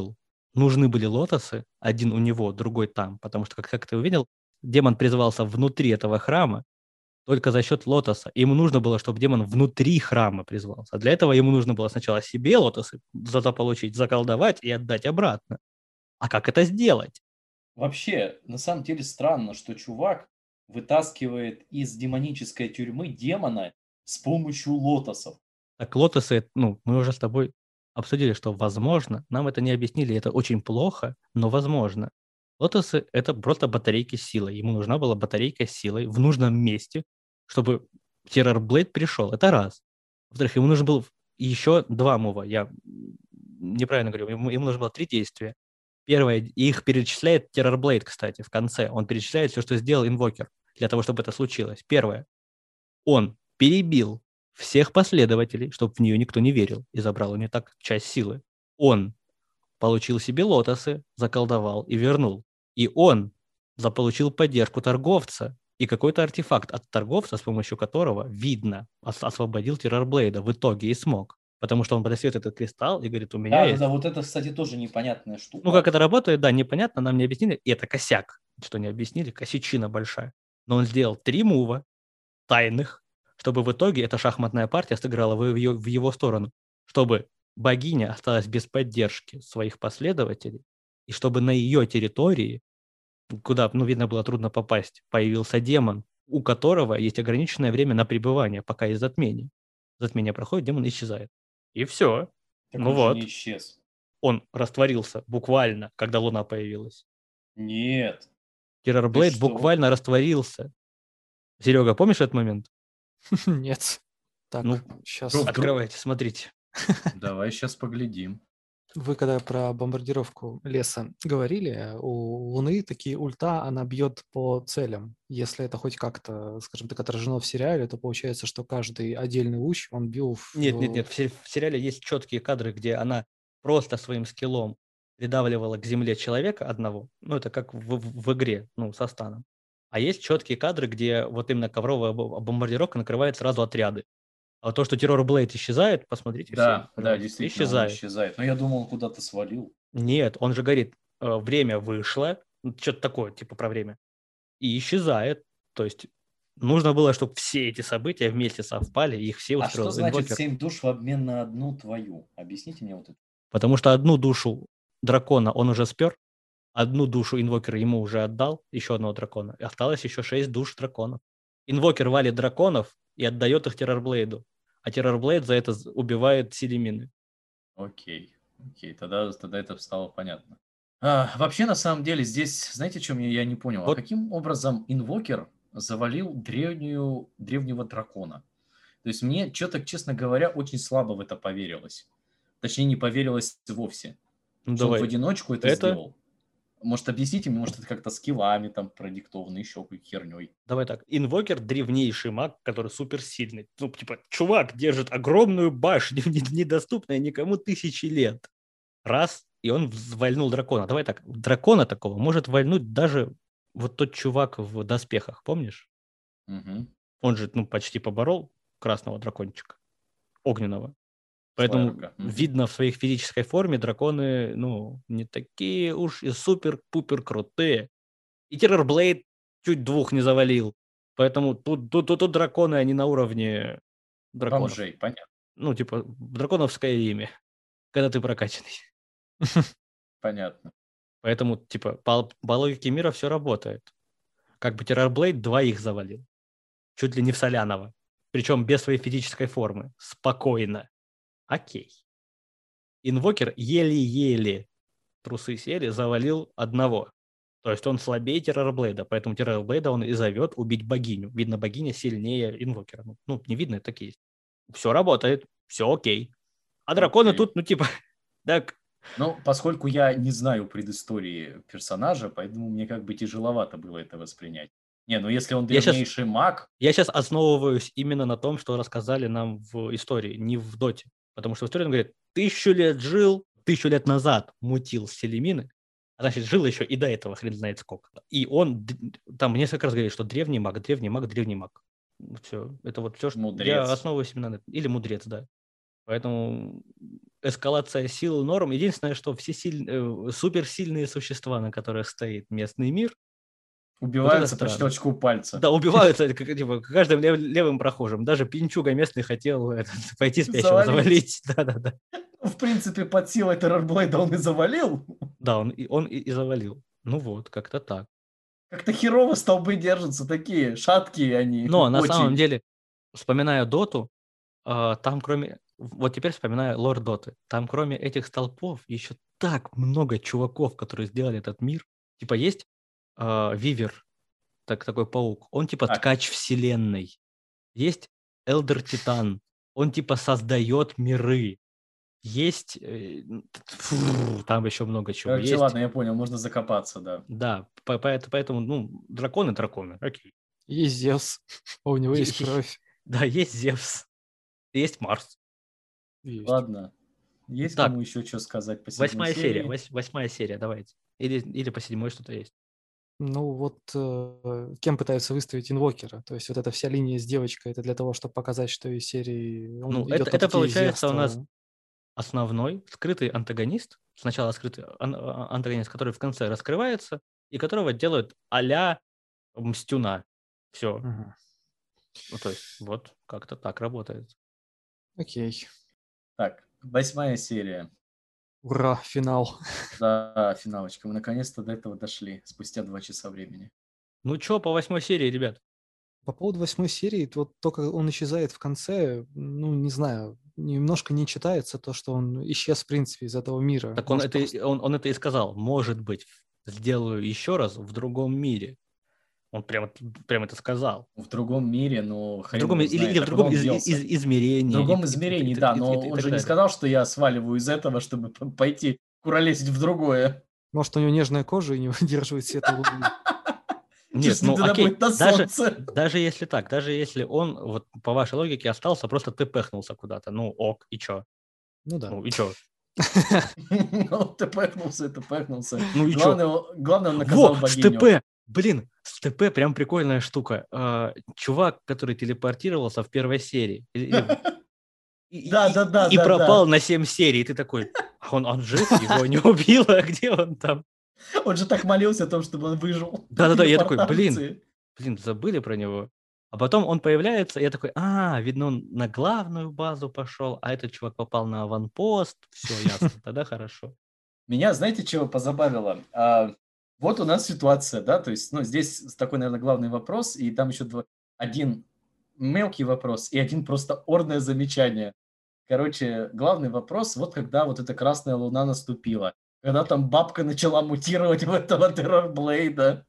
нужны были лотосы, один у него, другой там, потому что, как ты увидел, демон призывался внутри этого храма только за счет лотоса. Ему нужно было, чтобы демон внутри храма призвался. А для этого ему нужно было сначала себе лотосы заполучить, заколдовать и отдать обратно. А как это сделать? Вообще, на самом деле странно, что чувак вытаскивает из демонической тюрьмы демона с помощью лотосов. Так лотосы, ну, мы уже с тобой обсудили, что возможно, нам это не объяснили, это очень плохо, но возможно. Лотосы – это просто батарейки с силой. Ему нужна была батарейка с силой в нужном месте, чтобы Террорблейд пришел. Это раз. Во-вторых, ему нужен был еще 2 мува. Я неправильно говорю, ему нужно было 3 действия. Первое, их перечисляет Террорблейд, кстати, в конце. Он перечисляет все, что сделал Инвокер для того, чтобы это случилось. Первое, он перебил всех последователей, чтобы в нее никто не верил, и забрал у нее так часть силы. Он получил себе лотосы, заколдовал и вернул. И он заполучил поддержку торговца и какой-то артефакт от торговца, с помощью которого, видно, освободил Террорблейда в итоге и смог. Потому что он подносит этот кристалл и говорит, у меня есть... Да, вот это, кстати, тоже непонятная штука. Ну, как это работает, да, непонятно, нам не объяснили. И это косяк, что не объяснили, косячина большая. Но он сделал 3 мува тайных, чтобы в итоге эта шахматная партия сыграла в его сторону, чтобы богиня осталась без поддержки своих последователей, и чтобы на ее территории, куда, ну, видно было трудно попасть, появился демон, у которого есть ограниченное время на пребывание, пока есть затмение. Затмение проходит, демон исчезает. И все. Так Ну он же не вот, исчез. он растворился буквально, когда луна появилась. Нет. Ты Террорблейд что? буквально растворился. Серега, помнишь этот момент? Нет. Так, Ну, сейчас. Вдруг- открывайте, смотрите. Давай сейчас поглядим. Вы когда про бомбардировку леса говорили, у Луны такие ульта, она бьет по целям. Если это хоть как-то, скажем так, отражено в сериале, то получается, что каждый отдельный луч, он бил в... Нет. В сериале есть четкие кадры, где она просто своим скиллом придавливала к земле человека одного. Ну, это как в игре, ну, со станом. А есть четкие кадры, где вот именно ковровая бомбардировка накрывает сразу отряды. А то, что Террорблейд исчезает, посмотрите Да, все, пожалуйста. действительно, он Исчезает. исчезает. Но я думал, он куда-то свалил. Нет, он же говорит, время вышло, что-то такое, типа про время, и исчезает. То есть нужно было, чтобы все эти события вместе совпали, и их все А устроил что значит Инвокер. 7 душ в обмен на одну твою? Объясните мне вот это. Потому что одну душу дракона он уже спер, одну душу инвокер ему уже отдал, еще одного дракона, и осталось еще 6 душ драконов. Инвокер валит драконов и отдает их Террорблейду, а Террорблейд за это убивает Селимины. Окей, тогда это стало понятно. Вообще, на самом деле, здесь, знаете, что я не понял? Вот. А каким образом инвокер завалил древнего дракона? То есть мне что-то, честно говоря, очень слабо в это поверилось. Точнее, не поверилось вовсе. Ну, Что он в давай. одиночку это Это, сделал. Может, объясните мне, может, это как-то скиллами там продиктовано, еще какой херней. давай так, инвокер древнейший маг, который суперсильный. Ну, типа, чувак держит огромную башню, недоступную никому 1000 лет. Раз, и он вальнул дракона. Давай так, дракона такого может вальнуть даже вот тот чувак в доспехах, помнишь? Угу. Он же, ну, почти поборол красного дракончика, огненного. Поэтому Слайерка. видно в своей физической форме драконы, ну, не такие уж и супер-пупер крутые. И Террорблейд чуть 2 не завалил. Поэтому тут драконы, они на уровне драконов. Бомжей, понятно. Ну, типа, драконовское имя, когда ты прокачанный. Понятно. Поэтому, типа, по логике мира все работает. Как бы Террорблейд 2 завалил. Чуть ли не в Солянова. Причем без своей физической формы. Спокойно. Окей. Инвокер еле-еле, трусы сели, завалил одного. То есть он слабее Террорблейда, поэтому Террорблейда он и зовет убить богиню. Видно, богиня сильнее инвокера. Ну, не видно, это так и есть. Все работает, все окей. А драконы Окей. тут, ну, типа, так, Но поскольку я не знаю предыстории персонажа, поэтому мне как бы тяжеловато было это воспринять. Не, ну если он Я щас- древнейший маг, я сейчас основываюсь именно на том, что рассказали нам в истории, не в доте. Потому что в истории он говорит, 1000 лет жил, 1000 лет назад мутил Селимины, а значит, жил еще и до этого хрен знает сколько. И он там несколько раз говорит, что древний маг, древний маг, древний маг. Все, это вот все, что я мудрец. основываюсь именно на этом. Или мудрец, да. Поэтому эскалация сил норм. Единственное, что все суперсильные существа, на которых стоит местный мир, вот это Убиваются по странно. щелчку пальца. Да, убиваются типа, каждым левым прохожим. Даже Пинчуга местный хотел пойти спящего завалить. Да. В принципе, под силой Террорблейда он и завалил. Да, он и завалил. Ну вот, как-то так. Как-то херово столбы держатся, такие шаткие они. Но на очень. самом деле, вспоминая Доту, там кроме... Вот теперь вспоминаю лор Доты. Там кроме этих столпов еще так много чуваков, которые сделали этот мир. Типа есть Вивер, такой паук. Он типа Так. ткач вселенной. Есть Элдер Титан. Он типа создает миры. Есть... там еще много чего. Короче, Есть. ладно, я понял, можно закопаться, да. Да, поэтому, ну, драконы, окей. Есть Зевс, у него есть кровь. Да, есть Зевс. Есть Марс. Есть. Ладно. Есть Так, кому еще что сказать по 7 8 серии? серия, 8 серия, давайте. Или по 7 что-то есть. Ну вот кем пытаются выставить инвокера? То есть вот эта вся линия с девочкой, это для того, чтобы показать, что из серии он Ну, идет на это такие получается у нас зверства. основной скрытый антагонист. Сначала скрытый антагонист, который в конце раскрывается, и которого делают а-ля Мстюна. Все. Мгм. Ну, то есть, вот как-то так работает. Окей. Так, 8 серия. Ура, финал. Да, финалочка. Мы наконец-то до этого дошли, спустя 2 часа времени. Ну, что по 8 серии, ребят? По поводу 8 серии, вот только он исчезает в конце, ну, не знаю, немножко не читается то, что он исчез, в принципе, из этого мира. Так он Может, просто- он это и сказал. Может быть, сделаю еще раз в другом мире. Он прям это сказал. В другом мире, но В хрен другом, его знает. или в А куда другом он делся? измерении. В другом измерении, да, но он так же не далее. сказал, что я сваливаю из этого, чтобы пойти куролесить в другое. Может, у него нежная кожа и не выдерживает света луны. Нет, ну Тогда окей, будет на солнце. даже если так, даже если он, вот по вашей логике, остался, просто ты пехнулся куда-то, ну ок, и чё? Ну да. Ну и чё? Ну, ты пэкнулся. Ну и чё? Главное, он наказал Во, с богиню. ТП! Блин, с ТП прям прикольная штука. Чувак, который телепортировался в первой серии. Да. И пропал на 7 серий. И ты такой, он жив? Его не убило? Где он там? Он же так молился о том, чтобы он выжил. Да, я такой, Телепортации. блин, забыли про него. А потом он появляется, и я такой, видно, он на главную базу пошел, а этот чувак попал на аванпост. Все, ясно, тогда хорошо. Меня, знаете, чего позабавило? Вот у нас ситуация, да, то есть, ну, здесь такой, наверное, главный вопрос, и там еще один мелкий вопрос и один просто орное замечание. Короче, главный вопрос, вот когда вот эта красная луна наступила, когда там бабка начала мутировать в этого Террорблейда.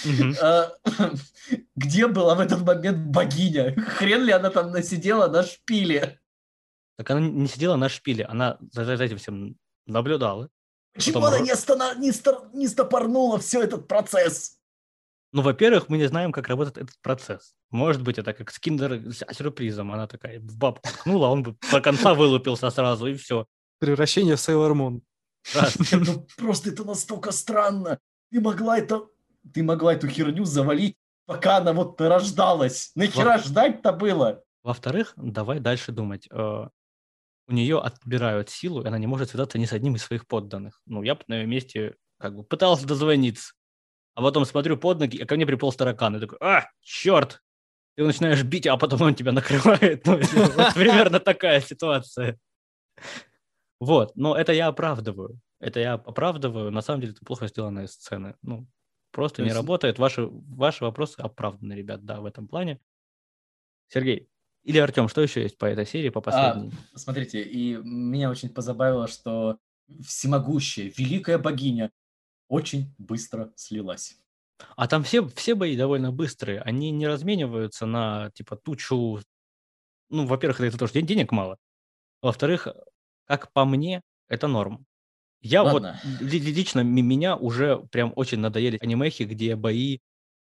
Где была в этот момент богиня? Хрен ли она там насидела на шпиле? Так она не сидела на шпиле, она за этим всем наблюдала. Почему Потом она не стопорнула все этот процесс? Ну, во-первых, мы не знаем, как работает этот процесс. Может быть, это как с киндер-сюрпризом. Она такая в бабку ткнула, он бы до конца вылупился сразу, и все. Превращение в Сейлор Мун. Ну, просто это настолько странно. Ты могла эту херню завалить, пока она вот рождалась. Нахера ждать-то было? Во-вторых, давай дальше думать. У нее отбирают силу, и она не может связаться ни с одним из своих подданных. Ну, я бы на ее месте как бы пытался дозвониться. А потом смотрю под ноги, а ко мне приполз таракан. И такой, черт! Ты его начинаешь бить, а потом он тебя накрывает. Ну, вот примерно такая ситуация. Вот, но это я оправдываю. На самом деле, это плохо сделанные сцены. Ну, просто не работает. Ваши вопросы оправданы, ребят, да, в этом плане. Сергей, или Артем, что еще есть по этой серии, по последней? Смотрите, и меня очень позабавило, что всемогущая, великая богиня очень быстро слилась. А там все бои довольно быстрые. Они не размениваются на, типа, тучу. Ну, во-первых, это тоже денег мало. Во-вторых, как по мне, это норм. Я вот Ладно, лично меня уже прям очень надоели анимехи, где бои,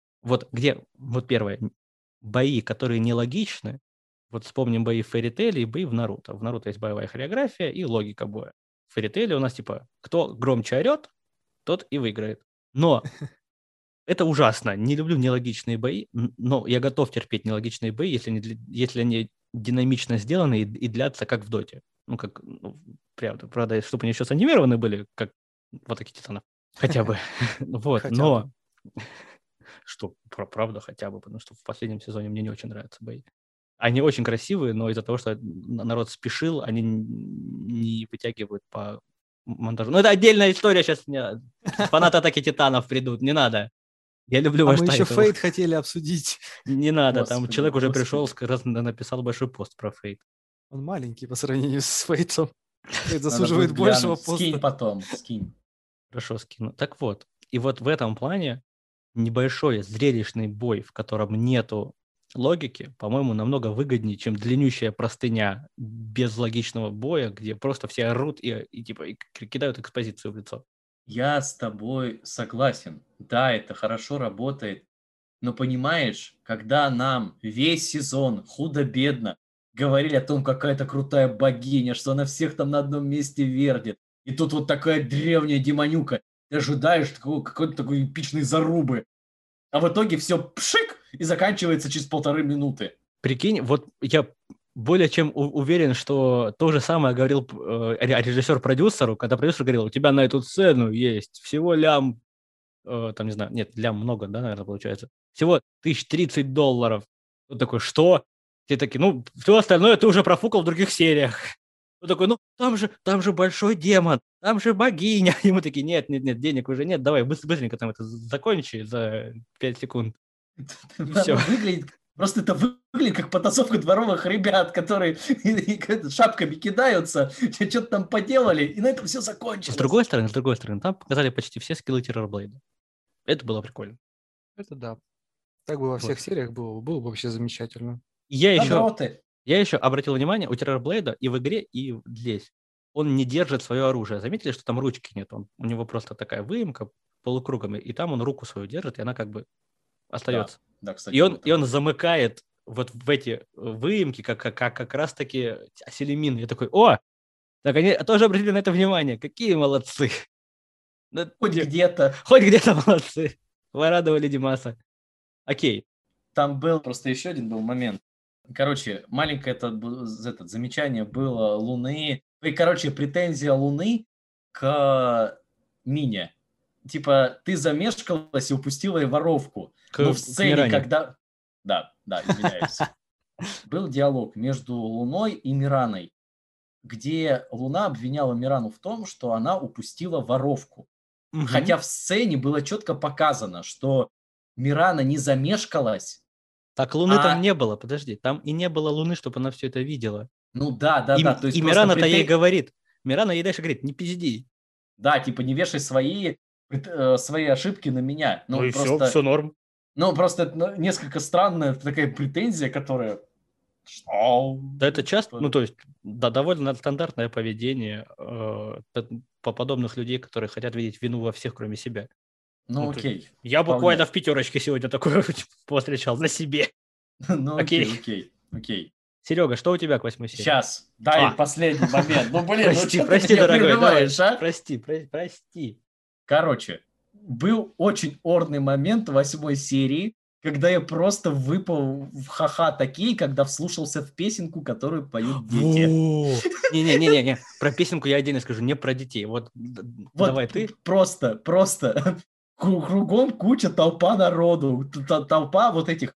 вот первое, бои, которые нелогичны. Вот вспомним бои в Fairy Tail и бои в Наруто. В Наруто есть боевая хореография и логика боя. В Fairy Tail у нас типа, кто громче орет, тот и выиграет. Но это ужасно. Не люблю нелогичные бои, но я готов терпеть нелогичные бои, если они динамично сделаны и длятся, как в Доте. Ну, как, ну, правда, чтобы они еще анимированы были, как вот такие титаны. Хотя бы. Вот, Хотя бы. но что, правда, хотя бы, потому что в последнем сезоне мне не очень нравятся бои. Они очень красивые, но из-за того, что народ спешил, они не вытягивают по монтажу. Ну, это отдельная история, сейчас фанаты Атаки Титанов придут, не надо. Я люблю А ваш мы еще тайтл. Фейт хотели обсудить. Не надо, там Господи, человек уже господи. пришел, написал большой пост про Фейт. Он маленький по сравнению с Фейтом. Фейт Надо заслуживает будет большего глянуть. Скинь поста. потом, скинь. Хорошо скину. Так вот, и вот в этом плане небольшой зрелищный бой, в котором нету логики, по-моему, намного выгоднее, чем длиннющая простыня без логичного боя, где просто все орут и типа и кидают экспозицию в лицо. Я с тобой согласен. Да, это хорошо работает. Но понимаешь, когда нам весь сезон худо-бедно говорили о том, какая то крутая богиня, что она всех там на одном месте вернет, и тут вот такая древняя демонюка, ты ожидаешь какой-то такой эпичной зарубы, а в итоге все пшик и заканчивается через 1,5 минуты. Прикинь, вот я более чем уверен, что то же самое говорил режиссер продюсеру, когда продюсер говорил, у тебя на эту сцену есть всего лям, там, не знаю, нет, лям много, да, наверное, получается, всего $1030. Он такой, что? Те такие, ну, все остальное ты уже профукал в других сериях. Он такой, ну, там же большой демон, там же богиня. И мы такие, нет, денег уже нет, давай быстренько там это закончи за 5 секунд. И все. Просто это выглядит как потасовка дворовых ребят, которые шапками кидаются, что-то там поделали, и на этом все закончилось. С другой стороны, там показали почти все скиллы Террорблейда. Это было прикольно. Это да. Так бы во всех сериях было бы вообще замечательно. И я Задроты. еще обратил внимание, у Террорблейда и в игре, и здесь он не держит свое оружие. Заметили, что там ручки нет? У него просто такая выемка полукругами, и там он руку свою держит, и она как бы остается. Да, кстати, и он замыкает вот в эти выемки, как раз-таки селемин. Я такой, так они тоже обратили на это внимание. Какие молодцы. Хоть где-то. Хоть где-то молодцы. Порадовали Димаса. Окей. Там был просто еще один был момент. Короче, маленькое это замечание было Луны. И, короче, претензия Луны к Мине. Типа, ты замешкалась и упустила воровку. Но в сцене, Миране. когда... Да, извиняюсь. Был диалог между Луной и Мираной, где Луна обвиняла Мирану в том, что она упустила воровку. Мгм. Хотя в сцене было четко показано, что Мирана не замешкалась. Так Луны там не было, подожди. Там и не было Луны, чтобы она все это видела. Ну да. И То есть Мирана-то ей говорит. Мирана ей дальше говорит, не пизди. Да, типа не вешай свои ошибки на меня. Ну и все норм. Ну, просто это несколько странная такая претензия, которая... Что? Да это часто, ну то есть, да, довольно стандартное поведение по подобных людей, которые хотят видеть вину во всех, кроме себя. Ну окей. Я буквально в пятерочке сегодня такое повстречал на себе. Ну окей. Серега, что у тебя к 8 серии? Сейчас, дай последний момент. Ну блин, прости, дорогой, давай, а? прости. Короче, был очень орный момент в 8 серии, когда я просто выпал в ха-ха такие, когда вслушался в песенку, которую поют дети. Не, про песенку я отдельно скажу, не про детей. Вот давай ты. Просто кругом куча толпа народу, толпа вот этих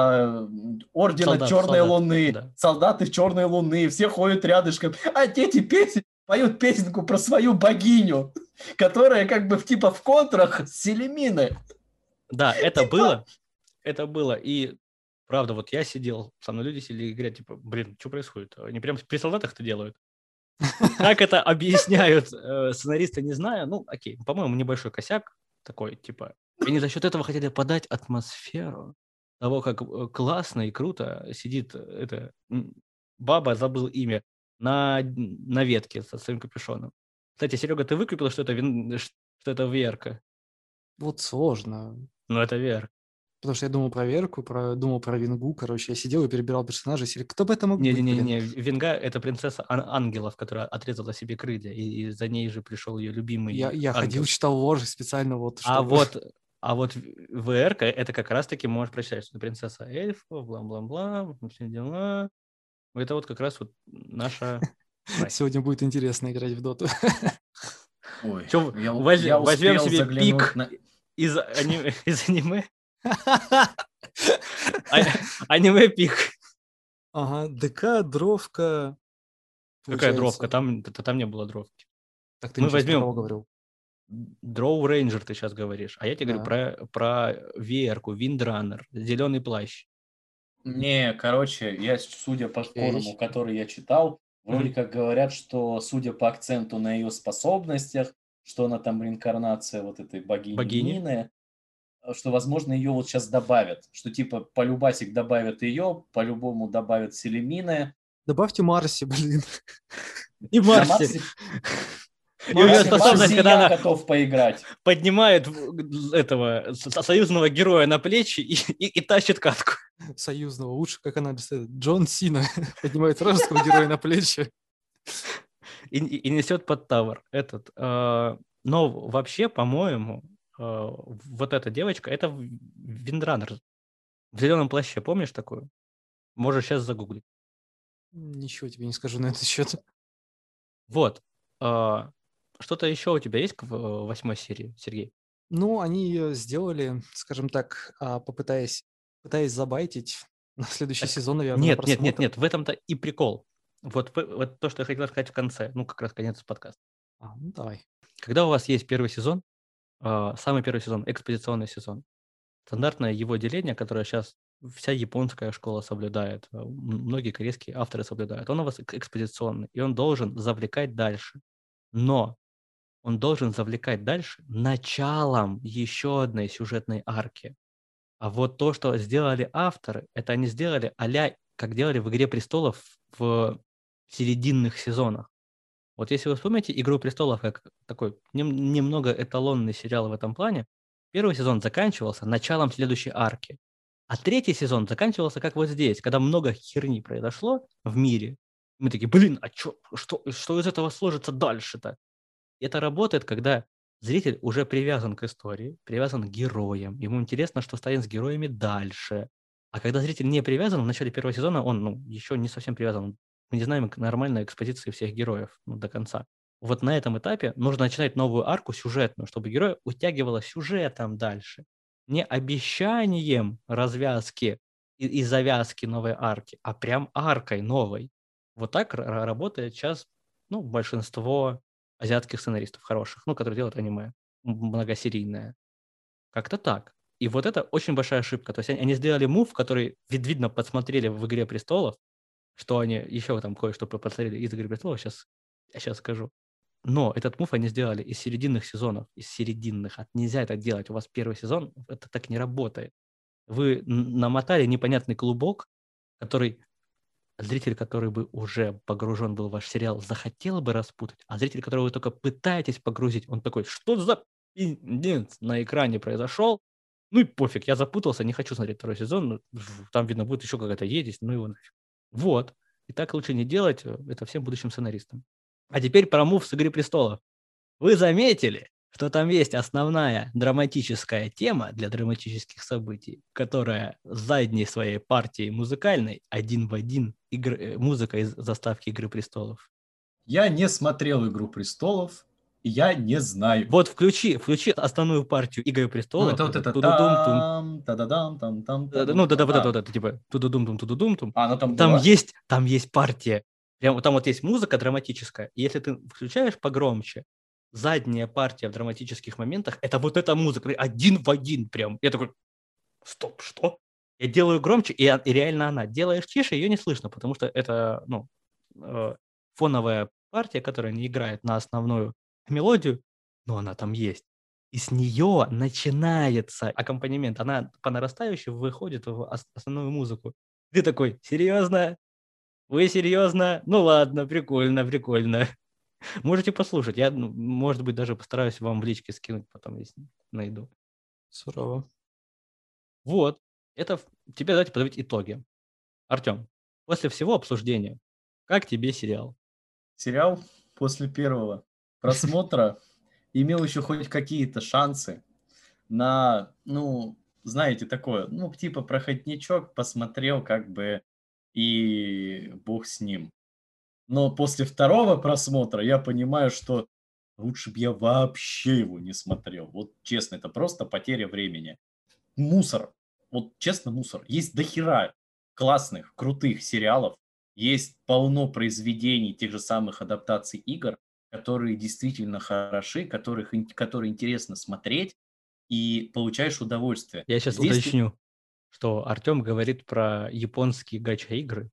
ордена Черной Луны, да. Солдаты Черной Луны, все ходят рядышком, а дети поют песенку про свою богиню, которая как бы типа в контрах с Селемины. Да, это было, и правда, вот я сидел, со мной люди сидели и говорят, типа, блин, что происходит? Они прям при солдатах это делают. Как это объясняют сценаристы, не знаю. Ну, окей, по-моему, небольшой косяк такой, типа, они за счет этого хотели подать атмосферу того, как классно и круто сидит баба, забыл имя, на ветке со своим капюшоном. Кстати, Серега, ты выкупил, что это VR-ка? Вот сложно. Ну, это VR. Потому что я думал про Верку, думал про Вингу, короче, я сидел и перебирал персонажей, серии, кто бы это мог быть, блин? Не-не-не, Винга — это принцесса ангелов, которая отрезала себе крылья, и за ней же пришел ее любимый Я ангел. ходил, читал ложь специально вот, А чтобы... вот VR-ка — это как раз-таки можешь прочитать, что это принцесса эльфа, бла-бла-бла, все дела. Это вот как раз вот наша... Сегодня будет интересно играть в доту. Ой, Чё, я возьмем успел себе заглянуть пик из аниме? Аниме пик. Ага, ДК, дровка. Какая получается. дровка? Там не было дровки. Так ты Мы мне сейчас про кого возьмем говорил? Дроу Рейнджер, ты сейчас говоришь, а я тебе Да. говорю про VR-ку, Виндраннер, зеленый плащ. Не, короче, я, судя по форуму, который я читал, вроде как говорят, что, судя по акценту на ее способностях, что она там реинкарнация вот этой богини Мины, что, возможно, ее вот сейчас добавят. Что, типа, полюбасик добавят ее, по-любому добавят Селемины. Добавьте Марси, блин. И На Марси. Марсе, И у нее способность, Марси когда я она готов поиграть. поднимает этого союзного героя на плечи и тащит катку. Союзного. Лучше, как она представляет. Джон Сина поднимает вражеского героя на плечи. И несет под тавер. Но вообще, по-моему, вот эта девочка, это Виндраннер. В зеленом плаще, помнишь такую? Можешь сейчас загуглить. Ничего тебе не скажу на этот счет. Вот. Что-то еще у тебя есть к 8 серии, Сергей? Ну, они ее сделали, скажем так, пытаясь забайтить на следующий сезон, наверное, на просмотр. Нет, в этом-то и прикол. Вот то, что я хотел сказать в конце, ну, как раз конец подкаста. Ну, давай. Когда у вас есть первый сезон, самый первый сезон, экспозиционный сезон, стандартное его деление, которое сейчас вся японская школа соблюдает, многие корейские авторы соблюдают, он у вас экспозиционный, и он должен завлекать дальше. Но он должен завлекать дальше началом еще одной сюжетной арки. А вот то, что сделали авторы, это они сделали а-ля, как делали в «Игре престолов» в серединных сезонах. Вот если вы вспомните «Игру престолов» как такой немного эталонный сериал в этом плане, первый сезон заканчивался началом следующей арки. А третий сезон заканчивался как вот здесь, когда много херни произошло в мире. Мы такие, блин, а что из этого сложится дальше-то? И это работает, когда зритель уже привязан к истории, привязан к героям. Ему интересно, что станет с героями дальше. А когда зритель не привязан, в начале первого сезона он еще не совсем привязан. Мы не знаем нормальной экспозиции всех героев до конца. Вот на этом этапе нужно начинать новую арку сюжетную, чтобы героя утягивало сюжетом дальше. Не обещанием развязки и завязки новой арки, а прям аркой новой. Вот так работает сейчас большинство азиатских сценаристов хороших, которые делают аниме многосерийное. Как-то так. И вот это очень большая ошибка. То есть они сделали мув, который, видно, подсмотрели в «Игре престолов», что они еще там кое-что посмотрели из «Игры престолов», я сейчас скажу. Но этот мув они сделали из серединных сезонов, Нельзя это делать. У вас первый сезон, это так не работает. Вы намотали непонятный клубок, зритель, который бы уже погружен был в ваш сериал, захотел бы распутать, а зритель, которого вы только пытаетесь погрузить, он такой, что за пиздец на экране произошел? Ну и пофиг, я запутался, не хочу смотреть второй сезон, там, видно, будет еще какая-то едешь, ну его нафиг. Вот. И так лучше не делать, это всем будущим сценаристам. А теперь про мув с «Игры престолов». Вы заметили, что там есть основная драматическая тема для драматических событий, которая с задней своей партией музыкальной один в один музыка из заставки «Игры престолов». Я не смотрел «Игру престолов», и я не знаю. Вот включи основную партию «Игры престолов». Ну, это там, та-да-дам, там. Ну, да, вот это, типа, тудудум-тум. Оно там Там было? есть партия. Прям там вот есть музыка драматическая, и если ты включаешь погромче, задняя партия в драматических моментах, это вот эта музыка, один в один прям. Я такой, стоп, что? Я делаю громче, и реально она. Делаешь тише, ее не слышно, потому что это, фоновая партия, которая не играет на основную мелодию, но она там есть. И с нее начинается аккомпанемент. Она по нарастающей выходит в основную музыку. Ты такой, серьезно? Вы серьезно? Ну ладно, прикольно, прикольно. Можете послушать. Я, может быть, даже постараюсь вам в личке скинуть потом, если найду. Сурово. Вот. Это тебе давайте подводить итоги. Артем, после всего обсуждения, как тебе сериал? Сериал после первого просмотра имел еще хоть какие-то шансы на, ну, знаете, такое, ну, типа проходничок, посмотрел как бы и бог с ним. Но после второго просмотра я понимаю, что лучше бы я вообще его не смотрел. Вот честно, это просто потеря времени. Мусор. Вот честно, мусор. Есть дохера классных, крутых сериалов. Есть полно произведений, тех же самых адаптаций игр, которые действительно хороши, которые интересно смотреть, и получаешь удовольствие. Я сейчас Здесь ты... уточню, что Артем говорит про японские гача-игры.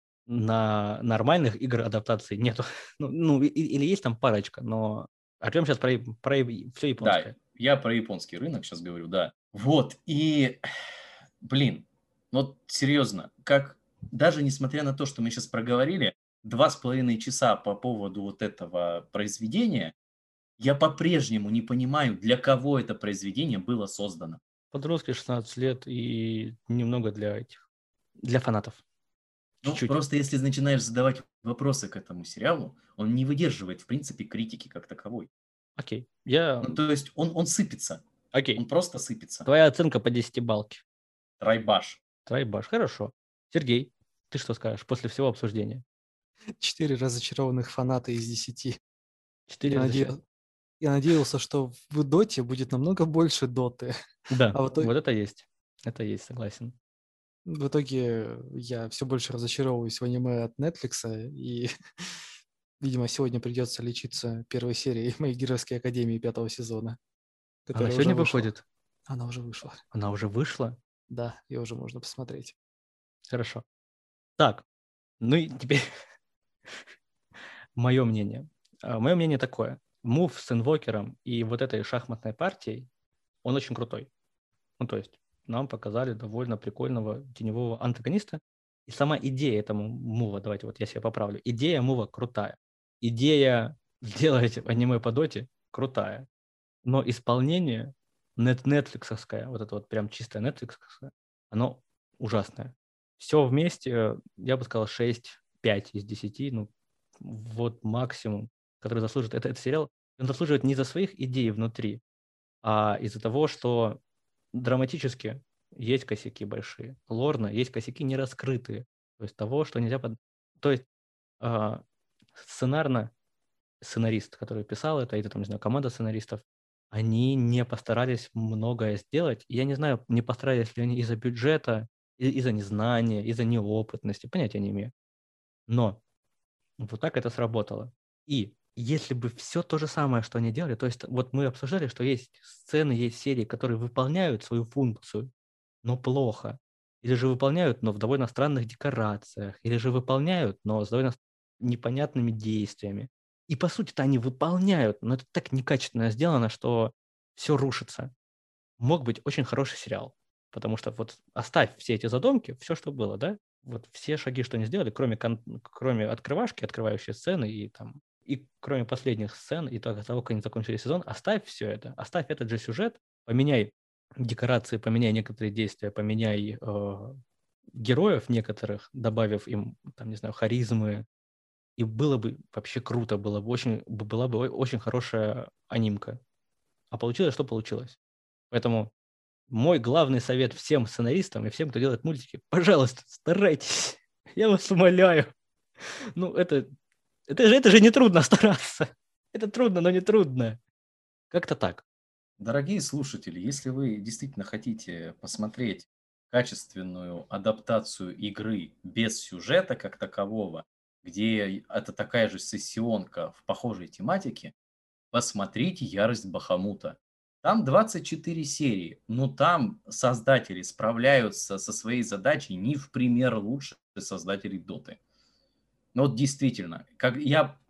На нормальных игр адаптаций нету. Или есть там парочка, но Артем сейчас про все Да, японское. я про японский рынок сейчас говорю, да. Вот, и, блин, вот серьезно, как даже несмотря на то, что мы сейчас проговорили 2,5 часа по поводу вот этого произведения, я по-прежнему не понимаю, для кого это произведение было создано. Подростки 16 лет и немного для фанатов. Ну, Чуть-чуть. просто если начинаешь задавать вопросы к этому сериалу, он не выдерживает, в принципе, критики как таковой. Окей. Ну, то есть он сыпется, Окей. он просто сыпется. Твоя оценка по 10-балке. Трайбаш. Трайбаш. Хорошо. Сергей, ты что скажешь после всего обсуждения? 4 разочарованных фаната из 10. 4 Я надеялся, что в доте будет намного больше доты. Да, А вот это есть. Это есть, согласен. в итоге я все больше разочаровываюсь в аниме от Netflix, и, видимо, сегодня придется лечиться первой серией моей геройской академии 5-го сезона, Она которая сегодня уже вышла. выходит? Она уже вышла. Она уже вышла? Да, ее уже можно посмотреть. Хорошо. Так, ну и теперь мое мнение. Мое мнение такое. Мув с инвокером и вот этой шахматной партией, он очень крутой. Ну, то есть нам показали довольно прикольного теневого антагониста. И сама идея этому мува, давайте вот я себя поправлю, идея мува крутая. Идея сделать аниме по доте крутая. Но исполнение нетфликсовское, вот это вот прям чистое нетфликсовское, оно ужасное. Все вместе, я бы сказал, 6-5 из 10, ну, вот максимум, который заслуживает. Это сериал, он заслуживает не за своих идей внутри, а из-за того, что драматически есть косяки большие. Лорно есть косяки не раскрытые. То есть того, что нельзя... То есть а, сценарно сценарист, который писал это, или там, не знаю, команда сценаристов, они не постарались многое сделать. Я не знаю, не постарались ли они из-за бюджета, из-за незнания, из-за неопытности, понятия не имею. Но вот так это сработало. И если бы все то же самое, что они делали, то есть вот мы обсуждали, что есть сцены, есть серии, которые выполняют свою функцию, но плохо. Или же выполняют, но в довольно странных декорациях. Или же выполняют, но с довольно непонятными действиями. И по сути-то они выполняют, но это так некачественно сделано, что все рушится. Мог быть очень хороший сериал. Потому что вот оставь все эти задумки, все, что было, да? Вот все шаги, что они сделали, кроме открывашки, открывающей сцены и кроме последних сцен и того, как они закончили сезон, оставь все это. Оставь этот же сюжет, поменяй декорации, поменяй некоторые действия, поменяй героев некоторых, добавив им, там, не знаю, харизмы, и было бы вообще круто, была бы очень хорошая анимка. А получилось, что получилось. Поэтому мой главный совет всем сценаристам и всем, кто делает мультики, пожалуйста, старайтесь. Я вас умоляю. Ну, это же не трудно стараться. Это трудно, но не трудно. Как-то так. Дорогие слушатели, если вы действительно хотите посмотреть качественную адаптацию игры без сюжета как такового, где это такая же сессионка в похожей тематике, посмотрите «Ярость Бахамута». Там 24 серии, но там создатели справляются со своей задачей не в пример лучше создателей Доты. Ну вот действительно, как я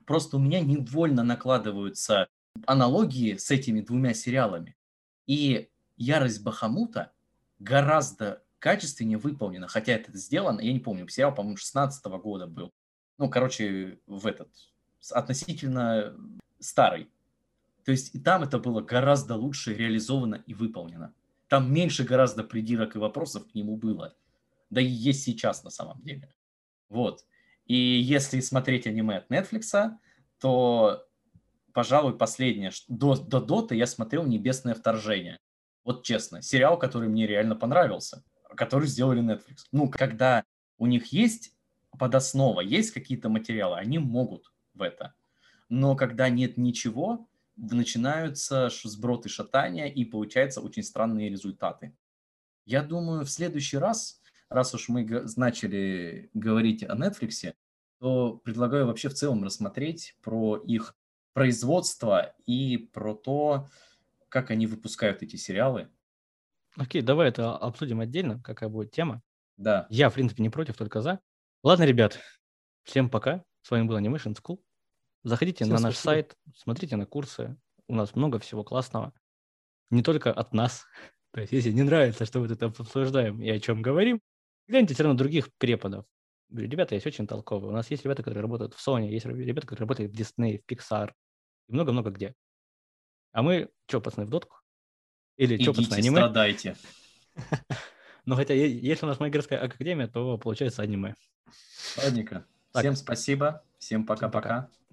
просто у меня невольно накладываются аналогии с этими двумя сериалами. И «Ярость Бахамута» гораздо качественнее выполнена, хотя это сделано, я не помню, сериал, по-моему, 16 года был. Ну, короче, относительно старый. То есть и там это было гораздо лучше реализовано и выполнено. Там меньше гораздо придирок и вопросов к нему было. Да и есть сейчас на самом деле. Вот. И если смотреть аниме от Netflix, то, пожалуй, последнее, до Доты я смотрел «Небесное вторжение». Вот честно, сериал, который мне реально понравился, который сделали Netflix. Ну, когда у них есть подоснова, есть какие-то материалы, они могут в это. Но когда нет ничего, начинаются сброд и шатания, и получаются очень странные результаты. Я думаю, в следующий раз уж мы начали говорить о Netflix, то предлагаю вообще в целом рассмотреть про их производство и про то, как они выпускают эти сериалы. Окей, давай это обсудим отдельно, какая будет тема. Да, Я, в принципе, не против, только за. Ладно, ребят, всем пока. С вами был Animation School. Заходите Всем на наш спасибо. сайт, смотрите на курсы. У нас много всего классного. Не только от нас. То есть, если не нравится, что мы тут обсуждаем и о чем говорим, гляньте все равно других преподов. Ребята есть очень толковые. У нас есть ребята, которые работают в Sony, есть ребята, которые работают в Disney, в Pixar и много-много где. А мы, что, пацаны, в дотку? Или что, пацаны, идите, аниме? страдайте. Но хотя, если у нас Майгерская академия, то получается аниме. Ладненько. Так. Всем спасибо, всем Всем пока. пока-пока.